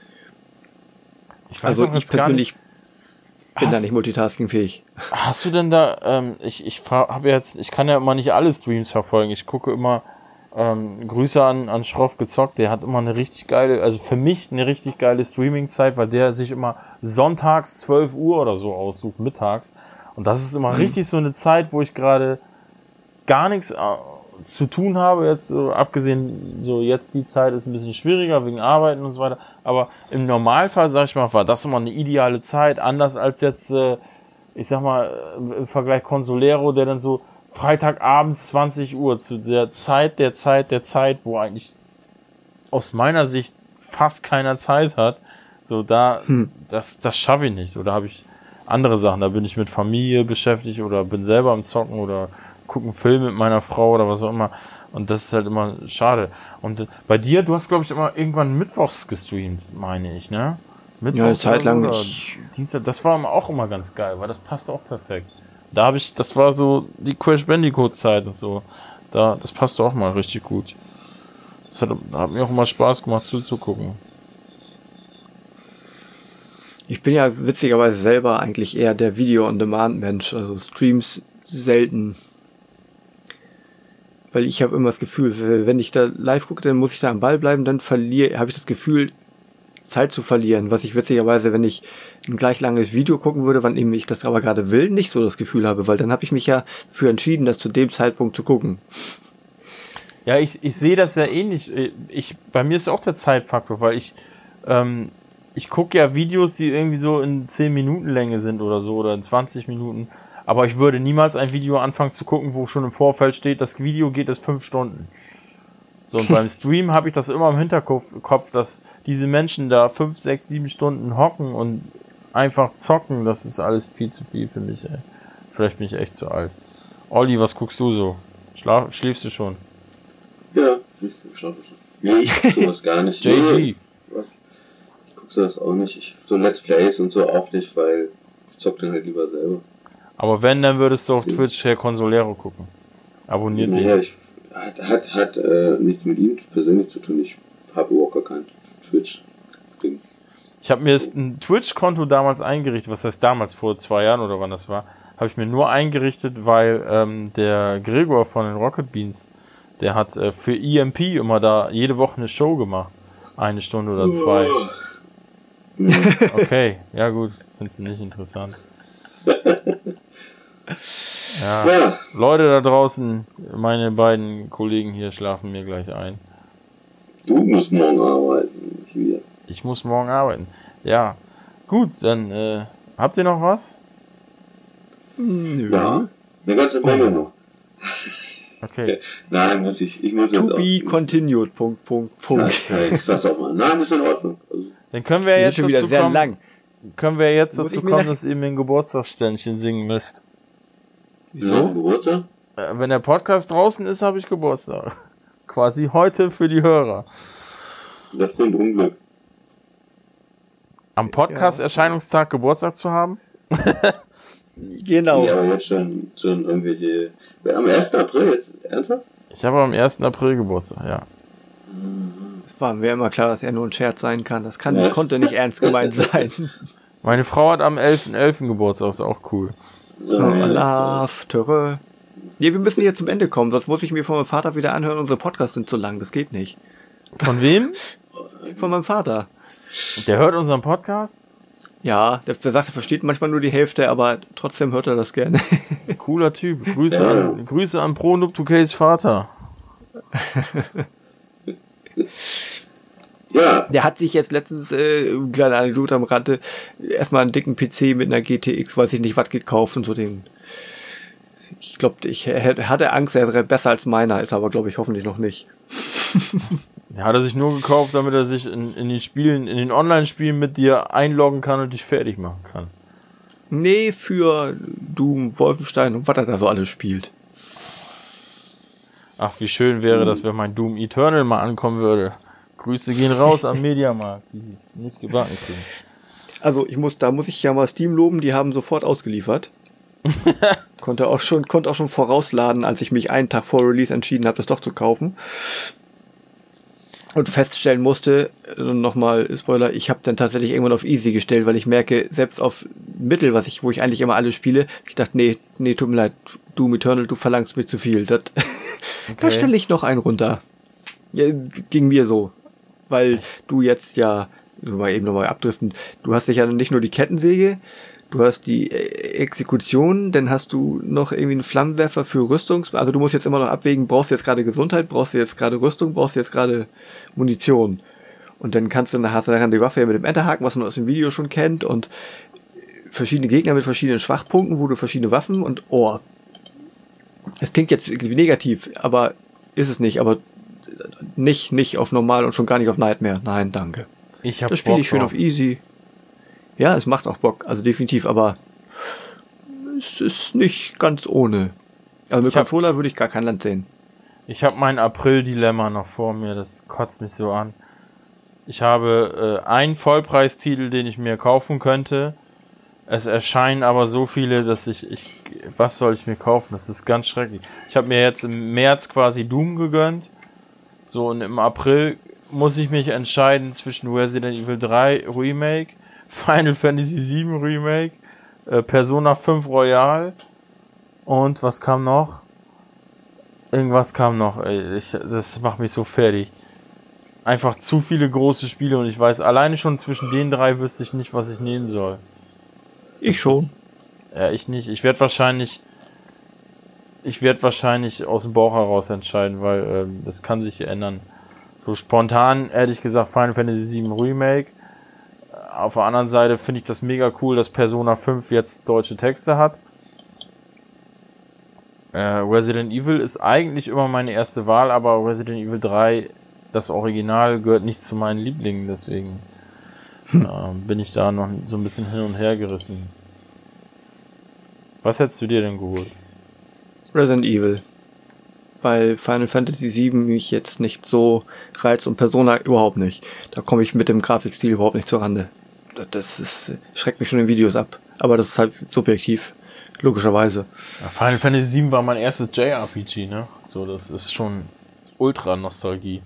Ich weiß also ich persönlich bin hast, da nicht multitaskingfähig. Hast du denn da, ähm, ich, ich habe jetzt, ich kann ja immer nicht alle Streams verfolgen, ich gucke immer, ähm, Grüße an, an Schroff gezockt, der hat immer eine richtig geile, also für mich eine richtig geile Streaming-Zeit, weil der sich immer sonntags zwölf Uhr oder so aussucht, mittags. Und das ist immer mhm. richtig so eine Zeit, wo ich gerade gar nichts äh, zu tun habe, jetzt so, abgesehen, so jetzt die Zeit ist ein bisschen schwieriger wegen Arbeiten und so weiter, aber im Normalfall, sag ich mal, war das immer eine ideale Zeit, anders als jetzt, äh, ich sag mal, im Vergleich Consolero, der dann so Freitagabends zwanzig Uhr zu der Zeit, der Zeit, der Zeit, wo eigentlich aus meiner Sicht fast keiner Zeit hat, so da, hm. das, das schaffe ich nicht, so da habe ich andere Sachen, da bin ich mit Familie beschäftigt oder bin selber am Zocken oder gucke einen Film mit meiner Frau oder was auch immer und das ist halt immer schade. Und äh, bei dir, du hast glaube ich immer irgendwann mittwochs gestreamt, meine ich, ne? Mittwochs ja, eine Zeit lang oder Dienstag, das war auch immer ganz geil, weil das passt auch perfekt. Da habe ich, das war so die Crash Bandicoot Zeit und so, da, das passt auch mal richtig gut. Das hat, hat mir auch immer Spaß gemacht zuzugucken. Ich bin ja witzigerweise selber eigentlich eher der Video-on-Demand-Mensch, also Streams selten. Weil ich habe immer das Gefühl, wenn ich da live gucke, dann muss ich da am Ball bleiben, dann verliere, habe ich das Gefühl, Zeit zu verlieren, was ich witzigerweise, wenn ich ein gleich langes Video gucken würde, wann eben ich das aber gerade will, nicht so das Gefühl habe, weil dann habe ich mich ja für entschieden, das zu dem Zeitpunkt zu gucken. Ja, ich, ich sehe das ja ähnlich. Ich, bei mir ist auch der Zeitfaktor, weil ich ähm, ich gucke ja Videos, die irgendwie so in zehn Minuten Länge sind oder so oder in zwanzig Minuten, aber ich würde niemals ein Video anfangen zu gucken, wo schon im Vorfeld steht, das Video geht es fünf Stunden. So, und beim Stream habe ich das immer im Hinterkopf, dass diese Menschen da fünf, sechs, sieben Stunden hocken und einfach zocken, das ist alles viel zu viel für mich, ey. Vielleicht bin ich echt zu alt. Olli, was guckst du so? Schlaf, schläfst du schon? Ja, ich schlafe schon. Nee, ich guck sowas gar nicht. J G. sowas auch nicht. Ich, so Let's Plays und so auch nicht, weil ich zock dann halt lieber selber. Aber wenn, dann würdest du auf Twitch Herr Consolero gucken. Abonniert ihn. Naja, ich, hat, hat, hat äh, nichts mit ihm persönlich zu tun. Ich habe überhaupt gar kein Twitch-Ding. Ich habe mir ein Twitch-Konto damals eingerichtet, was heißt damals, vor zwei Jahren oder wann das war, habe ich mir nur eingerichtet, weil ähm, der Gregor von den Rocket Beans, der hat äh, für E M P immer da jede Woche eine Show gemacht. Eine Stunde oder zwei. Okay, ja gut, findest du nicht interessant. Ja. Ja. Leute da draußen, meine beiden Kollegen hier schlafen mir gleich ein. Du musst morgen arbeiten, nicht wir. Ich muss morgen arbeiten. Ja, gut, dann äh, habt ihr noch was? Nö. Ja, eine ganze Menge noch. Okay. Nein, muss ich. Ich muss To jetzt be auch, continued. Punkt, Punkt, Punkt. Nein, ich sag's auch mal. Nein, das ist in Ordnung. Also, Dann können wir ja Wir jetzt sind schon wieder dazu sehr kommen, lang. können wir jetzt Muss dazu ich mir kommen, nach- dass ihr mir ein Geburtstagsständchen singen müsst. so? Geburtstag? Äh, wenn der Podcast draußen ist, habe ich Geburtstag. Quasi heute für die Hörer. Das bringt Unglück. Am Podcast-Erscheinungstag Geburtstag zu haben? Genau. Ja, aber jetzt schon, schon irgendwelche. Am ersten April jetzt? Ernsthaft? Ich habe am ersten April Geburtstag, ja. Es war mir immer klar, dass er nur ein Scherz sein kann. Das kann, Ja. konnte nicht ernst gemeint sein. Meine Frau hat am elften elften Geburtstag, ist auch cool. Ja, Love, Töre. Nee, wir müssen hier zum Ende kommen, sonst muss ich mir von meinem Vater wieder anhören, unsere Podcasts sind zu lang, das geht nicht. Von wem? Von meinem Vater. Der hört unseren Podcast? Ja, der, der sagt, er versteht manchmal nur die Hälfte, aber trotzdem hört er das gerne. Cooler Typ. Grüße Ja. an, Grüße an Pro Noob two Ks Vater. Ja, Der hat sich jetzt letztens, äh, kleine Anekdote am Rande, erstmal einen dicken P C mit einer G T X, weiß ich nicht was, gekauft und so den. Ich glaube, ich er hatte Angst, er wäre besser als meiner, ist aber, glaube ich, hoffentlich noch nicht. Der hat er sich nur gekauft, damit er sich in, in den Spielen, in den Online-Spielen mit dir einloggen kann und dich fertig machen kann. Nee, für Doom, Wolfenstein und was er da so alles spielt. Ach, wie schön wäre das, wenn mein Doom Eternal mal ankommen würde. Grüße gehen raus am Mediamarkt, die es nicht gebacken kriegen. Also ich muss, da muss ich ja mal Steam loben, die haben sofort ausgeliefert. konnte auch schon, konnte auch schon vorausladen, als ich mich einen Tag vor Release entschieden habe, das doch zu kaufen. Und feststellen musste, nochmal Spoiler, ich habe dann tatsächlich irgendwann auf Easy gestellt, weil ich merke, selbst auf Mittel, was ich, wo ich eigentlich immer alles spiele, ich dachte, nee, nee, tut mir leid, Doom Eternal, du verlangst mir zu viel. Das, Okay. Da stelle ich noch einen runter. Ja, ging mir so. Weil du jetzt ja, so mal eben nochmal abdriften, du hast dich ja nicht nur die Kettensäge, du hast die Exekution, dann hast du noch irgendwie einen Flammenwerfer für Rüstungs... Also du musst jetzt immer noch abwägen, brauchst du jetzt gerade Gesundheit, brauchst du jetzt gerade Rüstung, brauchst du jetzt gerade Munition. Und dann kannst du nachher hast du dann die Waffe ja mit dem Enterhaken, was man aus dem Video schon kennt, und verschiedene Gegner mit verschiedenen Schwachpunkten, wo du verschiedene Waffen und... Oh, es klingt jetzt irgendwie negativ, aber ist es nicht, aber nicht, nicht auf normal und schon gar nicht auf Nightmare. Nein, danke. Ich hab Das spiele Bock ich schön drauf. auf easy. Ja, es macht auch Bock, also definitiv, aber es ist nicht ganz ohne. Also mit Ich hab- Controller würde ich gar kein Land sehen. Ich habe mein April-Dilemma noch vor mir, das kotzt mich so an. Ich habe äh, einen Vollpreistitel, den ich mir kaufen könnte. Es erscheinen aber so viele, dass ich, ich... Was soll ich mir kaufen? Das ist ganz schrecklich. Ich habe mir jetzt im März quasi Doom gegönnt. So, und im April muss ich mich entscheiden zwischen Resident Evil drei Remake, Final Fantasy sieben Remake, äh, Persona fünf Royal und was kam noch? Irgendwas kam noch, ey. Ich, das macht mich so fertig. Einfach zu viele große Spiele und ich weiß, alleine schon zwischen den drei wüsste ich nicht, was ich nehmen soll. Ich schon. Ja, ich nicht. Ich werde wahrscheinlich ich werde wahrscheinlich aus dem Bauch heraus entscheiden, weil ähm, das kann sich ändern. So spontan hätte ich gesagt Final Fantasy sieben Remake. Auf der anderen Seite finde ich das mega cool, dass Persona fünf jetzt deutsche Texte hat. Äh, Resident Evil ist eigentlich immer meine erste Wahl, aber Resident Evil drei, das Original, gehört nicht zu meinen Lieblingen, deswegen hm. äh, bin ich da noch so ein bisschen hin und her gerissen. Was hättest du dir denn geholt? Resident Evil. weil Final Fantasy sieben mich jetzt nicht so reizt und Persona überhaupt nicht. Da komme ich mit dem Grafikstil überhaupt nicht zur Rande. Das ist, schreckt mich schon in Videos ab. Aber das ist halt subjektiv, logischerweise. Ja, Final Fantasy sieben war mein erstes J R P G, ne? So, das ist schon Ultra-Nostalgie.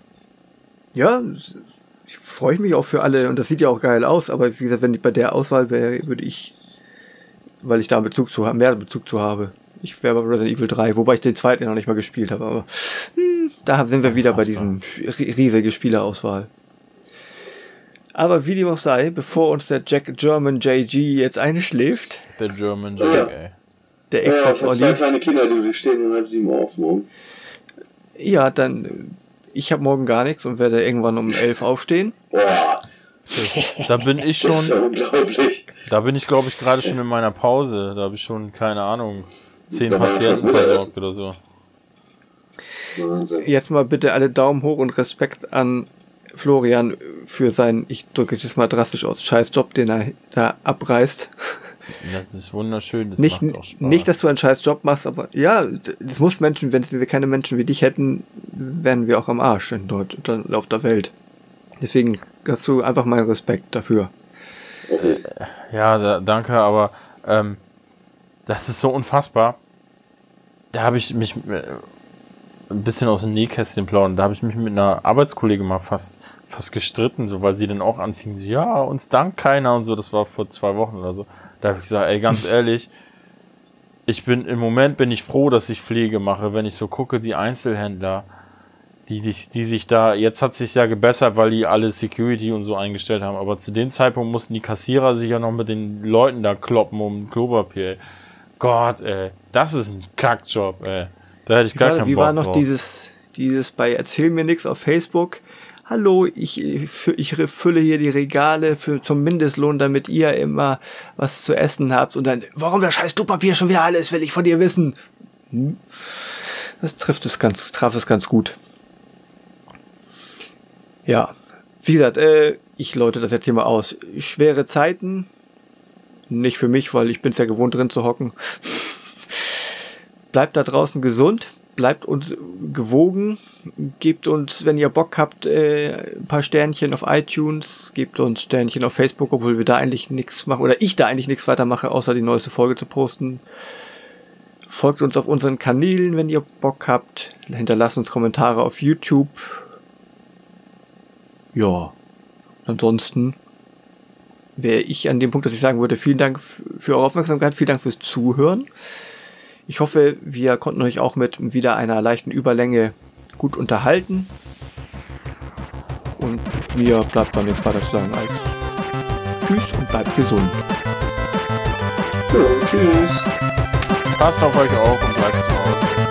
Ja, ich freue mich auch für alle und das sieht ja auch geil aus, aber wie gesagt, wenn ich bei der Auswahl wäre, würde ich, weil ich da Bezug zu mehr Bezug zu habe. Ich wäre bei Resident Evil drei, wobei ich den zweiten noch nicht mal gespielt habe, aber hm, da sind wir wieder bei diesem riesigen Spielerauswahl. Aber wie dem auch sei, bevor uns der Jack German J G jetzt einschläft. Der German Jack, ja. ey. Der Ja, Xbox ich habe zwei kleine Kinder, die stehen um halb sieben auf morgen. Ja, dann, ich habe morgen gar nichts und werde irgendwann um elf aufstehen. Boah. Da bin ich schon. Das ist ja unglaublich. Da bin ich, glaube ich, gerade schon in meiner Pause. Da habe ich schon, keine Ahnung, zehn Da war Patienten das was versorgt oder so. Wahnsinn. Jetzt mal bitte alle Daumen hoch und Respekt an Florian für seinen, ich drücke es jetzt mal drastisch aus, scheiß Job, den er da abreißt. Das ist wunderschön, das Nicht, macht auch Spaß. nicht, dass du einen scheiß Job machst, aber ja, es muss Menschen, wenn wir keine Menschen wie dich hätten, wären wir auch am Arsch in Deutschland, auf der Welt. Deswegen hast du einfach meinen Respekt dafür. Okay. Ja, da, danke, aber ähm, das ist so unfassbar. Da habe ich mich äh, ein bisschen aus dem Nähkästchen plaudern. Da habe ich mich mit einer Arbeitskollegin mal fast fast gestritten, so, weil sie dann auch anfing, so, ja, uns dankt keiner und so. Das war vor zwei Wochen oder so. Da habe ich gesagt, ey, ganz ehrlich, ich bin im Moment bin ich froh, dass ich Pflege mache, wenn ich so gucke, die Einzelhändler, die, die, die sich da, jetzt hat sich ja gebessert, weil die alle Security und so eingestellt haben, aber zu dem Zeitpunkt mussten die Kassierer sich ja noch mit den Leuten da kloppen um Klopapier, ey. Gott, ey, das ist ein Kackjob, ey. Da hätte ich Wie gar war, keinen wie Bock war noch drauf. dieses, dieses bei Erzähl mir nix auf Facebook? Hallo, ich, ich fülle hier die Regale für zum Mindestlohn, damit ihr immer was zu essen habt. Und dann, warum das scheiß Klopapier schon wieder alles, will ich von dir wissen. Hm? Das trifft es ganz, traf es ganz gut. Ja, wie gesagt, äh, ich läute das jetzt hier mal aus. Schwere Zeiten, nicht für mich, weil ich bin es ja gewohnt drin zu hocken. Bleibt da draußen gesund. Bleibt uns gewogen, gebt uns, wenn ihr Bock habt, äh, ein paar Sternchen auf iTunes, gebt uns Sternchen auf Facebook, obwohl wir da eigentlich nichts machen, oder ich da eigentlich nichts weiter mache, außer die neueste Folge zu posten. Folgt uns auf unseren Kanälen, wenn ihr Bock habt. Hinterlasst uns Kommentare auf YouTube. Ja, ansonsten wäre ich an dem Punkt, dass ich sagen würde, vielen Dank für eure Aufmerksamkeit, vielen Dank fürs Zuhören. Ich hoffe, wir konnten euch auch mit wieder einer leichten Überlänge gut unterhalten. Und mir bleibt dann nichts weiter zu sagen als Tschüss und bleibt gesund. Ja, tschüss. Passt auf euch auf und bleibt zu Hause.